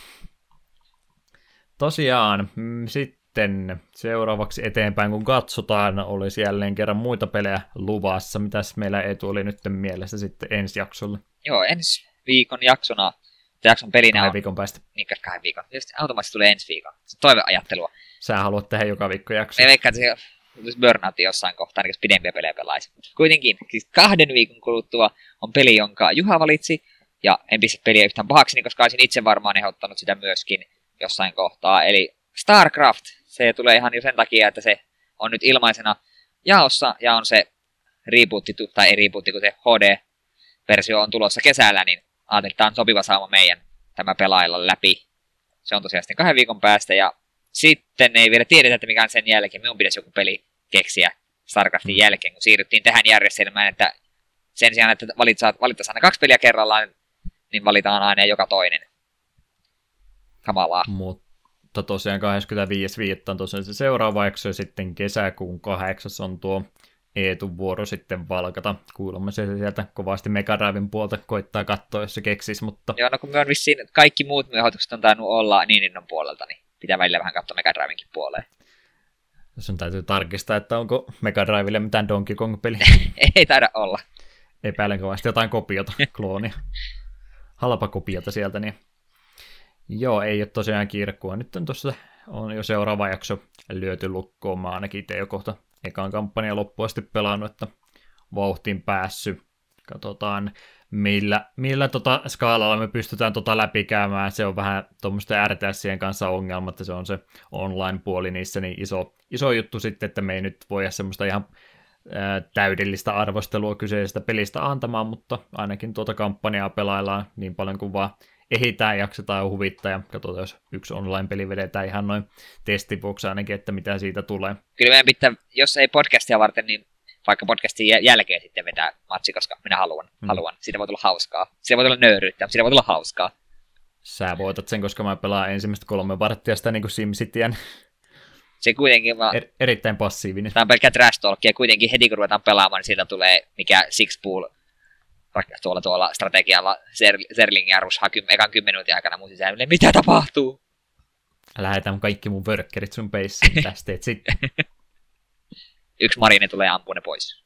Tosiaan, sitten seuraavaksi eteenpäin, kun katsotaan, olisi jälleen kerran muita pelejä luvassa. Mitäs meillä Eetu oli nyt mielessä sitten ensi jaksolle?
Joo, ensi viikon jaksona, jakson pelinä
kahden
on...
viikon päästä.
Niin, kahden viikon. Tietysti automaattisesti tulee ensi viikon. Se on toiveajattelua.
Sä haluat tehdä joka viikko jakso.
Me veikkaan, että se burnoutti jossain kohtaa, ainakin jos pidempiä pelejä pelaisi. Kuitenkin, siis kahden viikon kuluttua on peli, jonka Juha valitsi. Ja en pistä peliä yhtään pahakseni, koska olisin itse varmaan ehdottanut sitä myöskin jossain kohtaa. Eli StarCraft, se tulee ihan jo sen takia, että se on nyt ilmaisena jaossa ja on se rebootti, tai ei rebootti, kun se H D-versio on tulossa kesällä, niin ajattelin, että tämä on sopiva sauma meidän tämä pelailla läpi. Se on tosiaan sitten kahden viikon päästä ja sitten ei vielä tiedetä, että mikä on sen jälkeen. Minun pitäisi joku peli keksiä StarCraftin jälkeen, kun siirryttiin tähän järjestelmään, että sen sijaan, että valittaisiin aina kaksi peliä kerrallaan, niin valitaan aina joka toinen. Kamalaa.
Mutta tosiaan kahdeskymmenesviides viidettä on tosiaan se seuraava jakso, ja sitten kesäkuun kahdeksas on tuo Eetun vuoro sitten valkata. Kuulemma se sieltä kovasti Mega Driven puolta koittaa katsoa, jos se keksisi, mutta...
Joo, no kun me on vissiin, kaikki muut myöhoitukset on tainnut olla Nintendo'n puolelta, niin pitää välillä vähän katsoa Mega Drivenkin puoleen.
Jos on täytyy tarkistaa, että onko Mega Drivelle mitään Donkey Kong-peli.
Ei taida olla.
Epäilen kovasti jotain kopiota, kloonia. Halpa kopiota sieltä, niin... Joo, ei ole tosiaan kiirekkua. Nyt on tuossa on jo seuraava jakso lyöty lukkoon. Mä ainakin itse jo kohta ekan kampanjan loppuun asti pelannut, että vauhtiin päässyt. Katsotaan, millä, millä tota skaalalla me pystytään tota läpikäymään. Se on vähän tuommoisten R T S:ien kanssa ongelma, että se on se online-puoli niissä niin iso, iso juttu sitten, että me ei nyt voida semmoista ihan ää, täydellistä arvostelua kyseisestä pelistä antamaan, mutta ainakin tuota kampanjaa pelaillaan niin paljon kuin vaan ehitään, jaksetaan huvittaa ja katsotaan, jos yksi online-peli vedetään ihan noin testivuoksi ainakin, että mitä siitä tulee.
Kyllä meidän pitää, jos ei podcastia varten, niin vaikka podcastin jälkeen sitten vetää matsi, koska minä haluan. Hmm. haluan. Siitä voi tulla hauskaa. Siitä voi tulla nöyryyttä, mutta siitä voi tulla hauskaa.
Sä voitat sen, koska mä pelaan ensimmäistä kolme varttia sitä niin kuin SimCityen.
Se kuitenkin vaan...
Er, erittäin passiivinen.
Tämä on pelkkä trash talk, ja kuitenkin heti kun ruvetaan pelaamaan, niin siitä tulee mikä Six Pool tuolla, tuolla strategialla Zerling ja Rush ekan kymmenen minuutin aikana mun sisällä. Mitä tapahtuu?
Lähetään kaikki mun workkerit sun peissiin, tästä teet sitten.
Yksi marine tulee ampua ne pois.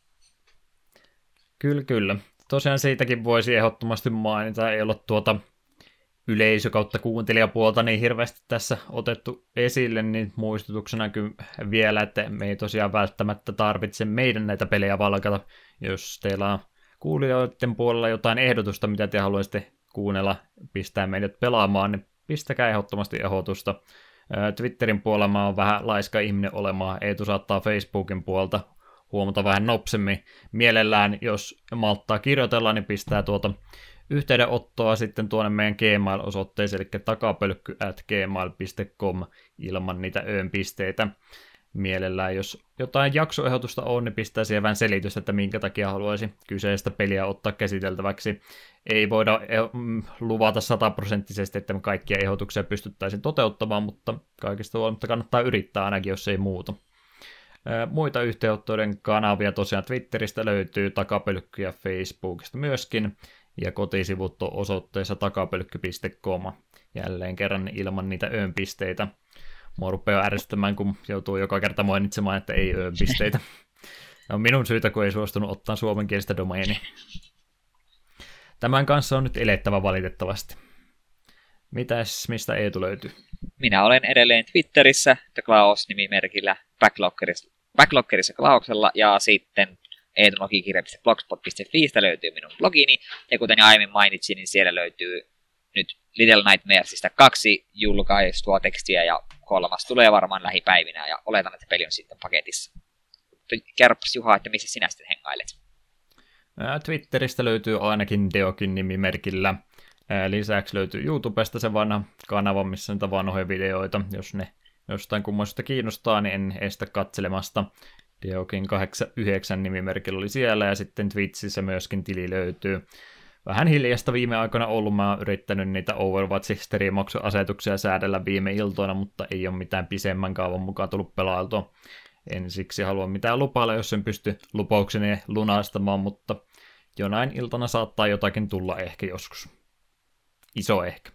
Kyllä, kyllä. Tosiaan siitäkin voisi ehdottomasti mainita. Ei ole tuota yleisö kautta kuuntelijapuolta niin hirveästi tässä otettu esille, niin muistutuksena kyllä vielä, että me ei tosiaan välttämättä tarvitse meidän näitä pelejä valkata. Jos teillä on kuulijoiden puolella jotain ehdotusta, mitä te haluaisitte kuunnella, pistää meidät pelaamaan, niin pistäkää ehdottomasti ehdotusta. Twitterin puolella mä oon vähän laiska ihminen olemaan, Eetu saattaa Facebookin puolta huomata vähän nopsemmin. Mielellään, jos malttaa kirjoitella, niin pistää tuota yhteydenottoa sitten tuonne meidän Gmail-osoitteeseen, eli takapölkky at gmail piste com ilman niitä öön-pisteitä. Mielellään, jos jotain jaksoehdotusta on, niin pistää siihen vähän selitystä, että minkä takia haluaisi kyseistä peliä ottaa käsiteltäväksi. Ei voida luvata sataprosenttisesti, että me kaikkia ehdotuksia pystyttäisiin toteuttamaan, mutta kaikista huolimatta kannattaa yrittää ainakin, jos ei muuta. Muita yhteenottojen kanavia tosiaan Twitteristä löytyy, takapölkkyjä Facebookista myöskin, ja kotisivut on osoitteessa takapölkky piste com, jälleen kerran ilman niitä öön-pisteitä. Mua rupeaa ärsyttämään, kun joutuu joka kerta mainitsemaan, että ei öön-pisteitä. On minun syytä, kun ei suostunut ottaa suomenkielistä domaini. Tämän kanssa on nyt elettävä valitettavasti. Mitäs, mistä Eetu löytyy?
Minä olen edelleen Twitterissä, The Klaus-nimimerkillä, Backloggerissa, Backloggerissa Klauksella, ja sitten eetunokikirja piste blogspot piste fi löytyy minun blogini, ja kuten aiemmin mainitsin, niin siellä löytyy nyt Little Nightmaresista kaksi julkaistua tekstiä, ja kolmas tulee varmaan lähipäivinä, ja oletan, että peli on sitten paketissa. Kerropas Juha, että missä sinä sitten hengailet?
Twitteristä löytyy ainakin Deokin nimimerkillä. Lisäksi löytyy YouTubesta se vanha kanava, missä niitä vanhoja videoita. Jos ne jostain kummoista kiinnostaa, niin en estä katselemasta. Deokin kahdeksankymmentäyhdeksän nimimerkillä oli siellä, ja sitten Twitchissä myöskin tili löytyy. Vähän hiljasta viime aikoina ollut, mä oon yrittänyt niitä Overwatch-striimauksen-asetuksia säädellä viime iltoina, mutta ei ole mitään pisemmän kaavan mukaan tullut pelailtua. En siksi halua mitään lupailla, jos en pysty lupaukseni lunastamaan, mutta jonain iltana saattaa jotakin tulla ehkä joskus. Iso ehkä.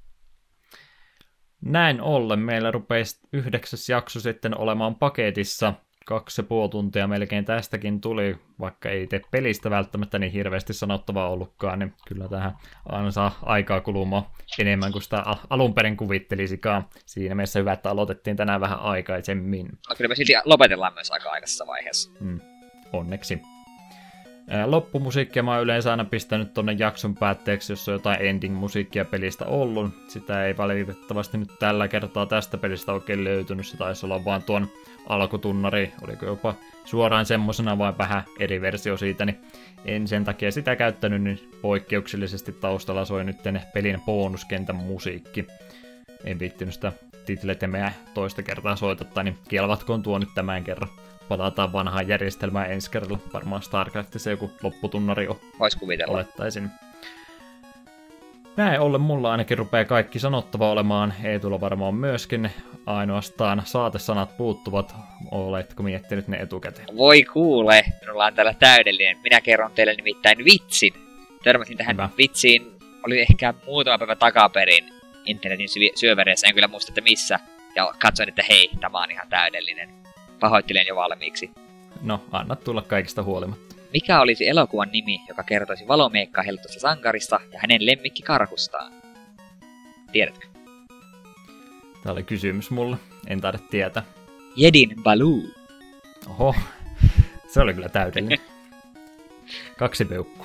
Näin ollen meillä rupeisi yhdeksäs jakso sitten olemaan paketissa. Kaksi ja puoli tuntia melkein tästäkin tuli, vaikka ei tee pelistä välttämättä niin hirveästi sanottavaa ollutkaan, niin kyllä tähän aina saa aikaa kulumaan enemmän kuin sitä alun perin kuvittelisikaan. Siinä mielessä hyvä, että aloitettiin tänään vähän aikaisemmin.
No kyllä me silti lopetellaan myös aika aikaisessa vaiheessa.
Mm, onneksi. Loppumusiikkia mä oon yleensä aina pistänyt tonne jakson päätteeksi, jos on jotain ending-musiikkia pelistä ollut. Sitä ei valitettavasti nyt tällä kertaa tästä pelistä oikein löytynyt. Se taisi olla vaan tuon alkutunnari, oliko jopa suoraan semmosena vai vähän eri versio siitä, niin en sen takia sitä käyttänyt, niin poikkeuksellisesti taustalla soi nyt pelin bonuskentän musiikki. En viittinyt sitä titletemeä toista kertaa soittaa, niin kielvatkoon tuo nyt tämän kerran. Palataan vanhaan järjestelmään ensi kerralla. Varmaan StarCraftissa joku lopputunnari on.
Vois kuvitella.
Olettaisin. Näin ollen mulla ainakin rupeaa kaikki sanottava olemaan. Eetulla varmaan myöskin. Ainoastaan saatesanat puuttuvat. Oletko miettinyt ne etukäteen?
Voi kuule, minulla on täällä täydellinen. Minä kerron teille nimittäin vitsin. Törmäsin tähän Hyvä. vitsiin. Oli ehkä muutama päivä takaperin internetin syö- syövereissä. En kyllä muista, että missä. Ja katsoin, että hei, tämä on ihan täydellinen. Pahoittelen jo valmiiksi.
No, anna tulla kaikista huolimatta.
Mikä olisi elokuvan nimi, joka kertoisi valomeikkaa heltosta sankarista ja hänen lemmikkikarhustaan? Tiedätkö?
Tämä oli kysymys mulle. En taida tietää.
Jedin Baloo.
Oho, se oli kyllä täydellinen. Kaksi peukkua.